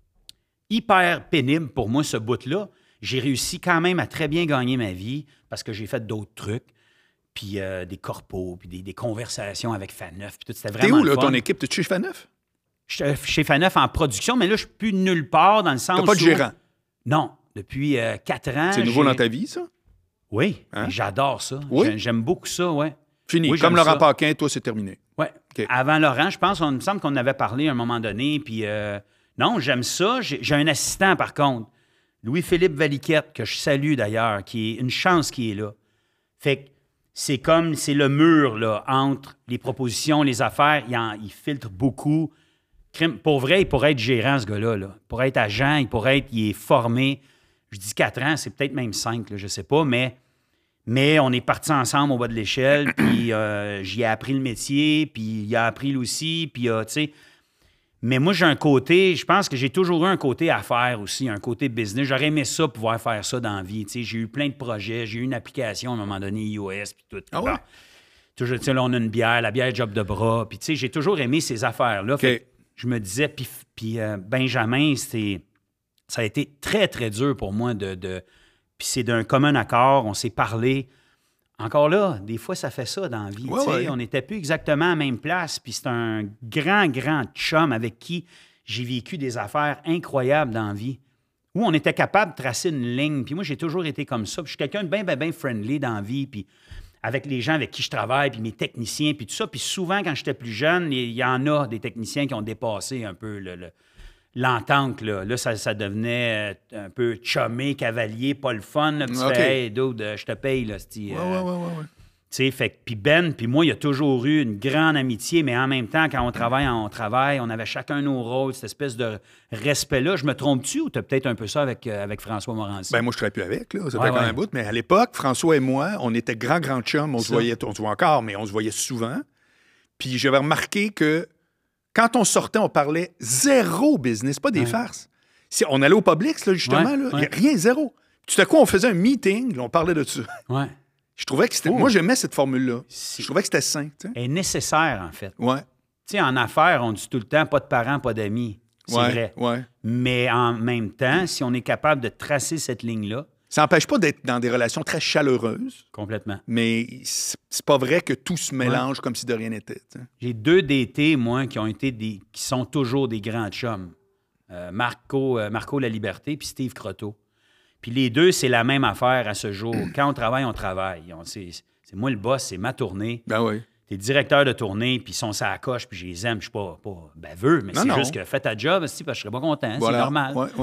hyper pénible pour moi, ce bout-là. J'ai réussi quand même à très bien gagner ma vie parce que j'ai fait d'autres trucs, puis euh, des corpos, puis des, des conversations avec Faneuf, puis tout. C'était T'es vraiment où, là, le fun. ton équipe? T'es chez Faneuf? J'étais chez Faneuf en production, mais là, je suis plus nulle part dans le sens T'as pas de où- gérant? Non. Depuis euh, quatre ans. C'est nouveau j'ai- dans ta vie, ça? Oui, Hein? j'adore ça. Oui? J'ai- J'aime beaucoup ça, ouais. Fini. Oui, Comme j'aime Laurent ça. Paquin, toi, c'est terminé. Ouais. OK. Avant Laurent, je pense, on me semble qu'on en avait parlé à un moment donné. Puis euh, non, j'aime ça. J'ai j'ai un assistant, par contre, Louis-Philippe Valiquette, que je salue d'ailleurs, qui est une chance qui est là. Fait que c'est comme, c'est le mur là, entre les propositions, les affaires. Il, en- il filtre beaucoup. Crime- Pour vrai, il pourrait être gérant, ce gars-là. Là. Il pourrait être agent, il pourrait être, il est formé. Je dis quatre ans, c'est peut-être même cinq, là, je sais pas, mais... Mais on est partis ensemble au bas de l'échelle, puis euh, j'y ai appris le métier, puis il a appris lui aussi, puis euh, tu sais. Mais moi, j'ai un côté, je pense que j'ai toujours eu un côté affaires aussi, un côté business. J'aurais aimé ça, pouvoir faire ça dans la vie. Tu sais, j'ai eu plein de projets, j'ai eu une application à un moment donné, iOS, puis tout. Ah ouais? Bon. Toujours, tu sais, là, on a une bière, la bière job de bras, puis tu sais, j'ai toujours aimé ces affaires-là. Fait que je me disais, puis, puis euh, Benjamin, c'était, ça a été très, très dur pour moi de... de puis c'est d'un commun accord, on s'est parlé. Encore là, des fois, ça fait ça dans la vie. Ouais, tu sais. ouais. On n'était plus exactement à la même place. Puis c'est un grand, grand chum avec qui j'ai vécu des affaires incroyables dans la vie, où on était capable de tracer une ligne. Puis moi, j'ai toujours été comme ça. Puis je suis quelqu'un de bien, bien, bien friendly dans la vie. Puis avec les gens avec qui je travaille, puis mes techniciens, puis tout ça. Puis souvent, quand j'étais plus jeune, il y en a des techniciens qui ont dépassé un peu le... le l'entente, là. Là, ça, ça devenait euh, un peu chumé, cavalier, pas le fun. Là, puis tu OK. fais, hey, dude, euh, je te paye, là, c'ti, Ouais, euh, ouais, ouais, ouais, ouais. tu sais, fait que- puis Ben, puis moi, il y a toujours eu une grande amitié, mais en même temps, quand on travaille, on travaille, on avait chacun nos rôles, cette espèce de respect-là. Je me trompe-tu ou tu as peut-être un peu ça avec, euh, avec François Morancy? Ben moi, je ne plus avec, là. Ça fait Ouais, quand ouais. même un bout. Mais à l'époque, François et moi, on était grands, grands chums. On se Ça. voyait, on se voit encore, mais on se voyait souvent. Puis j'avais remarqué que quand on sortait, on parlait zéro business, pas des Ouais. farces. Si on allait au Publix, là, justement, Ouais, là, il y a ouais. rien, zéro. Tout à coup, on faisait un meeting, là, on parlait de ça. Ouais. Je trouvais que c'était... Oh. Moi, j'aimais cette formule-là. C'est- Je trouvais que c'était sain, tu sais. Est nécessaire, en fait. Ouais, Tu sais, en affaires, on dit tout le temps, pas de parents, pas d'amis. C'est ouais, vrai. ouais. Mais en même temps, si on est capable de tracer cette ligne-là, Ça n'empêche pas d'être dans des relations très chaleureuses, complètement. mais c'est c'est pas vrai que tout se mélange comme si de rien n'était, tu sais. J'ai deux D T, moi, qui ont été des, qui sont toujours des grands chums. Euh, Marco, euh, Marco La Liberté puis Steve Croteau. Puis les deux, c'est la même affaire à ce jour. Quand on travaille, on travaille. On- c'est, c'est moi le boss, c'est ma tournée. Ben oui. T'es directeur de tournée, puis ils sont ça à la coche, puis je les aime. Je suis pas, pas baveux, mais Non, c'est non. juste que fais ta job, aussi, parce que je serais pas content. Voilà. C'est normal. Ouais, ouais.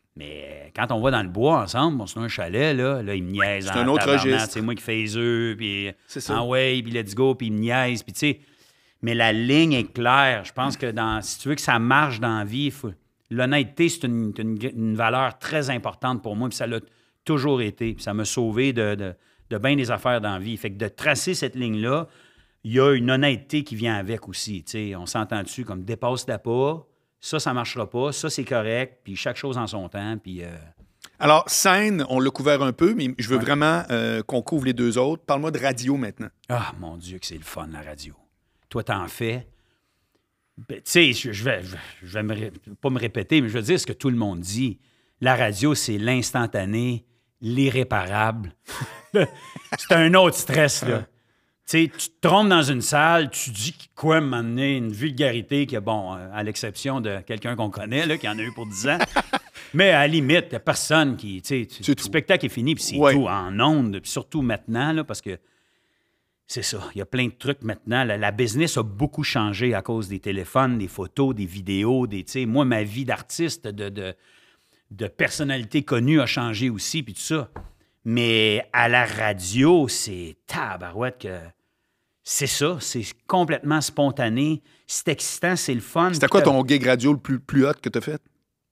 Mais quand on va dans le bois ensemble, on se met un chalet, là, là il me niaise. C'est un autre registre. C'est moi qui fais les œufs, puis c'est ça. Ah ouais, puis let's go, puis il me niaise, puis tu sais. Mais la ligne est claire. Je pense que dans, si tu veux que ça marche dans la vie, faut, l'honnêteté, c'est une, une, une valeur très importante pour moi, puis ça l'a toujours été. Puis ça m'a sauvé de, de, de bien des affaires dans la vie. Fait que de tracer cette ligne-là, il y a une honnêteté qui vient avec aussi. T'sais, on s'entend dessus comme dépasse-la pas, ça, ça ne marchera pas, ça, c'est correct, puis chaque chose en son temps. Puis, euh... Alors, scène, on l'a couvert un peu, mais je veux ouais. vraiment euh, qu'on couvre les deux autres. Parle-moi de radio maintenant. Ah, mon Dieu, que c'est le fun, la radio. Toi, t'en fais. Ben, tu sais, je, je vais, je vais me ré... pas me répéter, mais je veux dire ce que tout le monde dit. La radio, c'est l'instantané, l'irréparable. C'est un autre stress, là. Tu sais, tu te trompes dans une salle, tu dis quoi, m'amener une vulgarité qui est, bon, à l'exception de quelqu'un qu'on connaît, là, qui en a eu pour dix ans. Mais à la limite, il n'y a personne qui... Tu sais, le spectacle est fini, puis c'est ouais. tout en ondes, puis surtout maintenant, là, parce que c'est ça, il y a plein de trucs maintenant. La, la business a beaucoup changé à cause des téléphones, des photos, des vidéos, des... Tu sais, moi, ma vie d'artiste, de, de, de personnalité connue a changé aussi, puis tout ça. Mais à la radio, c'est tabarouette que... C'est ça, c'est complètement spontané. C'est excitant, c'est le fun. C'était quoi ton gig radio le plus, plus hot que tu as fait?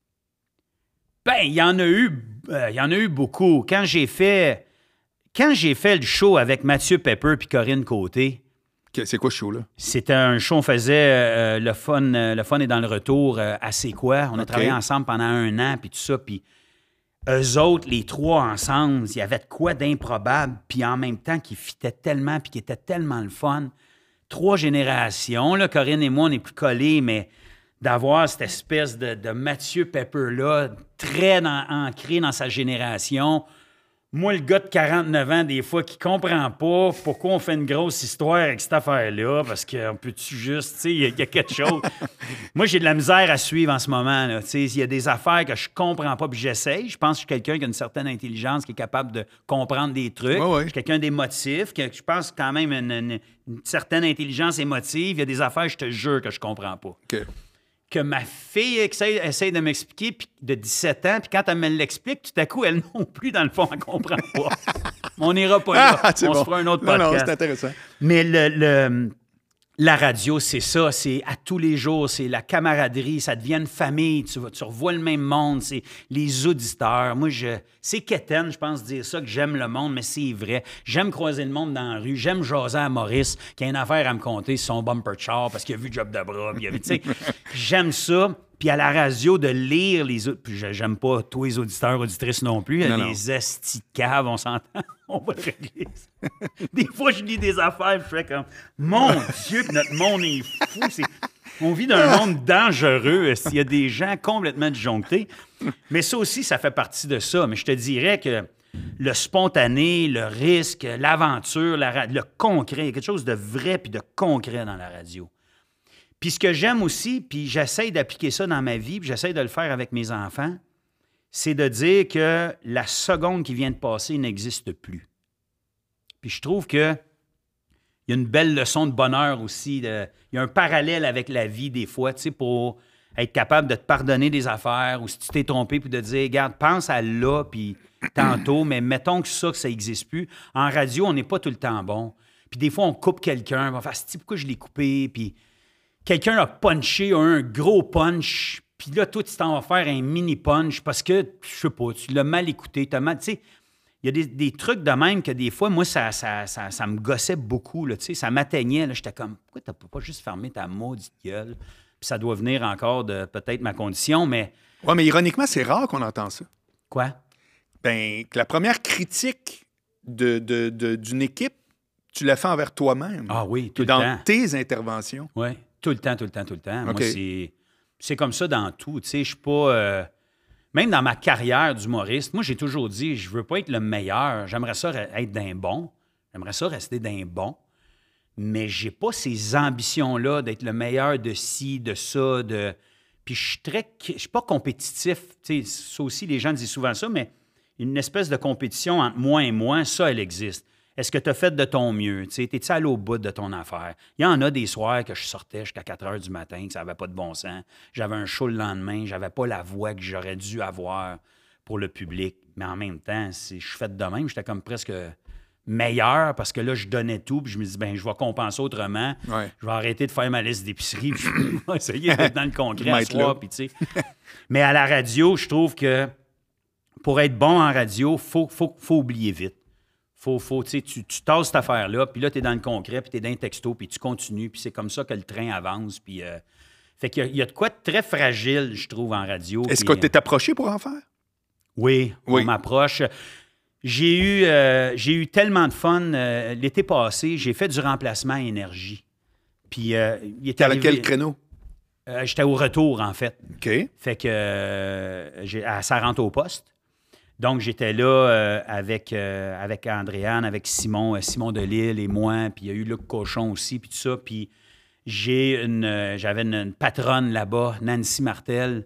Ben, il y en a eu, euh, il y en a eu beaucoup. Quand j'ai fait, quand j'ai fait le show avec Mathieu Pepper puis Corinne Côté. C'est quoi ce show-là? C'était un show, on faisait euh, le fun, euh, le fun est dans le retour euh, à C'est quoi. On a okay. travaillé ensemble pendant un an puis tout ça, puis eux autres, les trois ensemble, il y avait de quoi d'improbable, puis en même temps qui fitaient tellement, puis qui était tellement le fun. Trois générations, là, Corinne et moi, on est plus collés, mais d'avoir cette espèce de, de Mathieu Pepper-là, très dans, ancré dans sa génération. Moi, le gars de quarante-neuf ans, des fois, qui comprend pas pourquoi on fait une grosse histoire avec cette affaire-là, parce qu'on peut-tu juste, tu sais, il y, y a quelque chose. Moi, j'ai de la misère à suivre en ce moment, là. Tu sais, il y a des affaires que je comprends pas, puis j'essaye. Je pense que je suis quelqu'un qui a une certaine intelligence, qui est capable de comprendre des trucs. Ouais, ouais. Je suis quelqu'un d'émotif, que je pense quand même une, une, une certaine intelligence émotive. Il y a des affaires, je te jure, que je comprends pas. OK. Que ma fille essaie, essaie de m'expliquer puis de dix-sept ans, puis quand elle me l'explique, tout à coup, elle non plus, dans le fond, elle ne comprend pas. On n'ira pas là. Ah, on bon. se fera un autre non, podcast. Non, c'est intéressant. Mais le, le, la radio, c'est ça. C'est à tous les jours. C'est la camaraderie. Ça devient une famille. Tu, tu revois le même monde. C'est les auditeurs. Moi, je, c'est quétaine, je pense, dire ça, que j'aime le monde, mais c'est vrai. J'aime croiser le monde dans la rue. J'aime jaser à Maurice, qui a une affaire à me conter sur son bumper de char parce qu'il a vu Job de bras. Puis il a vu, tu sais, j'aime ça. Puis à la radio, de lire les autres. Puis j'aime pas tous les auditeurs, auditrices non plus. Il y a des estis de caves, on s'entend. On va le régler. Des fois, je lis des affaires, je fais comme mon Dieu, que notre monde est fou. C'est... On vit dans un monde dangereux. Il y a des gens complètement disjonctés. Mais ça aussi, ça fait partie de ça. Mais je te dirais que le spontané, le risque, l'aventure, la, le concret, il y a quelque chose de vrai puis de concret dans la radio. Puis ce que j'aime aussi, puis j'essaie d'appliquer ça dans ma vie, puis j'essaie de le faire avec mes enfants, c'est de dire que la seconde qui vient de passer n'existe plus. Puis je trouve que il y a une belle leçon de bonheur aussi. De, il y a un parallèle avec la vie des fois, tu sais, pour être capable de te pardonner des affaires ou si tu t'es trompé, puis de dire, regarde, pense à là, puis tantôt, mais mettons que ça, que ça n'existe plus. En radio, on n'est pas tout le temps bon. Puis des fois, on coupe quelqu'un, on va faire, c'est pourquoi je l'ai coupé, puis quelqu'un a punché, a un gros punch, puis là, toi, tu t'en vas faire un mini punch parce que, je sais pas, tu l'as mal écouté, tu as mal, tu sais, il y a des, des trucs de même que des fois, moi, ça, ça, ça, ça me gossait beaucoup, là, tu sais, ça m'atteignait, là, j'étais comme, pourquoi tu peux pas juste fermer ta maudite gueule? Puis ça doit venir encore de peut-être ma condition, mais... Ouais, mais ironiquement, c'est rare qu'on entend ça. Quoi? Ben, que la première critique de, de, de, d'une équipe, tu la fais envers toi-même. Ah oui, tout le dans temps. Dans tes interventions. Oui, tout le temps, tout le temps, tout le temps. Okay. Moi, c'est, c'est comme ça dans tout. Tu sais, je suis pas... Euh, même dans ma carrière d'humoriste, moi, j'ai toujours dit, je veux pas être le meilleur. J'aimerais ça être d'un bon. J'aimerais ça rester d'un bon. Mais j'ai pas ces ambitions-là d'être le meilleur de ci, de ça, de... Puis je suis très... Je suis pas compétitif. Tu sais, ça aussi, les gens disent souvent ça, mais une espèce de compétition entre moi et moi, ça, elle existe. Est-ce que tu as fait de ton mieux? T'es-tu allé au bout de ton affaire? Il y en a des soirs que je sortais jusqu'à quatre heures du matin, que ça n'avait pas de bon sens. J'avais un show le lendemain, j'avais pas la voix que j'aurais dû avoir pour le public. Mais en même temps, si je fais de même, j'étais comme presque meilleur parce que là, je donnais tout, puis je me dis, ben je vais compenser autrement. Ouais. Je vais arrêter de faire ma liste d'épicerie, puis je vais essayer d'être dans le concret à soir, puis tu sais. Mais à la radio, je trouve que pour être bon en radio, il faut, faut, faut oublier vite. Faut, faut, tu, tu tasses cette affaire-là, puis là, tu es dans le concret, puis tu es dans un texto, puis tu continues, puis c'est comme ça que le train avance. Puis, euh, fait qu'il y a, il y a de quoi de très fragile, je trouve, en radio. Est-ce puis, que tu es approché pour en faire? Oui, oui. on m'approche. J'ai eu, euh, j'ai eu tellement de fun. Euh, l'été passé, j'ai fait du remplacement à Énergie. Puis, euh, il était à arrivé, quel créneau? Euh, j'étais au retour, en fait. OK. Fait que euh, j'ai, à, ça rentre au poste. Donc, j'étais là euh, avec, euh, avec Andréane, avec Simon, euh, Simon Delille et moi, puis il y a eu Luc Cochon aussi, puis tout ça. Puis j'ai une, euh, j'avais une, une patronne là-bas, Nancy Martel,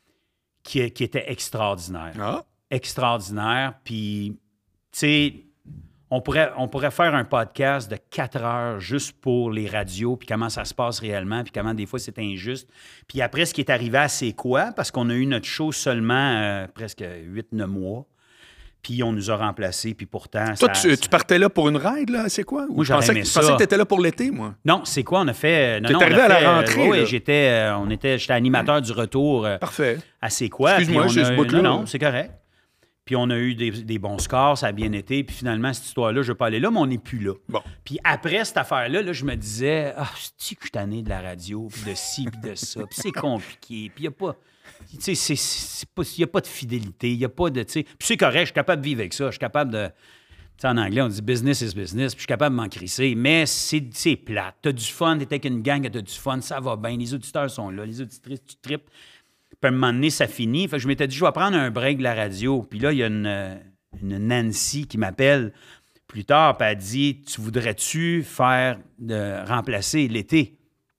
qui, qui était extraordinaire. Ah. Extraordinaire. Puis, tu sais, on pourrait, on pourrait faire un podcast de quatre heures juste pour les radios, puis comment ça se passe réellement, puis comment des fois c'est injuste. Puis après, ce qui est arrivé à C'est quoi? Parce qu'on a eu notre show seulement euh, presque huit neuf mois, puis on nous a remplacés, puis pourtant... Toi, ça, tu, ça... tu partais là pour une ride, là, C'est quoi? Moi, j'aurais aimé que, ça. Je pensais que tu étais là pour l'été, moi. Non, C'est quoi? On a fait... Non, T'es non, arrivé on a à fait, la rentrée, euh, Oui, là. j'étais, euh, on était, j'étais animateur du retour euh, Parfait. à C'est quoi? Excuse-moi, puis j'ai on ce a- bout-là. Non, non, c'est correct. Puis on a eu des, des bons scores, ça a bien été. Puis finalement, cette histoire-là, je ne vais pas aller là, mais on n'est plus là. Bon. Puis après cette affaire-là, là, je me disais, ah, c'est-tu que je suis tanné de la radio, puis de ci, puis de ça. Puis c'est compliqué. Puis il n'y a pas... Tu sais, c'est, c'est pas- il n'y a pas de fidélité, il n'y a pas de... tu sais, puis c'est correct, je suis capable de vivre avec ça. Je suis capable de... Tu sais, en anglais, on dit « business is business », puis je suis capable de m'en crisser. Mais c'est, c'est plate. Tu as du fun, tu es avec une gang, tu as du fun, ça va bien. Les auditeurs sont là, les auditrices, tu tripes. Puis à un moment donné, ça finit. Fait que je m'étais dit, je vais prendre un break de la radio. Puis là, il y a une, une Nancy qui m'appelle plus tard, puis elle dit, tu voudrais-tu faire, de, remplacer l'été?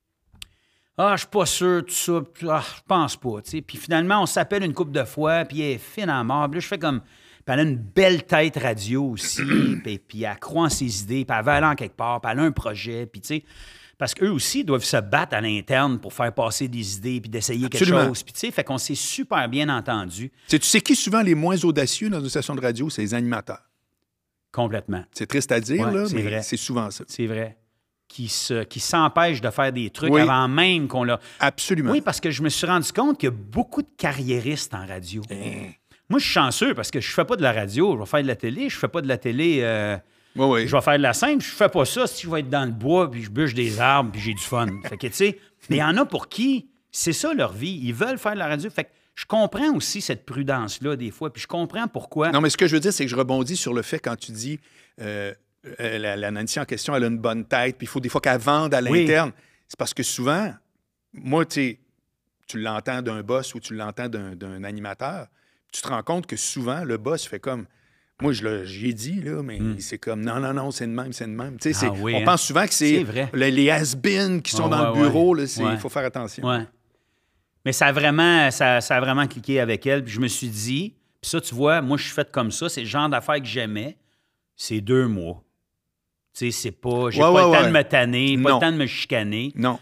Ah, je suis pas sûr, tout ça. Ah, je pense pas, tu sais. Puis finalement, on s'appelle une couple de fois, puis elle est fine en mort. Puis là, je fais comme... Puis elle a une belle tête radio aussi, puis, puis elle croit en ses idées, puis elle va aller en quelque part, puis elle a un projet, puis tu sais... Parce qu'eux aussi doivent se battre à l'interne pour faire passer des idées puis d'essayer Absolument. quelque chose. Puis, tu sais, fait qu'on s'est super bien entendu. Tu sais, tu sais qui souvent les moins audacieux dans une station de radio? C'est les animateurs. Complètement. C'est triste à dire, Ouais, là, c'est mais vrai. c'est souvent ça. C'est vrai. Qui, se, qui s'empêchent de faire des trucs Oui. avant même qu'on l'a... Absolument. Oui, parce que je me suis rendu compte qu'il y a beaucoup de carriéristes en radio. Moi, je suis chanceux parce que je fais pas de la radio. Je vais faire de la télé. Je fais pas de la télé... euh, Oui, oui. Je vais faire de la scène, puis je fais pas ça si je vais être dans le bois, puis je bûche des arbres, puis j'ai du fun. Fait que, tu sais, mais il y en a pour qui c'est ça leur vie. Ils veulent faire de la radio. Fait que je comprends aussi cette prudence-là des fois, puis je comprends pourquoi. Non, mais ce que je veux dire, c'est que je rebondis sur le fait quand tu dis euh, euh, la, la Nancy en question, elle a une bonne tête, puis il faut des fois qu'elle vende à Oui. l'interne. C'est parce que souvent, moi, tu sais, tu l'entends d'un boss ou tu l'entends d'un, d'un animateur, tu te rends compte que souvent, le boss fait comme... Moi, je le, j'ai dit, là, mais Mm. c'est comme non, non, non, c'est de même, c'est de même. Tu sais, c'est- Ah oui, on hein? pense souvent que c'est, C'est vrai. le- les has-been qui sont Ah, dans ouais, le bureau. ouais. là, c'est- Il Ouais. faut faire attention. Ouais. Mais ça a vraiment, ça, ça a vraiment cliqué avec elle. Puis je me suis dit, puis ça, tu vois, moi, je suis fait comme ça. C'est le genre d'affaires que j'aimais. C'est deux mois. Tu sais, c'est pas... J'ai Ouais, pas ouais, le temps ouais. de me tanner, pas Non. le temps de me chicaner. Non.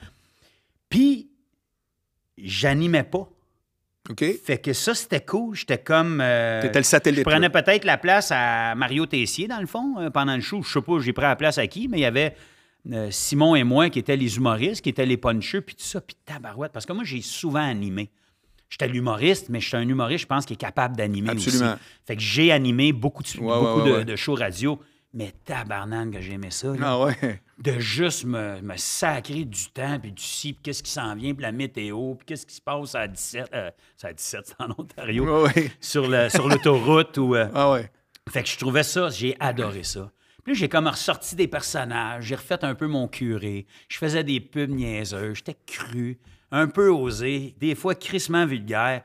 Puis, j'animais pas. OK? Fait que ça, c'était cool. J'étais comme... euh, T'étais le satellite. Je prenais là. peut-être la place à Mario Tessier, dans le fond, euh, pendant le show. Je sais pas, j'ai pris la place à qui, mais il y avait euh, Simon et moi qui étaient les humoristes, qui étaient les puncheux, puis tout ça, puis tabarouette. Parce que moi, j'ai souvent animé. J'étais l'humoriste, mais je suis un humoriste, je pense, qui est capable d'animer Absolument. aussi. Fait que j'ai animé beaucoup de, Ouais, beaucoup ouais, de, ouais, ouais. de shows radio, mais tabarnane que j'aimais ça. là. Ah ouais. De juste me, me sacrer du temps, puis du ci, puis qu'est-ce qui s'en vient, puis la météo, puis qu'est-ce qui se passe à dix-sept... Euh, c'est à dix-sept, c'est en Ontario. Ouais, ouais. Sur, le, sur l'autoroute. Ou, euh, Ah ouais. Fait que je trouvais ça, j'ai adoré ça. Puis là, j'ai comme ressorti des personnages, j'ai refait un peu mon curé, je faisais des pubs niaiseux, j'étais cru, un peu osé, des fois crissement vulgaire.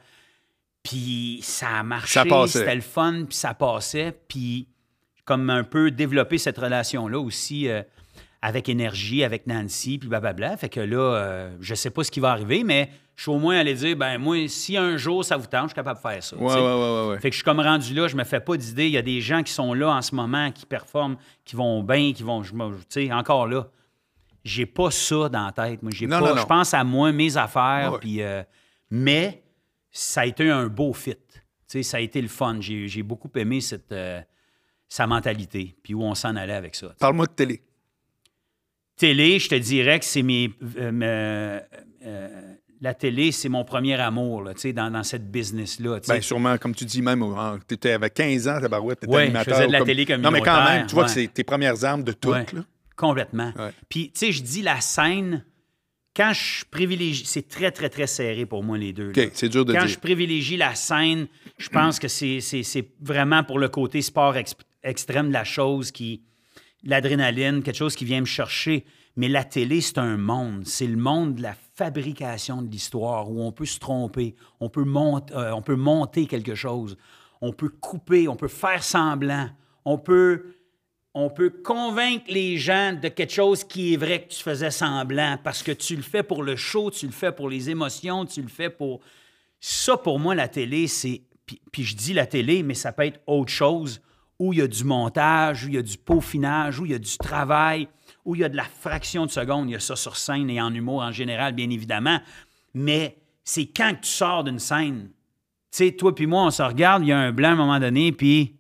Puis ça a marché, Ça passait. c'était le fun, puis ça passait. Puis comme un peu développer cette relation-là aussi euh, avec Énergie, avec Nancy, puis blablabla. Fait que là, euh, je sais pas ce qui va arriver, mais je suis au moins allé dire, ben moi, si un jour ça vous tente, je suis capable de faire ça. Ouais, ouais, ouais, ouais. Fait que je suis comme rendu là, je me fais pas d'idée. Il y a des gens qui sont là en ce moment, qui performent, qui vont bien, qui vont, tu sais, encore là. J'ai pas ça dans la tête. Moi, j'ai Non, pas. non, non. Je pense à moi, mes affaires, Ouais. puis. euh, mais ça a été un beau fit. Tu sais, ça a été le fun. J'ai, j'ai beaucoup aimé cette, euh, sa mentalité, puis où on s'en allait avec ça. Parle-moi de télé. Télé, je te dirais que c'est mes. euh, me- euh, la télé, c'est mon premier amour, là, tu sais, dans, dans cette business-là. tu sais. Bien, sûrement, comme tu dis, même, tu étais avec quinze ans, tabarouette, tu étais Ouais, animateur. je faisais de la comme... télé Non, mais quand communautaire, même, tu vois ouais. que c'est tes premières armes de toutes. Ouais, Là. complètement. Ouais. Puis, tu sais, je dis la scène, quand je privilégie, c'est très, très, très serré pour moi, les deux. là. OK, c'est dur de Quand dire. je privilégie la scène, je pense que c'est, c'est, c'est vraiment pour le côté sport ex- extrême de la chose, qui l'adrénaline, quelque chose qui vient me chercher. Mais la télé, c'est un monde. C'est le monde de la fabrication de l'histoire où on peut se tromper, on peut, monter, euh, on peut monter quelque chose, on peut couper, on peut faire semblant, on peut, on peut convaincre les gens de quelque chose qui est vrai que tu faisais semblant parce que tu le fais pour le show, tu le fais pour les émotions, tu le fais pour... Ça, pour moi, la télé, c'est... Puis, puis je dis la télé, mais ça peut être autre chose où il y a du montage, où il y a du peaufinage, où il y a du travail, où il y a de la fraction de seconde. Il y a ça sur scène et en humour en général, bien évidemment. Mais c'est quand que tu sors d'une scène. Tu sais, toi puis moi, on se regarde, il y a un blanc à un moment donné, puis...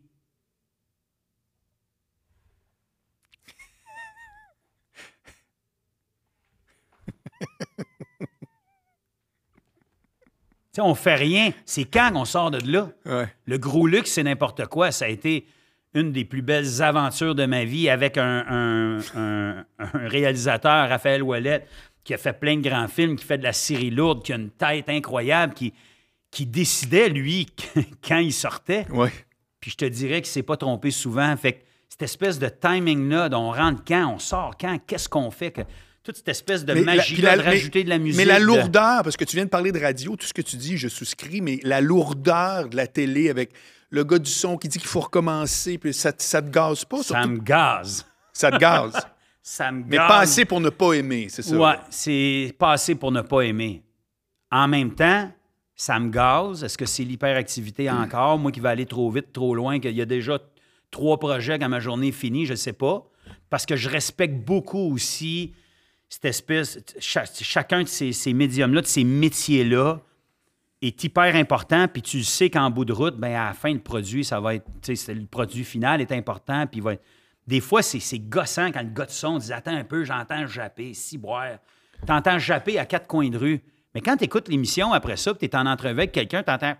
Tu sais, on fait rien. C'est quand qu'on sort de là. Ouais. Le Gros Luxe, c'est n'importe quoi. Ça a été une des plus belles aventures de ma vie avec un, un- un- un réalisateur, Raphaël Ouellette, qui a fait plein de grands films, qui fait de la série lourde, qui a une tête incroyable, qui, qui décidait, lui, quand il sortait. Ouais. Puis je te dirais qu'il ne s'est pas trompé souvent. Fait que cette espèce de timing-là, on rentre quand, on sort quand, qu'est-ce qu'on fait? Que, toute cette espèce de Mais la- magie puis la- de rajouter de la musique. Mais la de- lourdeur, parce que tu viens de parler de radio, tout ce que tu dis, je souscris, mais la lourdeur de la télé avec le gars du son qui dit qu'il faut recommencer, puis ça, ça te gaze pas, Ça surtout? me gaze. Ça te gaze. Ça me Mais gaze. pas assez pour ne pas aimer, c'est ça? Ouais, c'est pas assez pour ne pas aimer. En même temps, ça me gaze. Est-ce que c'est l'hyperactivité encore? Moi qui vais aller trop vite, trop loin, qu'il y a déjà trois projets quand ma journée est finie, je ne sais pas. Parce que je respecte beaucoup aussi cette espèce... cha- chacun de ces, ces médiums-là, de ces métiers-là, est hyper important. Puis tu sais qu'en bout de route, ben à la fin, le produit, ça va être... Tu sais, c'est- le produit final est important, puis il va être... Des fois, c'est, c'est gossant quand le gars de son dit « Attends un peu, j'entends japper, si boire. » T'entends japper à quatre coins de rue. Mais quand tu écoutes l'émission après ça, puis tu es en entrevue avec quelqu'un, tu entends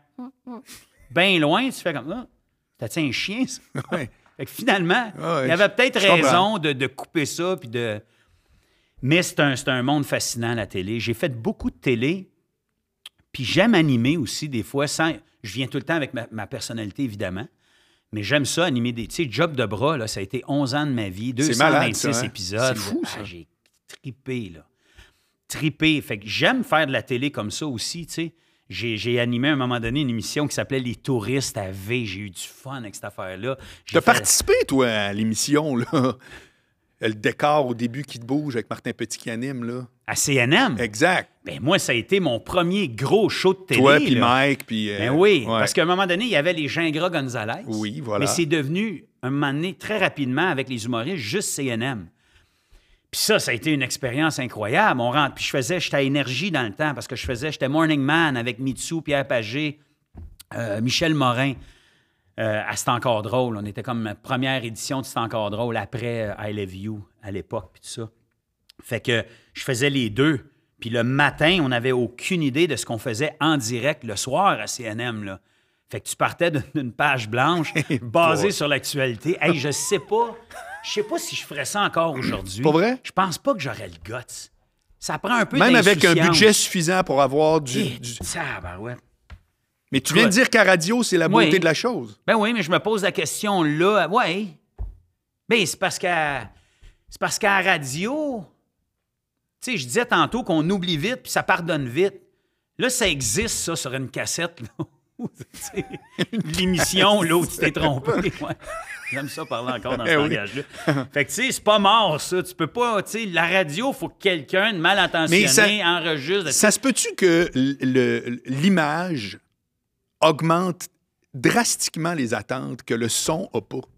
bien loin, tu fais comme ah, t'as-tu un chien, ça? Ouais. Fait que finalement, Ah ouais, il y avait peut-être je comprends. raison de, de couper ça. Puis de... Mais c'est un, c'est un monde fascinant, la télé. J'ai fait beaucoup de télé, puis j'aime animer aussi des fois. Sans... Je viens tout le temps avec ma, ma personnalité, évidemment. Mais j'aime ça, animer des... Tu sais, Job de bras, là, ça a été onze ans de ma vie, C'est malade, deux cent vingt-six ça, hein? épisodes. C'est fou, ça. Ah, j'ai trippé, là. Trippé. Fait que j'aime faire de la télé comme ça aussi, tu sais. J'ai, j'ai animé à un moment donné une émission qui s'appelait Les Touristes à V. J'ai eu du fun avec cette affaire-là. J'ai Tu as fait- participé, toi, à l'émission, là. Le décor au début qui te bouge avec Martin Petit qui anime, là. À C N M. Exact. Ben moi, ça a été mon premier gros show de télé. Toi, puis là. Mike, puis... euh, Ben oui, ouais. parce qu'à un moment donné, il y avait les Gingras Gonzalez. Oui, voilà. Mais c'est devenu, un moment donné, très rapidement, avec les humoristes, juste C N M. Puis ça, ça a été une expérience incroyable. On rentre, puis je faisais, j'étais à Énergie dans le temps, parce que je faisais, j'étais Morning Man avec Mitsou, Pierre Pagé, euh, Michel Morin. Euh, à C'est encore drôle. On était comme ma première édition de C'est encore drôle, après euh, I Love You, à l'époque, puis tout ça. Fait que je faisais les deux. Puis le matin, on n'avait aucune idée de ce qu'on faisait en direct le soir à C N M, là. Fait que tu partais d'une- d'une page blanche basée boy. sur l'actualité. Hey, je sais pas. Je sais pas si je ferais ça encore aujourd'hui. Pas vrai? Je pense pas que j'aurais le guts. Ça prend un peu Même avec un d'insouciance. budget suffisant pour avoir du... Eh, du- tabarouette. Mais tu viens de dire qu'à radio, c'est la beauté Oui. de la chose. Ben oui, mais je me pose la question là. Ouais. Ben, c'est parce qu'à. C'est parce qu'à la radio. Tu sais, je disais tantôt qu'on oublie vite puis ça pardonne vite. Là, ça existe, ça, sur une cassette, là. Tu sais, l'émission, là, où tu t'es trompé. Ouais. J'aime ça parler encore dans Eh ce oui. langage-là. Fait que, tu sais, c'est pas mort, ça. Tu peux pas, tu sais, la radio, il faut que quelqu'un de mal intentionné Mais ça- enregistre. Ça se peut-tu que l- le- l'image augmente drastiquement les attentes que le son n'a pas?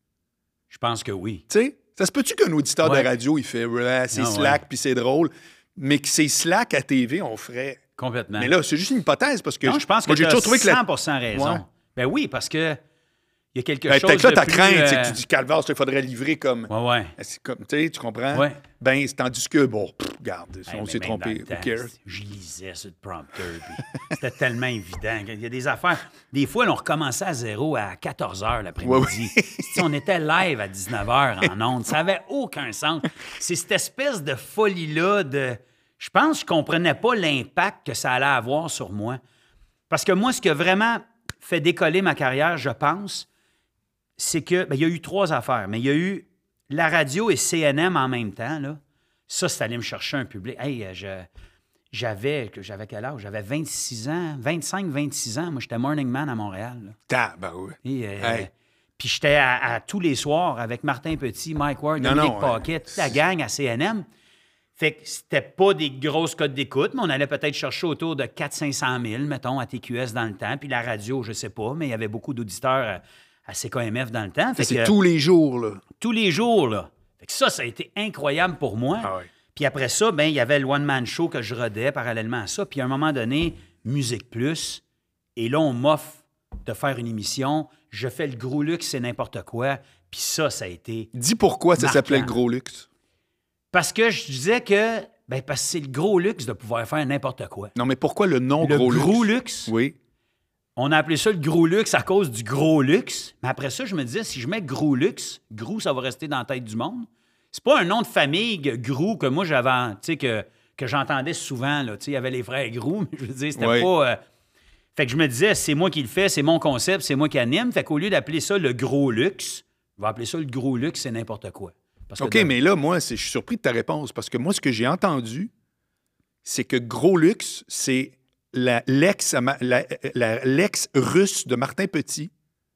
Je pense que oui. Tu sais, ça se peut-tu qu'un auditeur Ouais. de radio, il fait ouais, c'est Ah, slack ouais. puis c'est drôle, mais que c'est slack à T V, on ferait. Complètement. Mais là, c'est juste une hypothèse parce que non, je pense moi, que j'ai tu as toujours trouvé que la. cent pour cent raison. Ouais. Ben oui, parce que il y a quelque Ben, chose peut-être là, de ta plus, crainte, c'est euh, que tu dis Calvaire, il faudrait livrer comme. Ouais, ouais. C'est comme, tu sais, tu comprends? Ouais. Ben, c'est tandis que, bon, pff, regarde, Hey, on mais s'est même trompé. dans le Who temps, cares? Je lisais sur le prompteur. puis C'était tellement évident. Il y a des affaires. Des fois, là, on recommençait à zéro à quatorze heures l'après-midi. Ouais, Si on était live à dix-neuf heures en ondes. Ça n'avait aucun sens. C'est cette espèce de folie-là de. Je pense que je ne comprenais pas l'impact que ça allait avoir sur moi. Parce que moi, ce qui a vraiment fait décoller ma carrière, je pense, c'est que. Bien, il y a eu trois affaires, mais il y a eu la radio et C N M en même temps, là. Ça, c'est allé me chercher un public. Hey, je, j'avais, que- j'avais quel âge? J'avais vingt-six ans, vingt-cinq, vingt-six ans. Moi, j'étais morning man à Montréal. Là. Ta, ben oui. Et, euh, Hey. Puis j'étais à, à tous les soirs avec Martin Petit, Mike Ward, Non, Dominique non, Paquet, toute la gang à C N M. Fait que c'était pas des grosses cotes d'écoute, mais on allait peut-être chercher autour de quatre cents à cinq cent mille, mettons, à T Q S dans le temps. Puis la radio, je sais pas, mais il y avait beaucoup d'auditeurs à, à C K M F dans le temps. Fait C'est que, tous les jours, là. tous les jours, là. Fait que ça, ça a été incroyable pour moi. Ah ouais. Puis après ça, ben il y avait le one-man show que je rodais parallèlement à ça. Puis à un moment donné, Musique Plus. Et là, on m'offre de faire une émission. Je fais le gros luxe, c'est n'importe quoi. Puis ça, ça a été... Dis pourquoi ça Marquant. s'appelait le gros luxe. Parce que je disais que... Ben parce que c'est le gros luxe de pouvoir faire n'importe quoi. Non, mais pourquoi le nom Le gros, gros luxe? luxe, Oui. on a appelé ça le gros luxe à cause du gros luxe. Mais après ça, je me disais, si je mets gros luxe, gros, ça va rester dans la tête du monde. C'est pas un nom de famille, Grou, que moi, j'avais, tu sais, que, que j'entendais souvent, là. Tu sais, il y avait les frères Grou, mais je veux dire, c'était Oui. pas... euh, Fait que je me disais, c'est moi qui le fais, c'est mon concept, c'est moi qui anime. Fait qu'au lieu d'appeler ça le gros luxe, on va appeler ça le gros luxe, c'est n'importe quoi. Parce que OK, de- mais là, moi, c'est- je suis surpris de ta réponse parce que moi, ce que j'ai entendu, c'est que gros luxe, c'est la- l'ex la- la- l'ex russe de Martin Petit.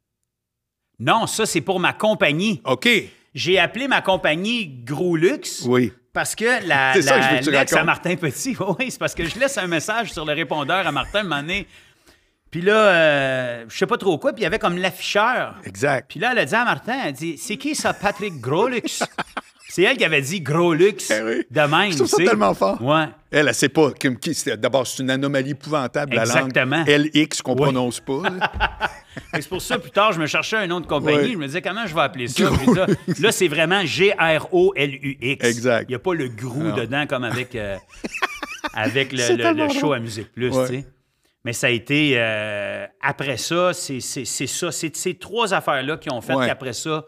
Non, ça, c'est pour ma compagnie. OK. J'ai appelé ma compagnie Gros Luxe. Oui. Parce que la, C'est ça la- que je veux que tu l'ex à racontes. Martin Petit, oui, c'est parce que je laisse un message sur le répondeur à Martin un moment donné. Puis là, euh, je sais pas trop quoi, puis il y avait comme l'afficheur. Exact. Puis là, elle a dit à Martin, elle dit, c'est qui ça, Patrick Grolux? C'est elle qui avait dit Grolux Eh oui. de même. Je trouve ça tu sais. tellement fort. Ouais. Elle, elle sait pas. Kim- qui- c'est- D'abord, c'est une anomalie épouvantable, Exactement. la langue L X qu'on Oui. prononce pas. là. Fait que C'est pour ça, plus tard, je me cherchais un nom de compagnie. Ouais. Je me disais, comment je vais appeler ça? Puis là, là, c'est vraiment G R O L U X. Exact. Il n'y a pas le grou Non. dedans comme avec, euh, avec le, C'est le- le tellement show drôle. à Musique Plus. Ouais. tu sais. Mais ça a été... euh, après ça, c'est c'est- c'est ça. C'est ces trois affaires-là qui ont fait Ouais. qu'après ça...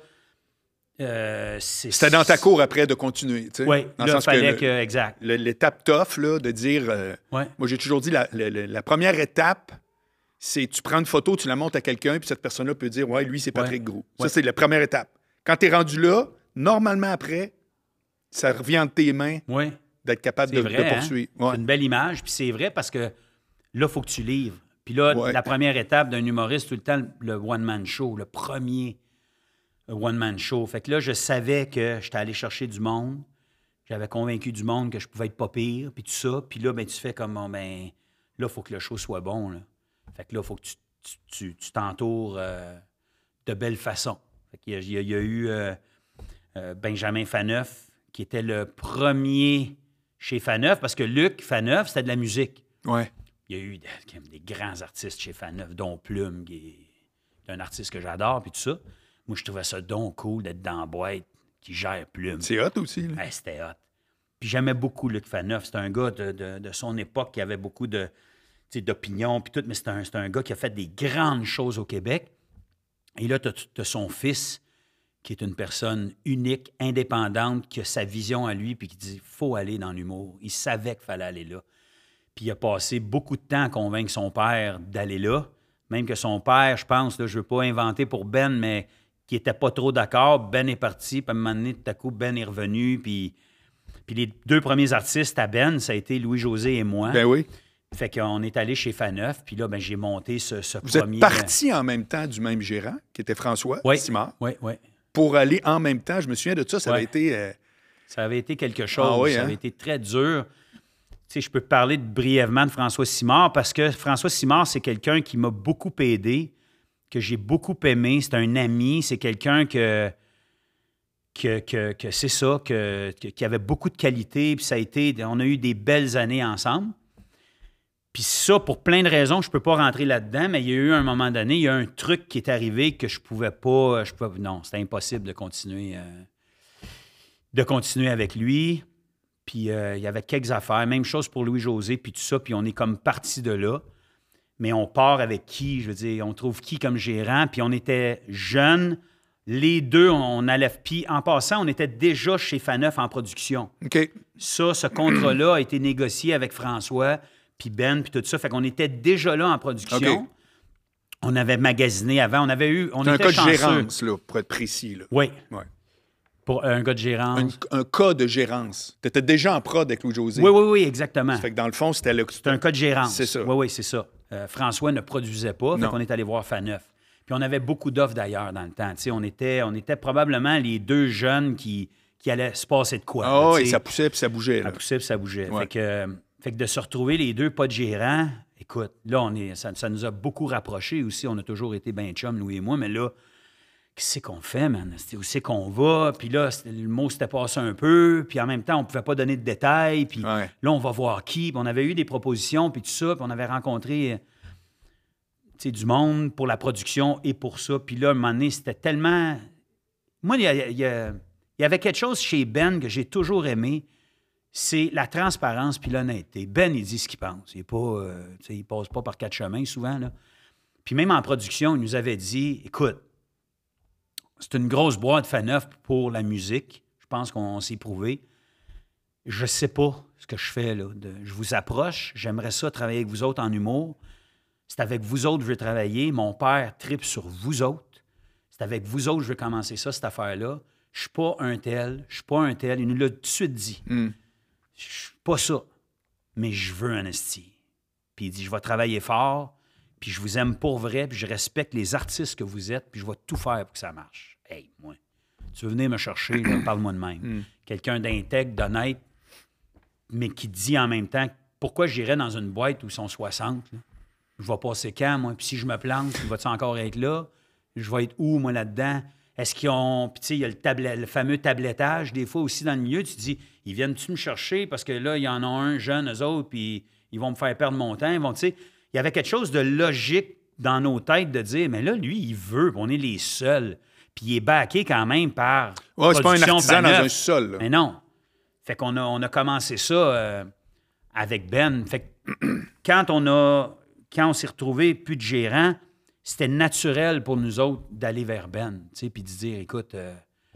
euh, c'est- C'était dans ta cour après de continuer. tu sais. Oui, Dans le là, il sens que fallait le- que... Exact. le- l'étape tough, là, de dire. euh, Ouais. Moi, j'ai toujours dit la, la- la- la première étape, c'est tu prends une photo, tu la montres à quelqu'un, puis cette personne-là peut dire ouais, lui, c'est Patrick Gros. Ça, Ouais. c'est la première étape. Quand tu es rendu là, normalement après, ça revient entre tes mains Oui. d'être capable C'est de, vrai, de hein? poursuivre. C'est Ouais. une belle image, puis c'est vrai parce que là, il faut que tu livres. Puis là, Ouais. la première étape d'un humoriste, tout le temps, le one-man show, le premier one-man show. Fait que là, je savais que j'étais allé chercher du monde. J'avais convaincu du monde que je pouvais être pas pire, puis tout ça. Puis là, ben, tu fais comme, bon, ben, là, il faut que le show soit bon. Là. Fait que là, il faut que tu, tu, tu- tu t'entoures euh, de belle façon. Fait qu'il y a, il y a- il y a eu euh, euh, Benjamin Faneuf, qui était le premier chez Faneuf, parce que Luc Faneuf, c'était de la musique. Ouais. Il y a eu des, quand même des grands artistes chez Faneuf, dont Plume, qui est un artiste que j'adore, puis tout ça. Moi, je trouvais ça donc cool d'être dans la boîte qui gère Plume. C'est hot aussi. là. Hey, c'était hot. Puis j'aimais beaucoup Luc Faneuf. C'était un gars de, de- de son époque qui avait beaucoup de, tu sais, d'opinions, puis tout, mais c'était un, c'était un gars qui a fait des grandes choses au Québec. Et là, tu as son fils, qui est une personne unique, indépendante, qui a sa vision à lui, puis qui dit faut aller dans l'humour. Il savait qu'il fallait aller là. Puis il a passé beaucoup de temps à convaincre son père d'aller là. Même que son père, je pense, là, je ne veux pas inventer pour Ben, mais qui n'était pas trop d'accord. Ben est parti, puis à un moment donné, tout à coup, Ben est revenu. Puis, puis les deux premiers artistes à Ben, ça a été Louis-José et moi. Ben oui. Fait qu'on est allé chez Faneuf, puis là, ben, j'ai monté ce, ce Vous premier... êtes partis en même temps du même gérant, qui était François Oui, Simard, oui, oui. pour aller en même temps. Je me souviens de ça, ça Ouais. avait été... euh, Ça avait été quelque chose. Ah oui, ça hein? avait été très dur. Tu sais, je peux te parler de, brièvement de François Simard parce que François Simard, c'est quelqu'un qui m'a beaucoup aidé, que j'ai beaucoup aimé. C'est un ami. C'est quelqu'un que, que, que, que c'est ça, que, que- qui avait beaucoup de qualités. Puis ça a été... On a eu des belles années ensemble. Puis ça, pour plein de raisons, je ne peux pas rentrer là-dedans, mais il y a eu un moment donné, il y a un truc qui est arrivé que je pouvais pas... Je pouvais, non, c'était impossible de continuer... euh, de continuer avec lui. Puis euh, il y avait quelques affaires. Même chose pour Louis-José, puis tout ça. Puis on est comme parti de là. Mais on part avec qui? Je veux dire, on trouve qui comme gérant? Puis on était jeunes. Les deux, on allait... Puis en passant, on était déjà chez Faneuf en production. OK. Ça, ce contrat-là a été négocié avec François, puis Ben, puis tout ça. Fait qu'on était déjà là en production. OK. On avait magasiné avant. On avait eu... On C'est un était cas de chanceux. gérance, là, pour être précis. Là. Oui. Ouais. Pour un gars de gérance. Un, un cas de gérance. Tu étais déjà en prod avec Louis-José. Oui, oui, oui, exactement. Ça fait que dans le fond, c'était le... C'est un cas de gérance. C'est ça. Oui, oui, c'est ça. Euh, François ne produisait pas, fait Non. qu'on est allé voir Faneuf. Puis on avait beaucoup d'offres d'ailleurs dans le temps. Tu sais, on était, on était probablement les deux jeunes qui, qui allaient se passer de quoi. Ah là, oui, tu sais. ça poussait puis ça bougeait. Ça Là. poussait puis ça bougeait. Ouais. Fait, que, euh, fait que de se retrouver les deux pas de gérant, écoute, là, on est, ça, ça nous a beaucoup rapprochés aussi. On a toujours été bien chum, Louis et moi, mais là, qu'est-ce qu'on fait, man? Où c'est qu'on va? Puis là, c'était- le mot s'était passé un peu, puis en même temps, on ne pouvait pas donner de détails, puis Ouais. là, on va voir qui. Puis on avait eu des propositions, puis tout ça, puis on avait rencontré euh, tu sais, du monde pour la production et pour ça. Puis là, à un moment donné, c'était tellement... Moi, il y, a- il y a- il y avait quelque chose chez Ben que j'ai toujours aimé, c'est la transparence puis l'honnêteté. Ben, il dit ce qu'il pense. Il est pas, euh, tu sais, il passe pas par quatre chemins souvent, là. Puis même en production, il nous avait dit, écoute, c'est une grosse boîte Faneuf pour la musique. Je pense qu'on s'est prouvé. Je sais pas ce que je fais, là. De- je vous approche. J'aimerais ça travailler avec vous autres en humour. C'est avec vous autres que je veux travailler. Mon père tripe sur vous autres. C'est avec vous autres que je veux commencer ça, cette affaire-là. Je suis pas un tel. Je suis pas un tel. Il nous l'a tout de suite dit. Mm. Je suis pas ça. Mais je veux un esti. Puis il dit, je vais travailler fort, puis je vous aime pour vrai, puis je respecte les artistes que vous êtes, puis je vais tout faire pour que ça marche. Hey, moi, tu veux venir me chercher, là, parle-moi de même. Mm. Quelqu'un d'intègre, d'honnête, mais qui dit en même temps, pourquoi j'irais dans une boîte où ils sont soixante, là? Je vais passer quand, moi? Puis si je me plante, vas-tu encore être là? Je vais être où, moi, là-dedans? Est-ce qu'ils ont... Puis tu sais, il y a le, tablet, le fameux tablettage, des fois aussi dans le milieu, tu te dis, ils viennent-tu me chercher? Parce que là, il y en a un jeune, eux autres, puis ils vont me faire perdre mon temps. Ils vont, tu sais... Il y avait quelque chose de logique dans nos têtes de dire, mais là, lui, il veut, puis on est les seuls. Puis il est backé quand même par Ouais, c'est pas un production artisan dans Faneuf. un sol. Là. Mais non. Fait qu'on a, on a commencé ça euh, avec Ben. Fait que quand on a... Quand on s'est retrouvé plus de gérant, c'était naturel pour nous autres d'aller vers Ben, tu sais, puis de dire, écoute, euh,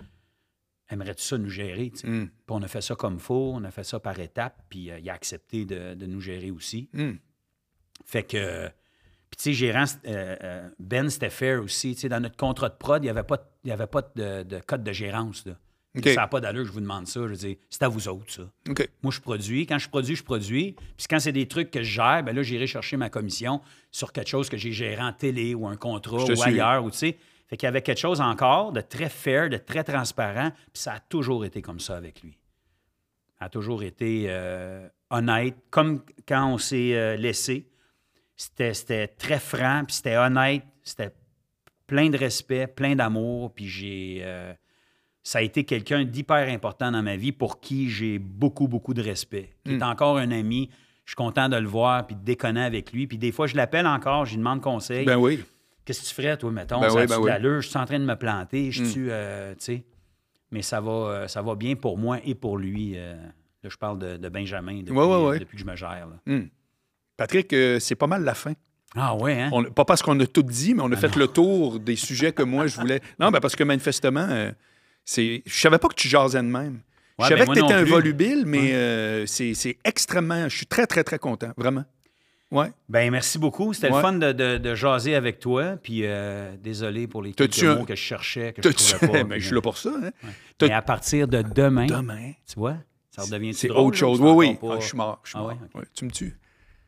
aimerais-tu ça nous gérer, tu sais? Mm. Puis on a fait ça comme faut, on a fait ça par étapes, puis euh, il a accepté de, de nous gérer aussi. Mm. Fait que, euh, puis tu sais, gérant, euh, euh, Ben, c'était fair aussi, tu sais, dans notre contrat de prod, il n'y avait pas, de- il y avait pas de, de code de gérance, là. OK. Ça n'a pas d'allure, je vous demande ça. Je veux dire, c'est à vous autres, ça. OK. Moi, je produis. Quand je produis, je produis. Puis quand c'est des trucs que je gère, bien là, j'irai chercher ma commission sur quelque chose que j'ai géré en télé ou un contrat Je te ou suis. ailleurs. Ou, tu sais. Fait qu'il y avait quelque chose encore de très fair, de très transparent. Puis ça a toujours été comme ça avec lui. Ça a toujours été euh, honnête. Comme quand on s'est euh, laissé, c'était, c'était très franc, puis c'était honnête. C'était plein de respect, plein d'amour. Puis j'ai... euh, ça a été quelqu'un d'hyper important dans ma vie pour qui j'ai beaucoup, beaucoup de respect. Qui est encore un ami. Je suis content de le voir puis de déconner avec lui. Puis des fois, je l'appelle encore, je lui demande conseil. Ben oui. Qu'est-ce que tu ferais, toi, mettons? Ben ça oui, a-tu ben de oui. l'allure? Je suis en train de me planter. Je suis, euh, tu sais. Mais ça va, euh, ça va bien pour moi et pour lui. euh. Là, je parle de, de Benjamin depuis, Ouais, ouais, ouais. euh, depuis que je me gère. Là. Mm. Patrick, euh, c'est pas mal la fin. Ah ouais, hein? On- pas parce qu'on a tout dit, mais on a fait le tour des sujets que moi, je voulais... Non, ben parce que manifestement, euh, c'est... je savais pas que tu jasais de même. Ouais, je savais ben que moi tu étais non un plus. volubile, mais Ouais. euh, c'est, c'est extrêmement... Je suis très, très, très content, vraiment. Ouais. Ben merci beaucoup. C'était Ouais. le fun de, de, de jaser avec toi. Puis euh, désolé pour les quelques T'as-tu un- mots que je cherchais, que je T'as-tu- trouvais pas. ben, mais- je suis là pour ça. Hein? Ouais. T'as- Mais à partir de demain, Demain, tu vois, ça redevient c'est drôle, autre là, chose. c'est Oui, oui. encore pas- Ah, je suis mort. Je suis Ah mort. ouais? Ouais, tu me tues.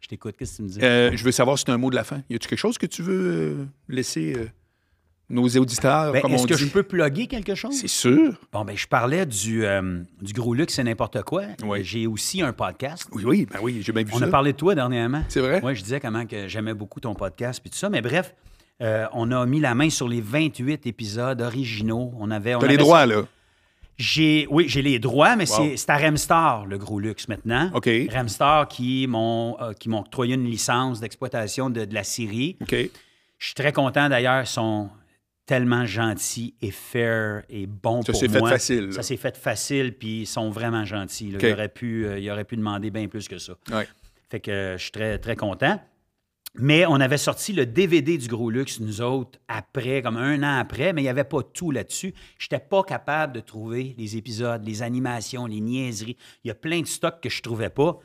Je t'écoute. Qu'est-ce que tu me dis? Euh, je veux savoir si tu as un mot de la fin. Y a-tu quelque chose que tu veux euh, laisser euh, nos auditeurs, Ben, comme on est-ce que dit? je peux plugger quelque chose? C'est sûr. Bon, ben je parlais du, euh, du gros luxe, c'est n'importe quoi. Oui. J'ai aussi un podcast. Oui, oui, ben oui, j'ai bien vu On ça. a parlé de toi dernièrement. C'est vrai? Oui, je disais comment que j'aimais beaucoup ton podcast puis tout ça. Mais bref, euh, on a mis la main sur les vingt-huit épisodes originaux. On avait, on T'as les avait droits, ça- là. J'ai, oui, j'ai les droits, mais Wow. c'est, c'est à Remstar, le gros luxe, maintenant. OK. Remstar qui m'ont, euh, qui m'ont octroyé une licence d'exploitation de, de la série. OK. Je suis très content, d'ailleurs. Ils sont tellement gentils et fair et bons Ça pour s'est fait moi. facile, là. Ça s'est fait facile, puis ils sont vraiment gentils. Là. OK. Il, aurait pu, euh, il aurait pu demander bien plus que ça. Ouais. Fait que euh, je suis très, très content. Mais on avait sorti le D V D du Gros Luxe, nous autres, après, comme un an après, mais il n'y avait pas tout là-dessus. Je n'étais pas capable de trouver les épisodes, les animations, les niaiseries. Il y a plein de stocks que je ne trouvais pas.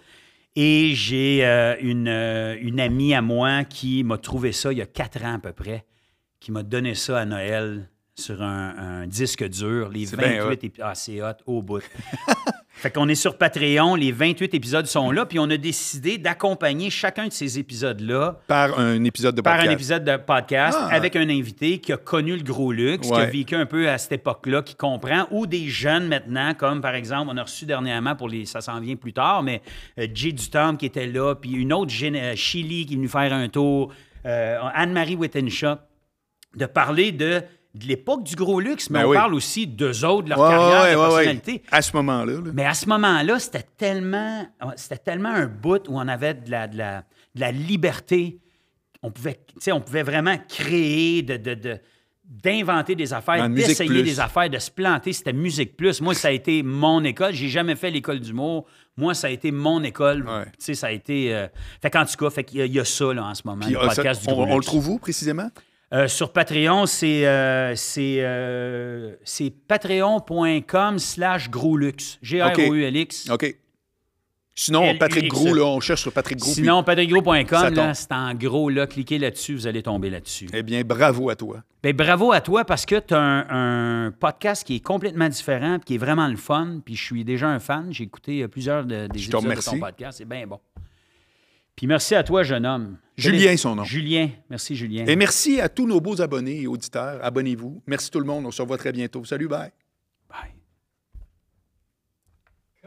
Et j'ai euh, une, euh, une amie à moi qui m'a trouvé ça il y a quatre ans à peu près, qui m'a donné ça à Noël sur un, un disque dur, les C'est bien vingt-huit épisodes. Ah, c'est hot, au bout. Fait qu'on est sur Patreon, les vingt-huit épisodes sont là, puis on a décidé d'accompagner chacun de ces épisodes-là Par un épisode de par podcast. un épisode de podcast Ah. avec un invité qui a connu le gros luxe, qui a Ouais. vécu un peu à cette époque-là, qui comprend, ou des jeunes maintenant, comme par exemple, on a reçu dernièrement, pour les, ça s'en vient plus tard, mais euh, Jay Dutom qui était là, puis une autre, gén- euh, Chili qui est venue faire un tour, euh, Anne-Marie Wittenshaw, de parler de, de l'époque du gros luxe, mais Ben on oui. parle aussi d'eux autres, de leur Ouais, carrière, ouais, de ouais, ouais. personnalité. À ce moment-là. là. Mais à ce moment-là, c'était tellement, c'était tellement un bout où on avait de la, de la, de la liberté. On pouvait, tu sais, on pouvait vraiment créer, de, de, de- d'inventer des affaires, Dans Musique d'essayer Plus. des affaires, de se planter. C'était Musique Plus. Moi, ça a été mon école. J'ai jamais fait l'école d'humour. Moi, ça a été mon école. Ouais. Tu sais, ça a été... euh, Fait qu'en tout cas, fait qu'il y a, il y a ça là, en ce moment, Puis, le euh, ça- podcast du on, Gros on le Luxe. trouve où, précisément? Euh, sur Patreon, c'est euh, c'est euh, c'est patreon.com slash gros luxe. G R O U L X. OK. Sinon, L U X. Patrick Gros, là, on cherche sur Patrick Gros. Sinon, patrick gros point Ça com, tombe. là, c'est en gros, là, cliquez là-dessus, vous allez tomber là-dessus. puis- eh bien, bravo à toi. Ben, bravo à toi parce que tu as un, un podcast qui est complètement différent, puis qui est vraiment le fun, puis je suis déjà un fan. J'ai écouté euh, plusieurs de- des Je te épisodes de remercie. ton podcast, c'est bien bon. Puis merci à toi, jeune homme. Julien, son nom. Julien. Merci, Julien. Et merci à tous nos beaux abonnés et auditeurs. Abonnez-vous. Merci tout le monde. On se revoit très bientôt. Salut, bye.